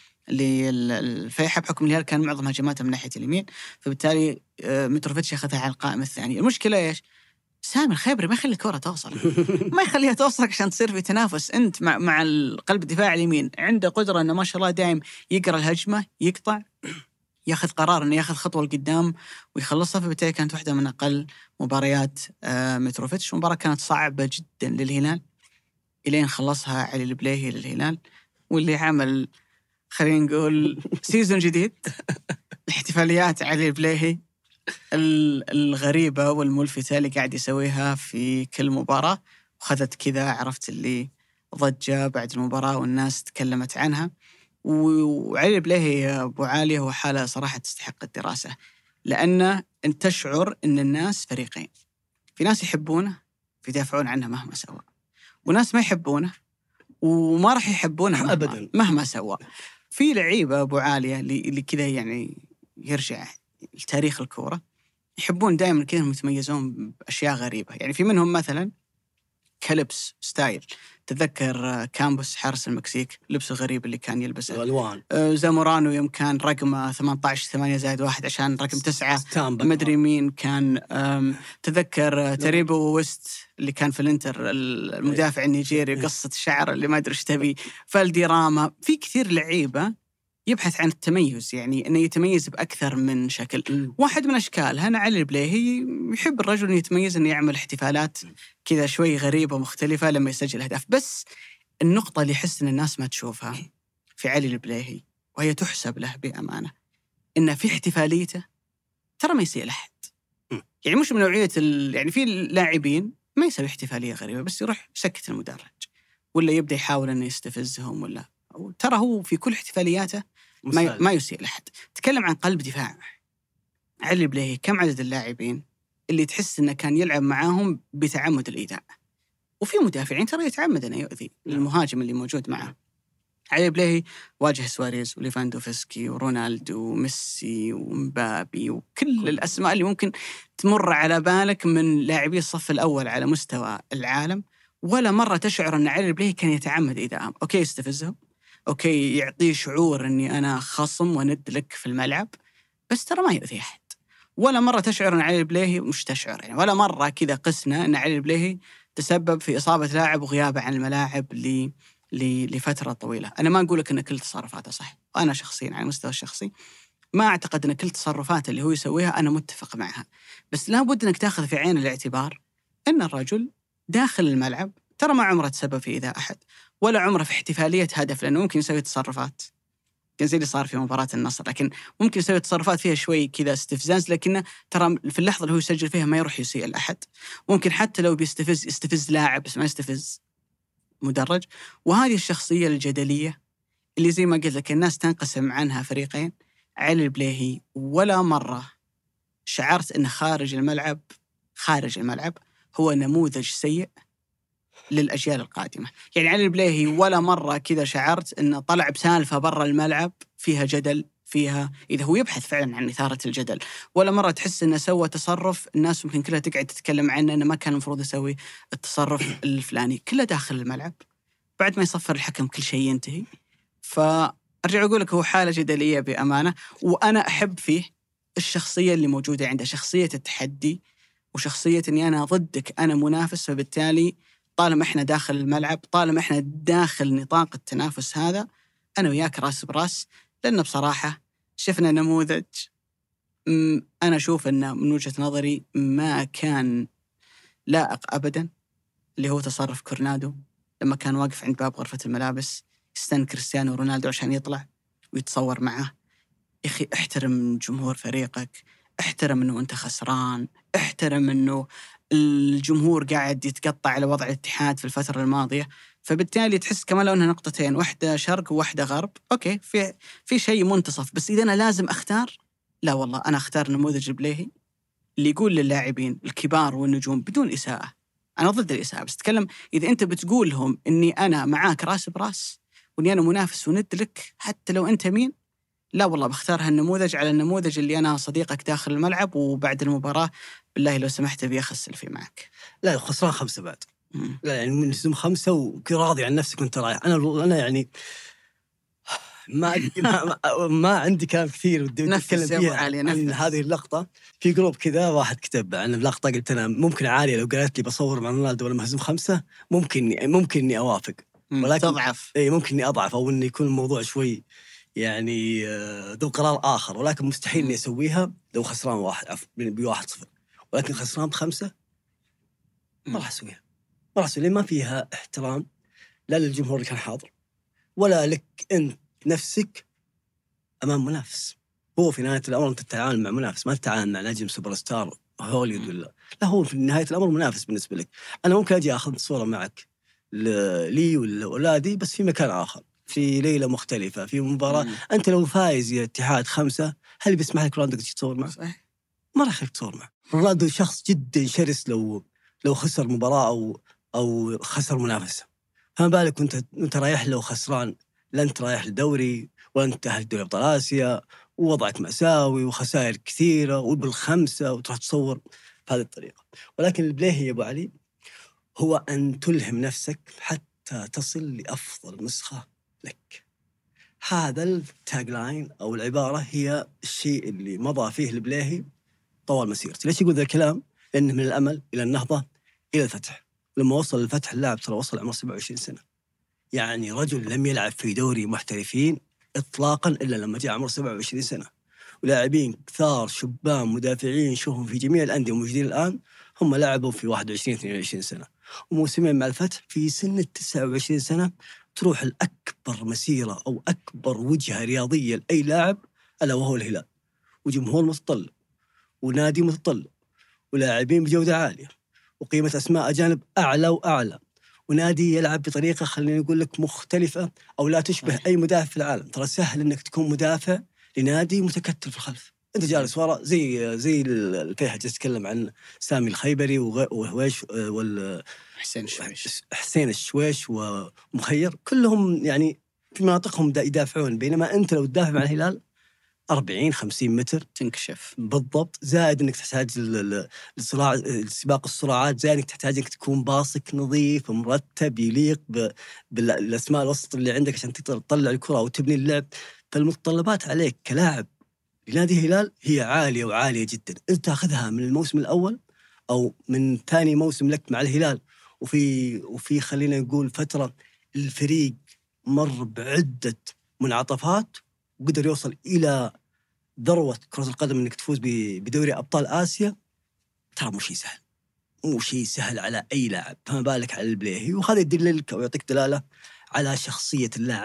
للفيحة، بحكم الهلال كان معظم هجماته من ناحية اليمين، فبالتالي متروفيتش ياخذها على القائم الثاني. المشكلة إيش؟ سامي الخيبري ما يخلي الكرة توصل ما يخليها توصل عشان تصير في تنافس. أنت مع القلب الدفاع اليمين عنده قدرة أنه ما شاء الله دائم يقرأ الهجمة، يقطع، ياخذ قرار أنه ياخذ خطوة لقدام ويخلصها. فبالتالي كانت واحدة من أقل مباريات متروفيتش. مباراة كانت صعبة جدا للهلال إلين خلصها علي البليهي للهلال، واللي عمل خلينا نقول سيزون جديد. الاحتفاليات علي البليهي الغريبة والملفتة اللي قاعد يسويها في كل مباراة، وخذت كذا عرفت اللي ضجة بعد المباراة والناس تكلمت عنها. وعلي البليهي أبو عالي هو حالة صراحة تستحق الدراسة، لأن أنت تشعر أن الناس فريقين، في ناس يحبونه فيدافعون عنه مهما سوى، وناس ما يحبونه وما راح يحبونه أبدا مهما سوى. في لعيبة أبو عالية اللي كذا يعني يرجع لتاريخ الكورة يحبون دائما كذا متميزون بأشياء غريبة. يعني في منهم مثلا كلبس ستايل، تذكر كامبوس حارس المكسيك لبسه غريب اللي كان يلبسه، الألوان. زامورانو يوم كان رقمه 18-8+1 عشان رقم 9 مدري مين كان. تذكر تريبو ويست اللي كان في الانتر المدافع النيجيري قصة الشعر اللي ما أدري ايش تبي، فالديراما. في كثير لعيبة يبحث عن التميز، يعني أنه يتميز بأكثر من شكل. واحد من أشكالها أنا علي البليهي يحب الرجل أن يتميز، أنه يعمل احتفالات كذا شوي غريبة مختلفة لما يسجل أهداف. بس النقطة اللي يحس أن الناس ما تشوفها في علي البليهي وهي تحسب له بأمانة، إنه في احتفاليته ترى ما يسيء لحد. يعني مش من نوعية يعني في لاعبين ما يسوي احتفالية غريبة بس يروح يسكت المدرج ولا يبدأ يحاول أنه يستفزهم، ولا ترى هو في كل احتفالياته ما يسيء لحد. تكلم عن قلب دفاع علي البليهي، كم عدد اللاعبين اللي تحس أنه كان يلعب معاهم بتعمد الإيذاء، وفي مدافعين ترى يتعمد أنه يؤذي المهاجم اللي موجود معه. علي البليهي واجه سواريز وليفاندوفسكي ورونالدو وميسي ومبابي وكل الأسماء اللي ممكن تمر على بالك من لاعبي الصف الأول على مستوى العالم، ولا مرة تشعر أن علي البليهي كان يتعمد إيذائهم. أوكي يستفزهم، أوكي يعطيه شعور أني أنا خصم وند لك في الملعب، بس ترى ما يؤذي أحد. ولا مرة تشعر أن علي البليهي مش تشعر يعني ولا مرة كذا قسنا أن علي البليهي تسبب في إصابة لاعب وغيابه عن الملاعب لفترة طويلة. أنا ما أقولك أن كل تصرفاته صح، وأنا شخصيا على المستوى الشخصي ما أعتقد أن كل تصرفاته اللي هو يسويها أنا متفق معها، بس لابد أنك تأخذ في عين الاعتبار أن الرجل داخل الملعب ترى ما عمره تسبب في إيذاء أحد، ولا عمره في احتفالية هدف، لأنه ممكن يسوي تصرفات كان زي اللي صار في مباراة النصر، لكن ممكن يسوي تصرفات فيها شوي كذا استفزاز، لكنه ترى في اللحظة اللي هو يسجل فيها ما يروح يسيء لأحد. ممكن حتى لو يستفز لاعب بس ما يستفز مدرج. وهذه الشخصية الجدلية اللي زي ما قلت لك الناس تنقسم عنها فريقين. علي البليهي ولا مرة شعرت أنه خارج الملعب هو نموذج سيء للأجيال القادمة. يعني علي البليهي ولا مرة كذا شعرت أنه طلع بسالفة برا الملعب فيها جدل، فيها إذا هو يبحث فعلا عن إثارة الجدل. ولا مرة تحس أنه سوى تصرف الناس ممكن كلها تقعد تتكلم عنه أنه ما كان المفروض يسوي التصرف الفلاني، كله داخل الملعب بعد ما يصفر الحكم كل شيء ينتهي. فأرجع أقول لك هو حالة جدلية بأمانة. وأنا أحب فيه الشخصية اللي موجودة عنده، شخصية التحدي وشخصية أني أنا ضدك، أنا منافس، فبالتالي طالما إحنا داخل الملعب، طالما إحنا داخل نطاق التنافس هذا، أنا وياك راس براس. لأن بصراحة شفنا نموذج أنا أشوف أنه من وجهة نظري ما كان لائق أبدا، اللي هو تصرف كورنادو لما كان واقف عند باب غرفة الملابس يستنى كريستيانو رونالدو عشان يطلع ويتصور معه. يا أخي احترم جمهور فريقك، احترم أنه أنت خسران، احترم أنه الجمهور قاعد يتقطع على وضع الاتحاد في الفترة الماضية. فبالتالي تحس كمان لو أنها نقطتين، واحدة شرق وواحدة غرب، أوكي في شيء منتصف. بس إذا أنا لازم أختار، لا والله أنا أختار نموذج البليهي اللي يقول للاعبين الكبار والنجوم بدون إساءة. أنا ضد الإساءة، بس تكلم إذا أنت بتقول لهم إني أنا معاك راس براس وإني أنا منافس وند لك حتى لو أنت مين، لا والله بختار هالنموذج على النموذج اللي أنا صديقك داخل الملعب وبعد المباراة بالله لو سمحت بياخذ سيلفي معك. لا خسران 5 بعد. لا يعني من نسوم 5 وراضي عن نفسك وانت رايح. أنا يعني ما عندي كلام كثير ودي أتكلم فيها عن هذه اللقطة. في جروب كذا واحد كتب عن اللقطة، قلت أنا ممكن عالية لو قالت لي بصور مع رونالدو ولا مهزوم 5 ممكن إني أوافق، ولكن تضعف. ممكن إني أضعف أو إنه يكون الموضوع شوي يعني ذو قرار آخر، ولكن مستحيل إني أسويها لو خسران 1-0. ولكن خسران 5 ما راح أسويها، لأن ما فيها احترام لا للجمهور اللي كان حاضر ولا لك أنت نفسك أمام منافس. هو في نهاية الأمر أنت تتعامل مع منافس، ما تتعامل مع نجم سوبر ستار هوليوود ولا لا. هو في نهاية الأمر منافس بالنسبة لك. أنا ممكن أجي أخذ صورة معك لي ولا أولادي بس في مكان آخر، في ليلة مختلفة، في مباراة. أنت لو فايز يا اتحاد 5 هل بيسمح لك رونالدو تصور معه؟ ما راح تصور معه. رونالدو شخص جدا شرس لو خسر مباراة أو خسر منافسة. فما بالك أنت رايح لو خسران، لا أنت رايح للدوري ولا أنت أهل دوري أبطال آسيا ووضعك مأساوي وخسائر كثيرة وبال5 وتروح تصور بهذه الطريقة. ولكن البليهي يا أبو علي هو أن تلهم نفسك حتى تصل لأفضل نسخة لك. هذا التاج لاين أو العبارة هي الشيء اللي مضى فيه البليهي طوال مسيرته. ليش يقول ذا الكلام؟ لأنه من الأمل إلى النهضة إلى الفتح. لما وصل الفتح اللاعب ترى وصل عمره 27 سنة. يعني رجل لم يلعب في دوري محترفين إطلاقا إلا لما جاء عمره 27 سنة. ولاعبين كثار شبان مدافعين شوفهم في جميع الأندية موجودين الآن هم لعبوا في 21-22 سنة، وموسمين مع الفتح في سن 29 سنة تروح الأكبر مسيرة أو أكبر وجهة رياضية لأي لاعب ألا وهو الهلال، وجمهور متطلب ونادي متطلب ولاعبين بجودة عالية وقيمة أسماء أجانب أعلى وأعلى، ونادي يلعب بطريقة خليني أقول لك مختلفة أو لا تشبه أي مدافع في العالم. ترى سهل أنك تكون مدافع لنادي متكتل في الخلف، أنت جالس وراء زي الفيحة تتكلم عن سامي الخيبري وهويش حسين الشويش ومخير، كلهم يعني في مناطقهم يدافعون، بينما أنت لو تدافع مع الهلال 40-50 متر تنكشف بالضبط. زائد انك تحتاج سباق السرعات، زائد انك تحتاج انك تكون باصك نظيف ومرتب يليق بالاسماء الوسط اللي عندك عشان تقدر تطلع الكرة وتبني اللعب. فالمتطلبات عليك كلاعب لنادي الهلال هي عالية وعالية جدا. انت تاخذها من الموسم الاول او من ثاني موسم لك مع الهلال، وفي خلينا نقول فترة الفريق مر بعدة منعطفات وقدر يوصل إلى ذروة كرة القدم إنك تفوز بدوري أبطال آسيا. ترى مو شيء سهل على أي لاعب، فما بالك على البليهي. وهذا يدللك أو يعطيك دلالة على شخصية اللاعب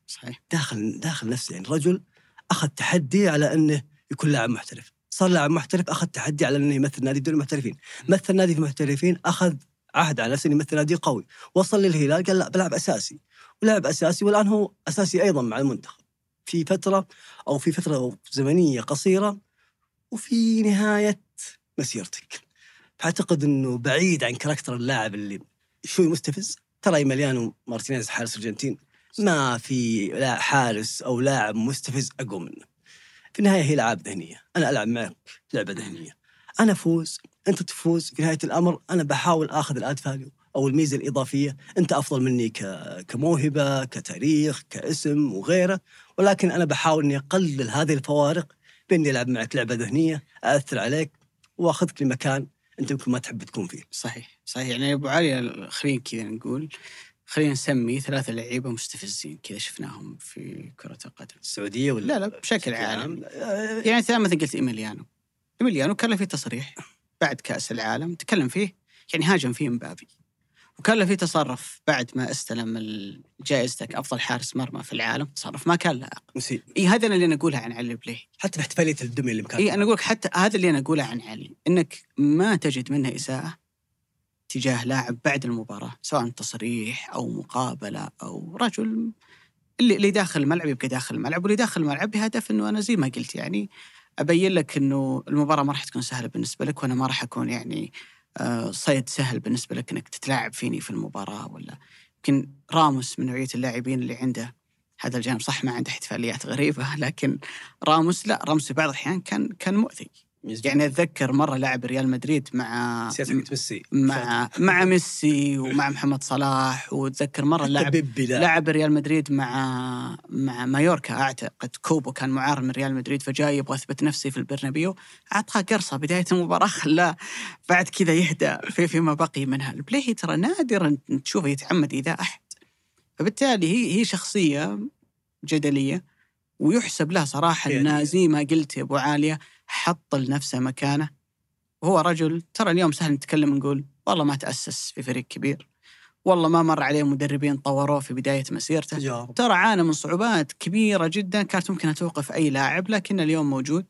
صحيح. داخل نفسه. يعني الرجل أخذ تحدي على أنه يكون لاعب محترف، صار لاعب محترف، أخذ تحدي على أنه يمثل نادي دوري المحترفين، مثل نادي في المحترفين، أخذ عهد على نفسه يمثل نادي قوي، وصل للهلال قال لا بلعب أساسي، ولعب أساسي، والآن هو أساسي أيضا مع المنتخب في فترة زمنية قصيرة وفي نهاية مسيرتك. فأعتقد أنه بعيد عن كاركتر اللاعب اللي شوي مستفز. ترى مليانو مارتينيز حارس الأرجنتين ما في لا حارس أو لاعب مستفز أقوى منه. في النهاية هي لعبة ذهنية، أنا ألعب معك لعبة ذهنية، أنا أفوز أنت تفوز، في نهاية الأمر أنا بحاول أخذ الآد فاليو أو الميزة الإضافية. أنت أفضل مني كموهبة، كتاريخ، كاسم وغيره، ولكن أنا بحاول أني أقلل هذه الفوارق بإني ألعب معك لعبة ذهنية، أأثر عليك وأخذك لمكان أنت يمكن ما تحب تكون فيه. صحيح. يعني أبو علي، خلينا كذا نقول، خلينا نسمي 3 لعيبة مستفزين كذا شفناهم في كرة القدم السعودية ولا لا بشكل عام. يعني مثلا قلت إيميليانو كان له فيه تصريح بعد كأس العالم تكلم فيه، يعني هاجم فيه مبابي، وكان له فيه تصرف بعد ما استلم جائزتك أفضل حارس مرمى في العالم، تصرف ما كان لائق. هذا اللي أنا أقولها عن علي البليهي، حتى باحتفالية الدمي اللي مكان. أنا أقولك حتى هذا اللي أنا أقوله عن علي، إنك ما تجد منه إساءة تجاه لاعب بعد المباراة، سواء تصريح أو مقابلة أو رجل اللي داخل الملعب يبقى داخل الملعب، واللي داخل الملعب بهدف إنه أنا زي ما قلت يعني أبين لك إنه المباراة ما راح تكون سهلة بالنسبة لك، وأنا ما راح أكون يعني صيد سهل بالنسبة لك إنك تتلاعب فيني في المباراة. ولا يمكن راموس من نوعية اللاعبين اللي عنده هذا الجانب، صح ما عنده احتفاليات غريبة، لكن راموس في بعض الأحيان كان مؤذي. يعني أتذكر مرة لاعب ريال مدريد مع ميسي ومع محمد صلاح، وأتذكر مرة لاعب ريال مدريد مع مايوركا، أعتقد كوبو كان معار من ريال مدريد، فجاي يبغى أثبت نفسي في البرنابيو، أعطاه قرصة بداية المباراة، خلاه بعد كذا يهدأ فيما بقي منها. البليهي ترى نادرا تشوفه يتعمد إيذاء أحد، فبالتالي هي شخصية جدلية، ويحسب له صراحة إنه زي ما قلت يا أبو عالية حط لنفسه مكانه. وهو رجل ترى اليوم سهل نتكلم نقول والله ما تأسس في فريق كبير، والله ما مر عليه مدربين طوروه في بداية مسيرته، ترى عانى من صعوبات كبيرة جدا كانت ممكن توقف أي لاعب، لكن اليوم موجود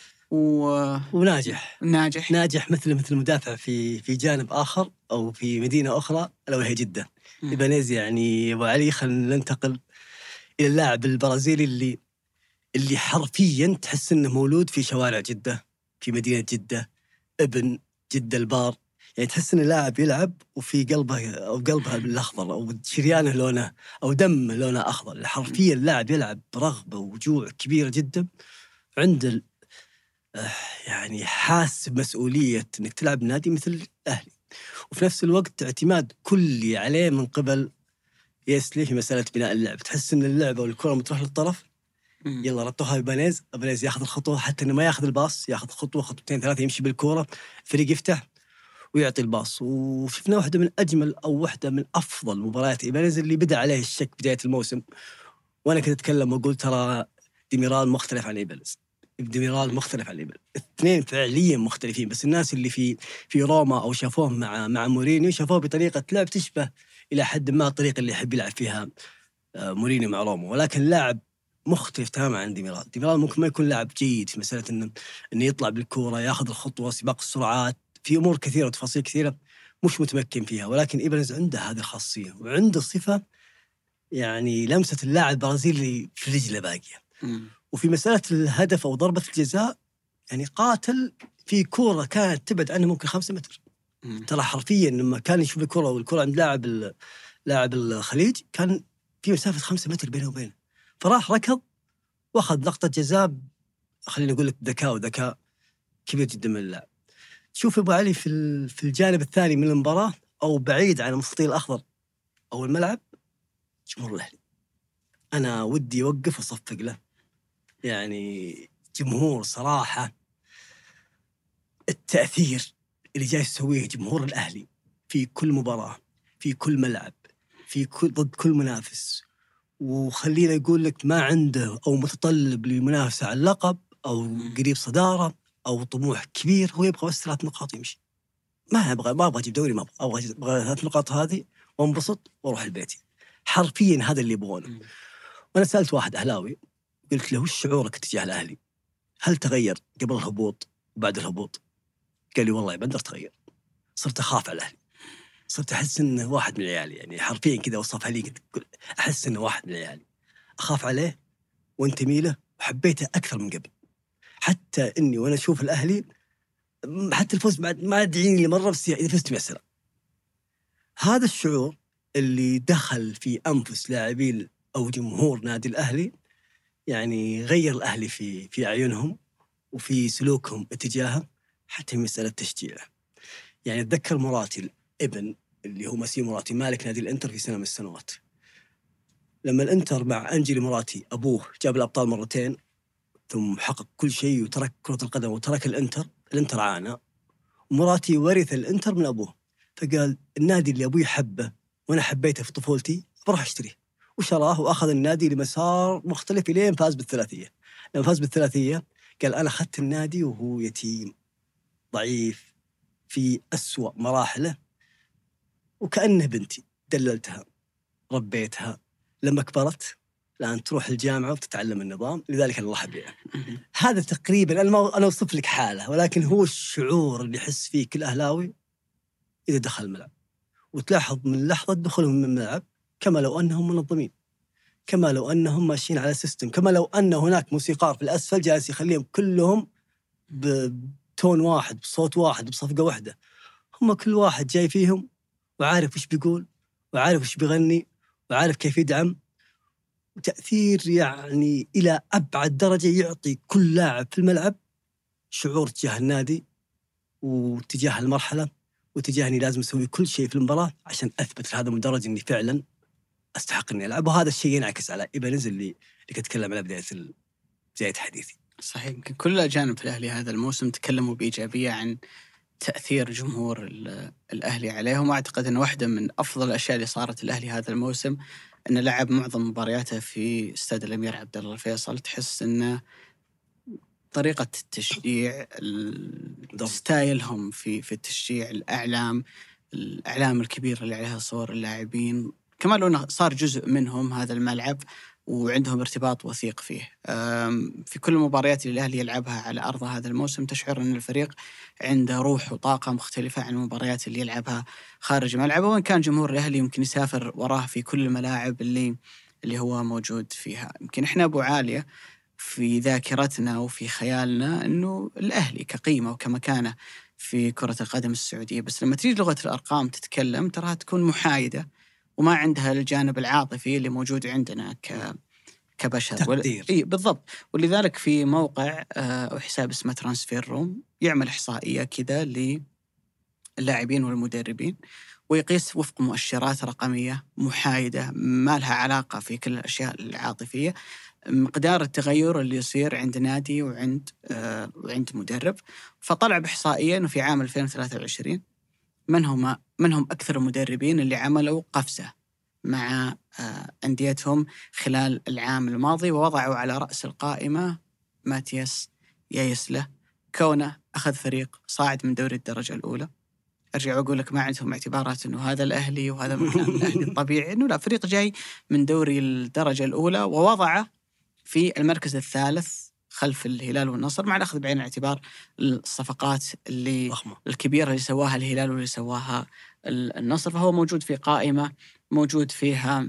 وناجح مثل مدافع في جانب آخر أو في مدينة أخرى، ألا وهي جدة. إيبانيز. يعني أبو علي خلينا ننتقل إلى اللاعب البرازيلي اللي حرفياً تحس إنه مولود في شوارع جدة، في مدينة جدة، ابن جدة البار. يعني تحس إنه لاعب يلعب وفي قلبها بالأخضر، أو شريانه لونه أو دم لونه أخضر. حرفياً لاعب يلعب برغبة وجوع كبيرة جدا، عند يعني حاس بمسؤولية إنك تلعب نادي مثل الأهلي، وفي نفس الوقت اعتماد كلي عليه من قبل يسلي في مسألة بناء اللعب. تحس إن اللعبة والكرة متروح للطرف، يلا رطوها إيبانيز ياخذ الخطوة، حتى إنه ما ياخذ الباص، ياخذ خطوتين 3 يمشي بالكرة، الفريق يفتح ويعطي الباص. وشفنا واحدة من أجمل أو واحدة من أفضل مباريات إيبانيز اللي بدأ عليه الشك بداية الموسم. وأنا كنت أتكلم وأقول ترى ديميرال مختلف عن إيبانيز، الاثنين فعليا مختلفين. بس الناس اللي في روما أو شافوه مع مورينيو شافوه بطريقة لعب تشبه إلى حد ما الطريقة اللي يحب يلعب فيها مورينيو مع روما، ولكن لاعب مختلف تماما عن ديميرال ممكن ما يكون لاعب جيد في مسألة إنه يطلع بالكرة، ياخذ الخطوة، سباق السرعات، في أمور كثيرة وتفاصيل كثيرة مش متمكن فيها. ولكن إيبانيز عنده هذه الخاصية، وعنده صفة يعني لمسة اللاعب البرازيلي في رجله باقية. وفي مسألة الهدف أو ضربة الجزاء يعني قاتل في كرة كانت تبعد عنه ممكن 5 متر. ترى حرفيا لما كان يشوف الكرة والكرة عند لاعب الخليج كان في مسافة 5 متر بينه وبينه، فراح ركض واخذ لقطة جزاء، خليني أقول لك ذكاء كبير جدا من اللاعب. شوف أبو علي في الجانب الثاني من المباراة أو بعيد عن المستطيل الأخضر أو الملعب، جمهور الأهلي أنا ودي أوقف وصفق له. يعني جمهور صراحة التأثير اللي جاي يسويه جمهور الأهلي في كل مباراة، في كل ملعب، ضد كل منافس، وخلينا يقول لك ما عنده أو متطلب لمنافسة على اللقب أو قريب صدارة أو طموح كبير، هو يبغى بس 3 نقاط يمشي. ما أبغى أجيب دوري، ما أبغى 3 نقاط هذه وانبسط واروح البيت. حرفيا هذا اللي يبغونه. وأنا سألت واحد أهلاوي قلت له وش شعورك تجاه الأهلي؟ هل تغير قبل الهبوط وبعد الهبوط؟ قال لي والله يا بندر تغير. صرت أخاف على الأهلي، صرت أحس إنه واحد من عيالي، يعني حرفيا كذا وصفها لي، أحس إنه واحد من عيالي، أخاف عليه وانتمي له وحبيته أكثر من قبل. حتى إني وأنا أشوف الأهلي حتى الفوز بعد ما أدعيني لمرة، بس إذا فزت مع هذا الشعور اللي دخل في أنفس لاعبين أو جمهور نادي الأهلي يعني غير الأهلي في أعينهم وفي سلوكهم اتجاهه، حتى مسألة تشجيعه. يعني أتذكر مراتي الابن اللي هو مسيو مراتي مالك نادي الإنتر في سنة من السنوات، لما الإنتر مع أنجلي مراتي أبوه جاب الأبطال مرتين ثم حقق كل شيء وترك كرة القدم وترك الإنتر عانى، ومراتي ورث الإنتر من أبوه، فقال النادي اللي أبوي حبه وأنا حبيته في طفولتي بروح أشتريه، وشراه وأخذ النادي لمسار مختلف إلين فاز بالثلاثية. لما فاز بالثلاثية قال أنا أخذت النادي وهو يتيم ضعيف في أسوأ مراحله، وكأنه بنتي، دللتها ربيتها، لما كبرت الآن تروح الجامعة وتتعلم النظام، لذلك الله حبيعه. هذا تقريبا أنا أوصف لك حالة، ولكن هو الشعور اللي يحس فيه كل أهلاوي إذا دخل الملعب، وتلاحظ من لحظة دخولهم من الملعب كما لو أنهم منظمين، كما لو أنهم ماشيين على سيستم، كما لو أن هناك موسيقار في الأسفل جالس يخليهم كلهم بتون واحد، بصوت واحد، بصفقة واحدة. هم كل واحد جاي فيهم وعارف وش بيقول وعارف وش بيغني وعارف كيف يدعم، وتأثير يعني إلى أبعد درجة يعطي كل لاعب في الملعب شعور تجاه النادي وتجاه المرحلة وتجاه أني لازم أسوي كل شيء في المباراة عشان أثبت لهذا المدرج أني فعلا أستحق أني ألعب. وهذا الشيء ينعكس على إيبانيز اللي كنت أتكلم على بداية حديثي. صحيح، يمكن كل الأجانب في الأهلي هذا الموسم تكلموا بإيجابية عن تأثير جمهور الأهلي عليهم، وأعتقد أن واحدة من أفضل الأشياء اللي صارت الأهلي هذا الموسم أنه لعب معظم مبارياته في استاد الأمير عبد الله الفيصل. تحس أنه طريقة التشجيع، ستايلهم في التشجيع، الأعلام الكبيرة اللي عليها صور اللاعبين، كمان لو صار جزء منهم هذا الملعب وعندهم ارتباط وثيق فيه. في كل المباريات اللي الأهلي يلعبها على أرض هذا الموسم تشعر أن الفريق عنده روح وطاقة مختلفة عن المباريات اللي يلعبها خارج ملعبه، وإن كان جمهور الأهلي يمكن يسافر وراه في كل الملاعب اللي هو موجود فيها. يمكن إحنا أبو عالية في ذاكرتنا وفي خيالنا أنه الأهلي كقيمة وكمكانة في كرة القدم السعودية، بس لما تريد لغة الأرقام تتكلم تراها تكون محايدة وما عندها الجانب العاطفي اللي موجود عندنا كبشر. بالضبط. ولذلك في موقع أو حساب اسمه ترانسفير روم يعمل إحصائية كذا للاعبين والمدربين ويقيس وفق مؤشرات رقمية محايدة ما لها علاقة في كل الأشياء العاطفية مقدار التغير اللي يصير عند نادي وعند مدرب. فطلع بإحصائية أنه في عام 2023 من هم أكثر المدربين اللي عملوا قفزة مع أنديتهم خلال العام الماضي، ووضعوا على رأس القائمة ماتياس يايسله، كونه أخذ فريق صاعد من دوري الدرجة الأولى. أرجع أقول لك ما عندهم اعتبارات أنه هذا الأهلي وهذا مكان الأهلي الطبيعي، أنه لا، فريق جاي من دوري الدرجة الأولى ووضعه في المركز الثالث خلف الهلال والنصر، مع الأخذ بعين الاعتبار الصفقات الكبيرة اللي سواها الهلال واللي سواها النصر. فهو موجود في قائمة موجود فيها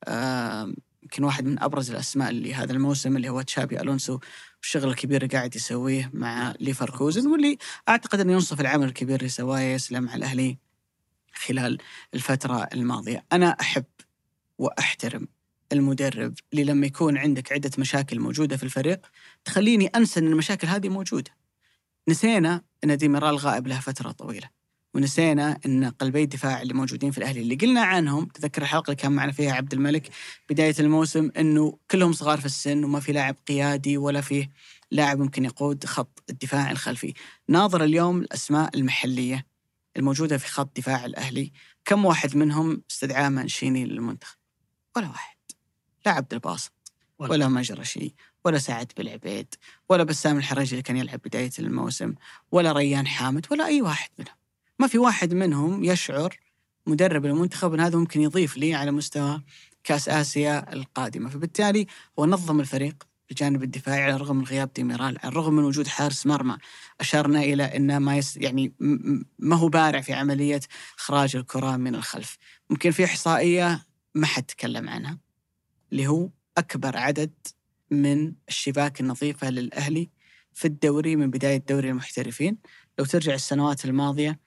يمكن واحد من أبرز الأسماء اللي هذا الموسم اللي هو تشابي ألونسو، والشغل الكبير اللي قاعد يسويه مع ليفركوزن، واللي أعتقد أن ينصف العمل الكبير اللي سواه يسلم مع الأهلي خلال الفترة الماضية. أنا أحب وأحترم المدرب اللي لما يكون عندك عدة مشاكل موجودة في الفريق تخليني أنسى أن المشاكل هذه موجودة. نسينا أن ديميرال غائب لها فترة طويلة، ونسينا أن قلبي الدفاع اللي موجودين في الأهلي اللي قلنا عنهم، تذكر الحلقة اللي كان معنا فيها عبد الملك بداية الموسم، أنه كلهم صغار في السن وما في لاعب قيادي ولا فيه لاعب ممكن يقود خط الدفاع الخلفي. ناظر اليوم الأسماء المحلية الموجودة في خط دفاع الأهلي، كم واحد منهم استدعاه منشيني للمنتخب؟ ولا واحد. لا عبد الباسط ولا مجرشي ولا سعد بالعبيد ولا بسام الحريجي اللي كان يلعب بداية الموسم ولا ريان حامد ولا أي واحد منهم. ما في واحد منهم يشعر مدرب المنتخب أن هذا ممكن يضيف لي على مستوى كأس آسيا القادمة. فبالتالي هو نظم الفريق الجانب الدفاعي على الرغم من غياب ديميرال، على الرغم من وجود حارس مرمى أشرنا إلى أنه ما هو بارع في عملية إخراج الكرة من الخلف. ممكن في إحصائية ما حد تكلم عنها، اللي هو أكبر عدد من الشباك النظيفة للأهلي في الدوري من بداية دوري المحترفين. لو ترجع السنوات الماضية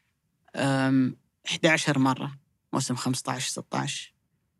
11 مرة موسم 15-16،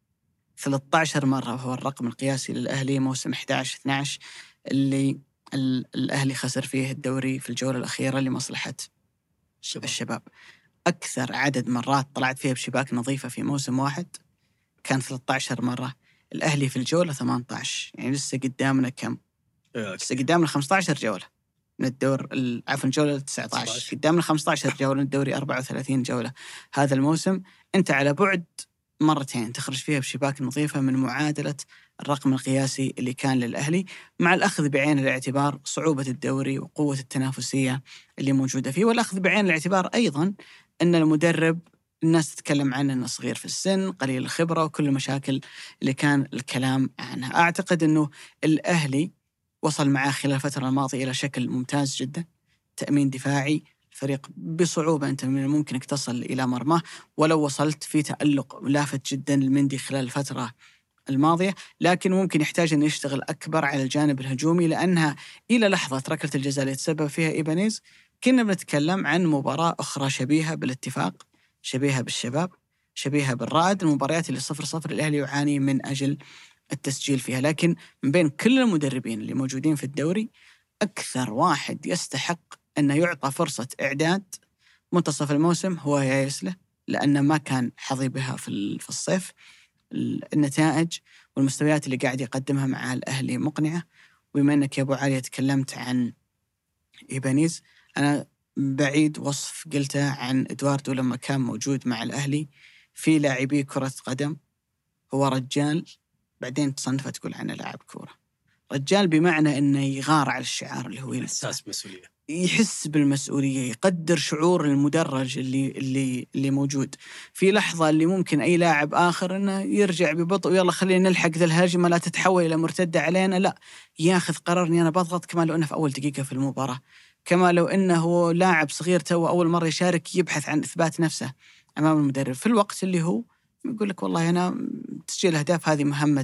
13 مرة وهو الرقم القياسي للأهلي موسم 11-12 اللي الأهلي خسر فيه الدوري في الجولة الأخيرة لمصلحة الشباب. أكثر عدد مرات طلعت فيها بشباك نظيفة في موسم واحد كان 13 مرة. الأهلي في الجولة 18، يعني لسه قدامنا كم؟ لسه قدامنا 15 جولة من الدور، عفوا الجولة 19 قدامنا 15 جولة من الدوري 34 جولة هذا الموسم. أنت على بعد مرتين تخرج فيها بشباك نظيفة من معادلة الرقم القياسي اللي كان للأهلي، مع الأخذ بعين الاعتبار صعوبة الدوري وقوة التنافسية اللي موجودة فيه، والأخذ بعين الاعتبار أيضا أن المدرب الناس تتكلم عنه أنه صغير في السن، قليل الخبرة، وكل المشاكل اللي كان الكلام عنها. أعتقد أنه الأهلي وصل معاه خلال الفترة الماضية إلى شكل ممتاز جدا، تأمين دفاعي الفريق بصعوبة أنت من الممكن أن تصل إلى مرماه، ولو وصلت في تألق لافت جدا المندي خلال الفترة الماضية، لكن ممكن يحتاج أن يشتغل أكبر على الجانب الهجومي، لأنها إلى لحظة ركلة الجزاء اللي يتسبب فيها إيبانيز كنا بنتكلم عن مباراة أخرى شبيهة بالاتفاق، شبيهة بالشباب، شبيهة بالرائد، المباريات اللي 0-0 الأهلي يعاني من أجل التسجيل فيها. لكن من بين كل المدربين اللي موجودين في الدوري أكثر واحد يستحق أنه يعطى فرصة إعداد منتصف الموسم هو يايسله، لأنه ما كان حظي بها في الصيف. النتائج والمستويات اللي قاعد يقدمها مع الأهلي مقنعة. وبما أنك يا أبو علي تكلمت عن إيبانيز، أنا بعيد وصف قلته عن إدواردو لما كان موجود مع الأهلي في لاعبي كرة قدم. هو رجال، بعدين تصنفه تقول عنه لاعب كورة. رجال بمعنى أنه يغار على الشعار اللي هو إحساس مسؤولية، يحس بالمسؤولية، يقدر شعور المدرج اللي موجود في لحظة اللي ممكن أي لاعب آخر أنه يرجع ببطء ويلا خلينا نلحق ذا الهجمة لا تتحول إلى مرتدة علينا، لا، ياخذ قرار أني أنا بضغط كما لو أنه في أول دقيقة في المباراة، كما لو أنه لاعب صغير تو أول مرة يشارك يبحث عن إثبات نفسه أمام المدرب في الوقت اللي هو يقول لك والله أنا تسجيل أهداف هذه مهمة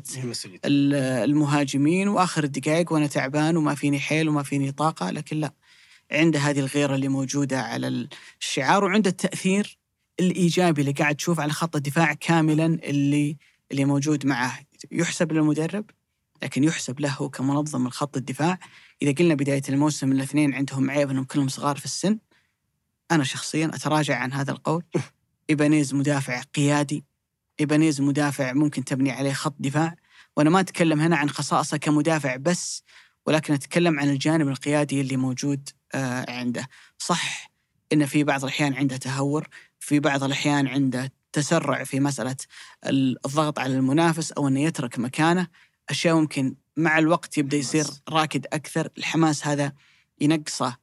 المهاجمين وآخر الدقائق وأنا تعبان وما فيني حيل وما فيني طاقة، لكن لا، عنده هذه الغيرة اللي موجودة على الشعار، وعنده التأثير الإيجابي اللي قاعد تشوف على خط الدفاع كاملا اللي موجود معه. يحسب للمدرب لكن يحسب له كمنظم الخط الدفاع. إذا قلنا بداية الموسم الاثنين عندهم عيب أنهم كلهم صغار في السن، أنا شخصيا أتراجع عن هذا القول. إيبانيز مدافع قيادي، إيبانيز مدافع ممكن تبني عليه خط دفاع، وأنا ما أتكلم هنا عن خصائصه كمدافع بس، ولكن أتكلم عن الجانب القيادي اللي موجود عنده. صح إن في بعض الأحيان عنده تهور، في بعض الأحيان عنده تسرع في مسألة الضغط على المنافس أو أنه يترك مكانه، أشياء ممكن مع الوقت يبدأ يصير راكد أكثر، الحماس هذا ينقصه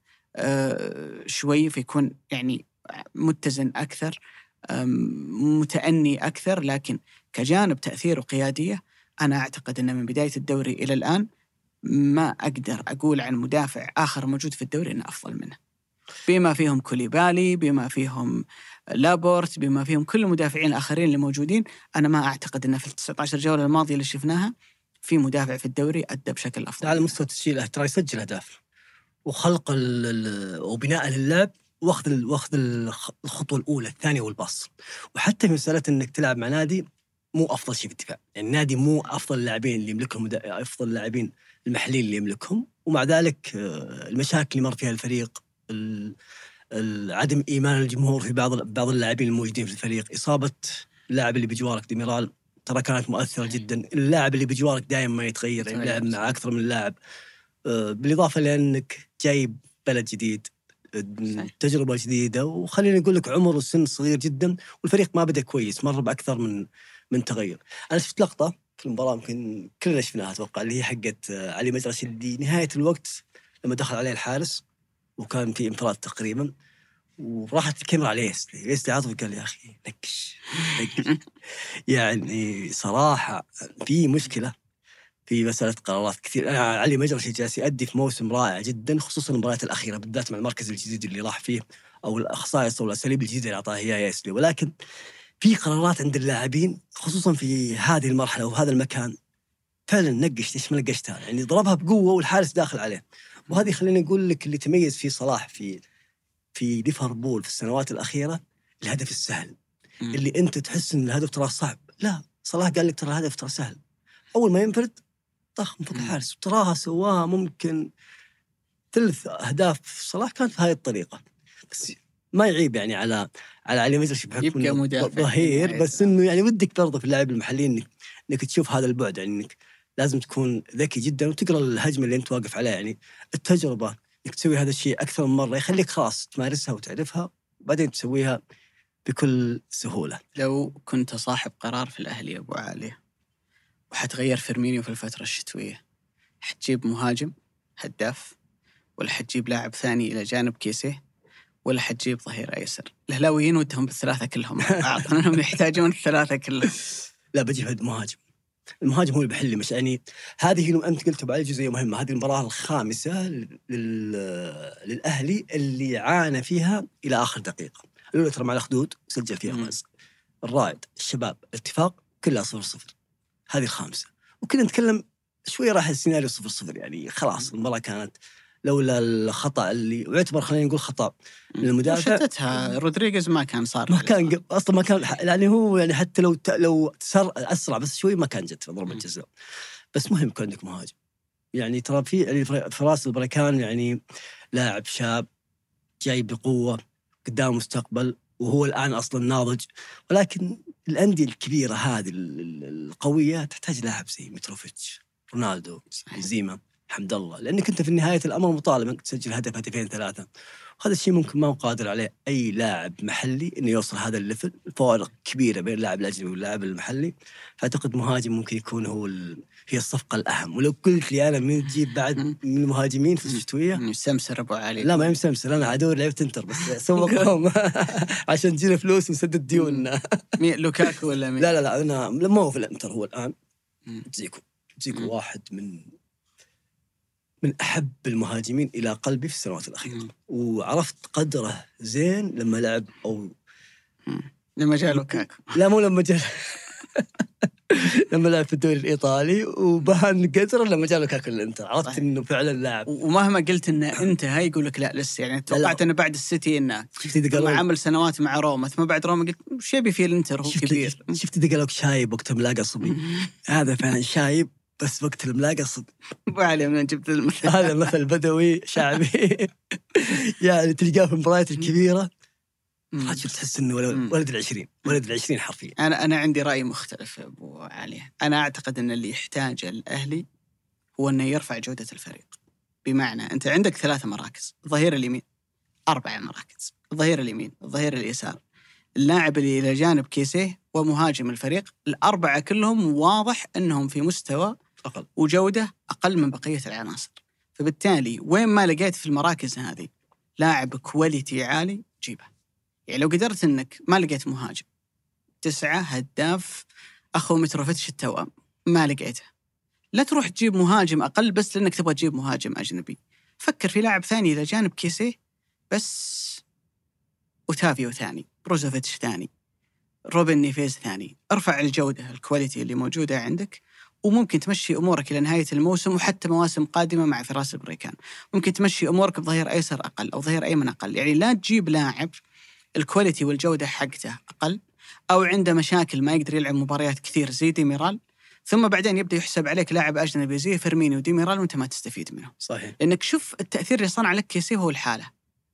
شوي فيكون يعني متزن أكثر، متأني أكثر. لكن كجانب تأثير وقيادية أنا أعتقد أن من بداية الدوري إلى الآن ما أقدر أقول عن مدافع آخر موجود في الدوري أنه أفضل منه، بما فيهم كوليبالي، بما فيهم لابورت، بما فيهم كل المدافعين الآخرين اللي موجودين. أنا ما أعتقد أن في 19 جولة الماضية اللي شفناها في مدافع في الدوري أدى بشكل أفضل على مستوى تسجيله، ترى يسجل أهداف وخلق وبناء للعب، واخذ الخطوة الأولى الثانية والباص. وحتى في مسألة أنك تلعب مع نادي مو أفضل شيء في الدفاع، يعني النادي مو أفضل اللاعبين اللي يملكهم، أفضل اللاعبين المحليين اللي يملكهم، ومع ذلك المشاكل اللي مر فيها الفريق، عدم إيمان الجمهور في بعض اللاعبين الموجودين في الفريق، إصابة اللاعب اللي بجوارك ديميرال ترى كانت مؤثرة جدا. اللاعب اللي بجوارك دائما ما يتغير، يعني لعب مع أكثر من لاعب، بالإضافة لأنك جايب بلد جديد، تجربة جديدة، وخلينا نقول لك عمر السن صغير جدا، والفريق ما بدأ كويس، مر بأكثر من تغير. أنا شفت لقطة في المباراة ممكن كلنا شفناها أتوقع، اللي هي حقت علي مدرسي اللي نهاية الوقت لما دخل عليه الحارس وكان في انفراد تقريبا، وراحت الكاميرا على يسلي عاطف قال يا أخي نكش يعني صراحة في مشكلة في مسألة قرارات كثير. أنا علي مجرشي جالس يؤدي في موسم رائع جدا، خصوصا المباريات الأخيرة بالذات مع المركز الجديد اللي راح فيه أو الخصائص أو الأساليب الجديدة اللي أعطاها إياها يسلي. ولكن في قرارات عند اللاعبين خصوصا في هذه المرحلة وهذا المكان فعلا نقش. ليش ما نقشتها؟ يعني ضربها بقوة والحارس داخل عليه. وهذه خليني أقول لك اللي تميز فيه صلاح في ليفربول في السنوات الأخيرة، الهدف السهل اللي أنت تحس إن الهدف ترى صعب. لا، صلاح قال لك ترى الهدف ترى سهل، أول ما ينفرد طخ من فوق الحارس. وتراها سواها ممكن 3 أهداف صلاح كانت في هذه الطريقة. بس ما يعيب يعني على علي مجرشي بحكم يبقى مدافع ظهير، بس إنه يعني ودك برضه في اللاعب المحلي إنك تشوف هذا البعد. يعني إنك لازم تكون ذكي جدا وتقرأ الهجمة اللي أنت واقف عليها. يعني التجربة إنك تسوي هذا الشيء أكثر من مرة يخليك خلاص تمارسها وتعرفها وبعدين تسويها بكل سهولة. لو كنت صاحب قرار في الأهلي يا أبو علي وحتغير فيرمينيو في الفترة الشتوية، حتجيب مهاجم هداف ولا حتجيب لاعب ثاني إلى جانب كيسيه ولا حتجيب ظهير أيسر؟ الهلاويين ودهم بالثلاثة كلهم أعطنا أنهم يحتاجون الثلاثة كلهم. لا، بجيب مهاجم. المهاجم هو اللي بيحل لي يعني هذه اللي أنت قلت بعد جزئية مهمة. هذه المباراة الخامسة للأهلي اللي عانى فيها إلى آخر دقيقة. الأولى ترى مع الأخدود سجل فيها ماز، الرائد، الشباب، الاتفاق، كلها 0-0. هذه الخامسة. وكنا نتكلم شوي راح السيناريو 0-0. يعني خلاص المباراة كانت لولا الخطأ اللي ويعتبر خلينا نقول خطأ من المدافع. شتتها رودريغيز ما كان صار، ما كان أصلا ما كان يعني هو يعني حتى لو أسرع بس شوي ما كان جت في ضربة الجزاء. بس مهم يكون عندك مهاجم. يعني ترى في يعني فراس البركان يعني لاعب شاب جاي بقوة قدام مستقبل، وهو الآن أصلا ناضج. ولكن الأندية الكبيرة هذه القوية تحتاج لاعب زي متروفيتش، رونالدو، بنزيما، حمد الله، لأنك أنت في نهاية الأمر مطالب أنك تسجل هدف 2-3. وهذا الشيء ممكن ما هو قادر عليه أي لاعب محلي إنه يوصل هذا الليفل. الفوارق كبيرة بين اللاعب الأجنبي واللاعب المحلي. فأعتقد مهاجم ممكن يكون هي الصفقة الأهم. ولو قلت لي أنا من تجيب بعد من المهاجمين في الشتوية، مسمسر أبو علي. لا ما يمسمسر، أنا عدور لعبة انتر بس سوقهم عشان تجينا فلوس ونسدد ديوننا. لوكاكو ولا مين؟ لا أنا ما هو في الانتر هو الآن. تزيكو واحد من أحب المهاجمين إلى قلبي في السنوات الأخيرة. وعرفت قدره زين لما لعب أو لما جاء لوكاكو. لا مو لما جاء لما لعب في الدوري الإيطالي، وبان قدره لما جاء لوكاكو الإنتر. عرفت إنه فعلا لاعب. ومهما قلت إنه انتهى يقول لك لا لسه. يعني توقعت إنه بعد السيتي إنه مع عمل سنوات مع روما، ثم بعد روما قلت وش يبي في الإنتر هو كبير. شفت دقلوك شايب وقت ملاقة صبي. هذا فعلا شايب بس وقت الملاقة صدق. وعلي من جبت المثل هذا مثل بدوي شعبي. يعني تلقاه في المباريات الكبيرة رجل تحس إنه ولد العشرين حرفيا. أنا عندي رأي مختلف يا أبو علي. أنا أعتقد أن اللي يحتاجه الأهلي هو أنه يرفع جودة الفريق. بمعنى أنت عندك 3 مراكز، ظهير اليمين 4 مراكز، الظهير اليمين، الظهير اليسار، اللاعب اللي إلى جانب كيسيه، ومهاجم الفريق. ال4 كلهم واضح أنهم في مستوى أقل وجودة أقل من بقية العناصر. فبالتالي وين ما لقيت في المراكز هذه لاعب كواليتي عالي جيبه. يعني لو قدرت أنك ما لقيت مهاجم 9 هداف أخو متروفيتش التوأم ما لقيته، لا تروح تجيب مهاجم أقل بس لأنك تبغى تجيب مهاجم أجنبي. فكر في لاعب ثاني إلى جانب كيسيه بس، أوتافيو ثاني، بروزوفيتش ثاني، روبن نيفيز ثاني. ارفع الجودة الكواليتي اللي موجودة عندك، وممكن تمشي أمورك إلى نهاية الموسم وحتى مواسم قادمة مع فراس البريكان. ممكن تمشي أمورك بظهير أيسر أقل أو ظهير أيمن أقل. يعني لا تجيب لاعب الكواليتي والجودة حقته أقل أو عنده مشاكل ما يقدر يلعب مباريات كثير زي ديميرال، ثم بعدين يبدأ يحسب عليك لاعب أجنبي زي فيرمينيو وديميرال وأنت ما تستفيد منه. صحيح. لأنك شوف التأثير اللي صنع لك كيسيه هو الحالة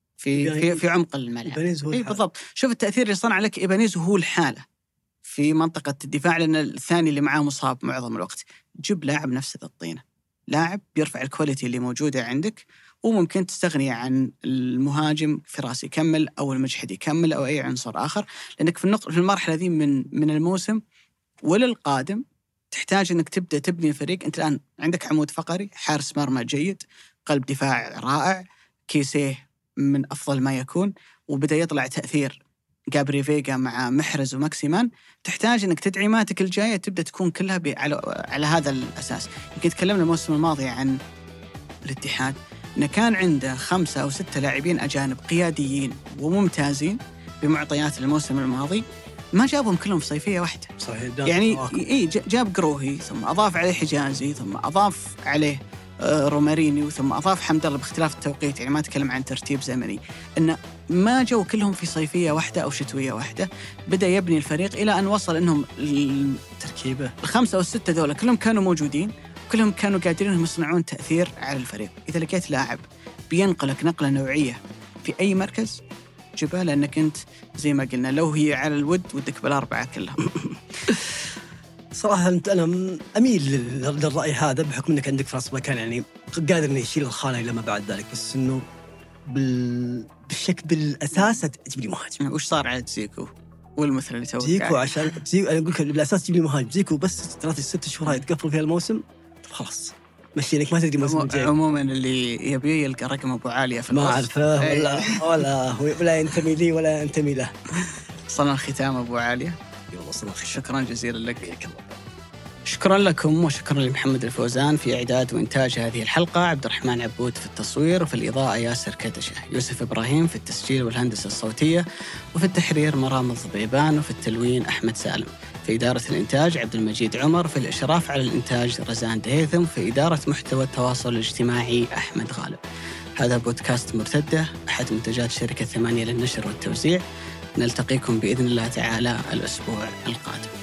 في عمق الملعب. إيه بالضبط. شوف التأثير اللي صنع لك إيبانيز وهو الحالة في منطقة الدفاع، لأن الثاني اللي معاه مصاب معظم الوقت. جيب لاعب نفس الطينة، لاعب بيرفع الكواليتي اللي موجودة عندك، وممكن تستغني عن المهاجم فراس يكمل أو المجحد يكمل أو أي عنصر آخر. لأنك في المرحلة ذي من الموسم وللقادم تحتاج أنك تبدأ تبني فريق. أنت الآن عندك عمود فقري، حارس مرمى جيد، قلب دفاع رائع، كيسيه من أفضل ما يكون، وبدأ يطلع تأثير جابري فيغا مع محرز وماكسيمان، تحتاج أنك تدعيماتك الجاية تبدأ تكون كلها على هذا الأساس. يمكن تكلمنا الموسم الماضي عن الاتحاد أنه كان عنده 5 أو 6 لاعبين أجانب قياديين وممتازين بمعطيات الموسم الماضي، ما جابهم كلهم في صيفية واحدة. صحيح. يعني جاب قروهي، ثم أضاف عليه حجازي، ثم أضاف عليه رومارينيو، ثم أضاف حمد الله باختلاف التوقيت. يعني ما أتكلم عن ترتيب زمني، إنه ما جو كلهم في صيفية واحدة أو شتوية واحدة. بدأ يبني الفريق إلى أن وصل إنهم تركيبة 5 أو 6 ذولا كلهم كانوا موجودين، كلهم كانوا قادرين إنهم يصنعون تأثير على الفريق. إذا لقيت لاعب بينقلك نقلة نوعية في أي مركز جبهة، لأنك أنت زي ما قلنا لو هي على الود ودك بال4 كلهم. صراحة أنا أميل للرأي هذا بحكم أنك عندك فرص مكان يعني قادر إنه يشيل الخانة إلى ما بعد ذلك، بس إنه بالشكل بالأساس تجيب لي مهاجم. وش صار على تزيكو والمثل اللي توقع؟ تزيكو عشان تزيكو أنا أقول لك بالأساس تجيب لي مهاجم. تزيكو بس 3-6 شهور يتقفل فيها الموسم، طب خلاص مشينك ما تدري موسم الجاي. عموما اللي يبي يلقى رقم أبو عالية في ما أعرفه ولا ينتمي لي ولا ينتمي له. صلنا الختام أبو عالية. يلا صلنا. شكرا جزيلا لك. شكرا لكم وشكرا لمحمد الفوزان في إعداد وإنتاج هذه الحلقة، عبد الرحمن عبود في التصوير، وفي الإضاءة ياسر كدشة، يوسف إبراهيم في التسجيل والهندسة الصوتية، وفي التحرير مرام الضبيبان، وفي التلوين أحمد سالم، في إدارة الإنتاج عبد المجيد عمر، في الإشراف على الإنتاج رزان دهيثم، في إدارة محتوى التواصل الاجتماعي أحمد غالب. هذا بودكاست مرتدة، أحد منتجات شركة 8 للنشر والتوزيع. نلتقيكم بإذن الله تعالى الأسبوع القادم.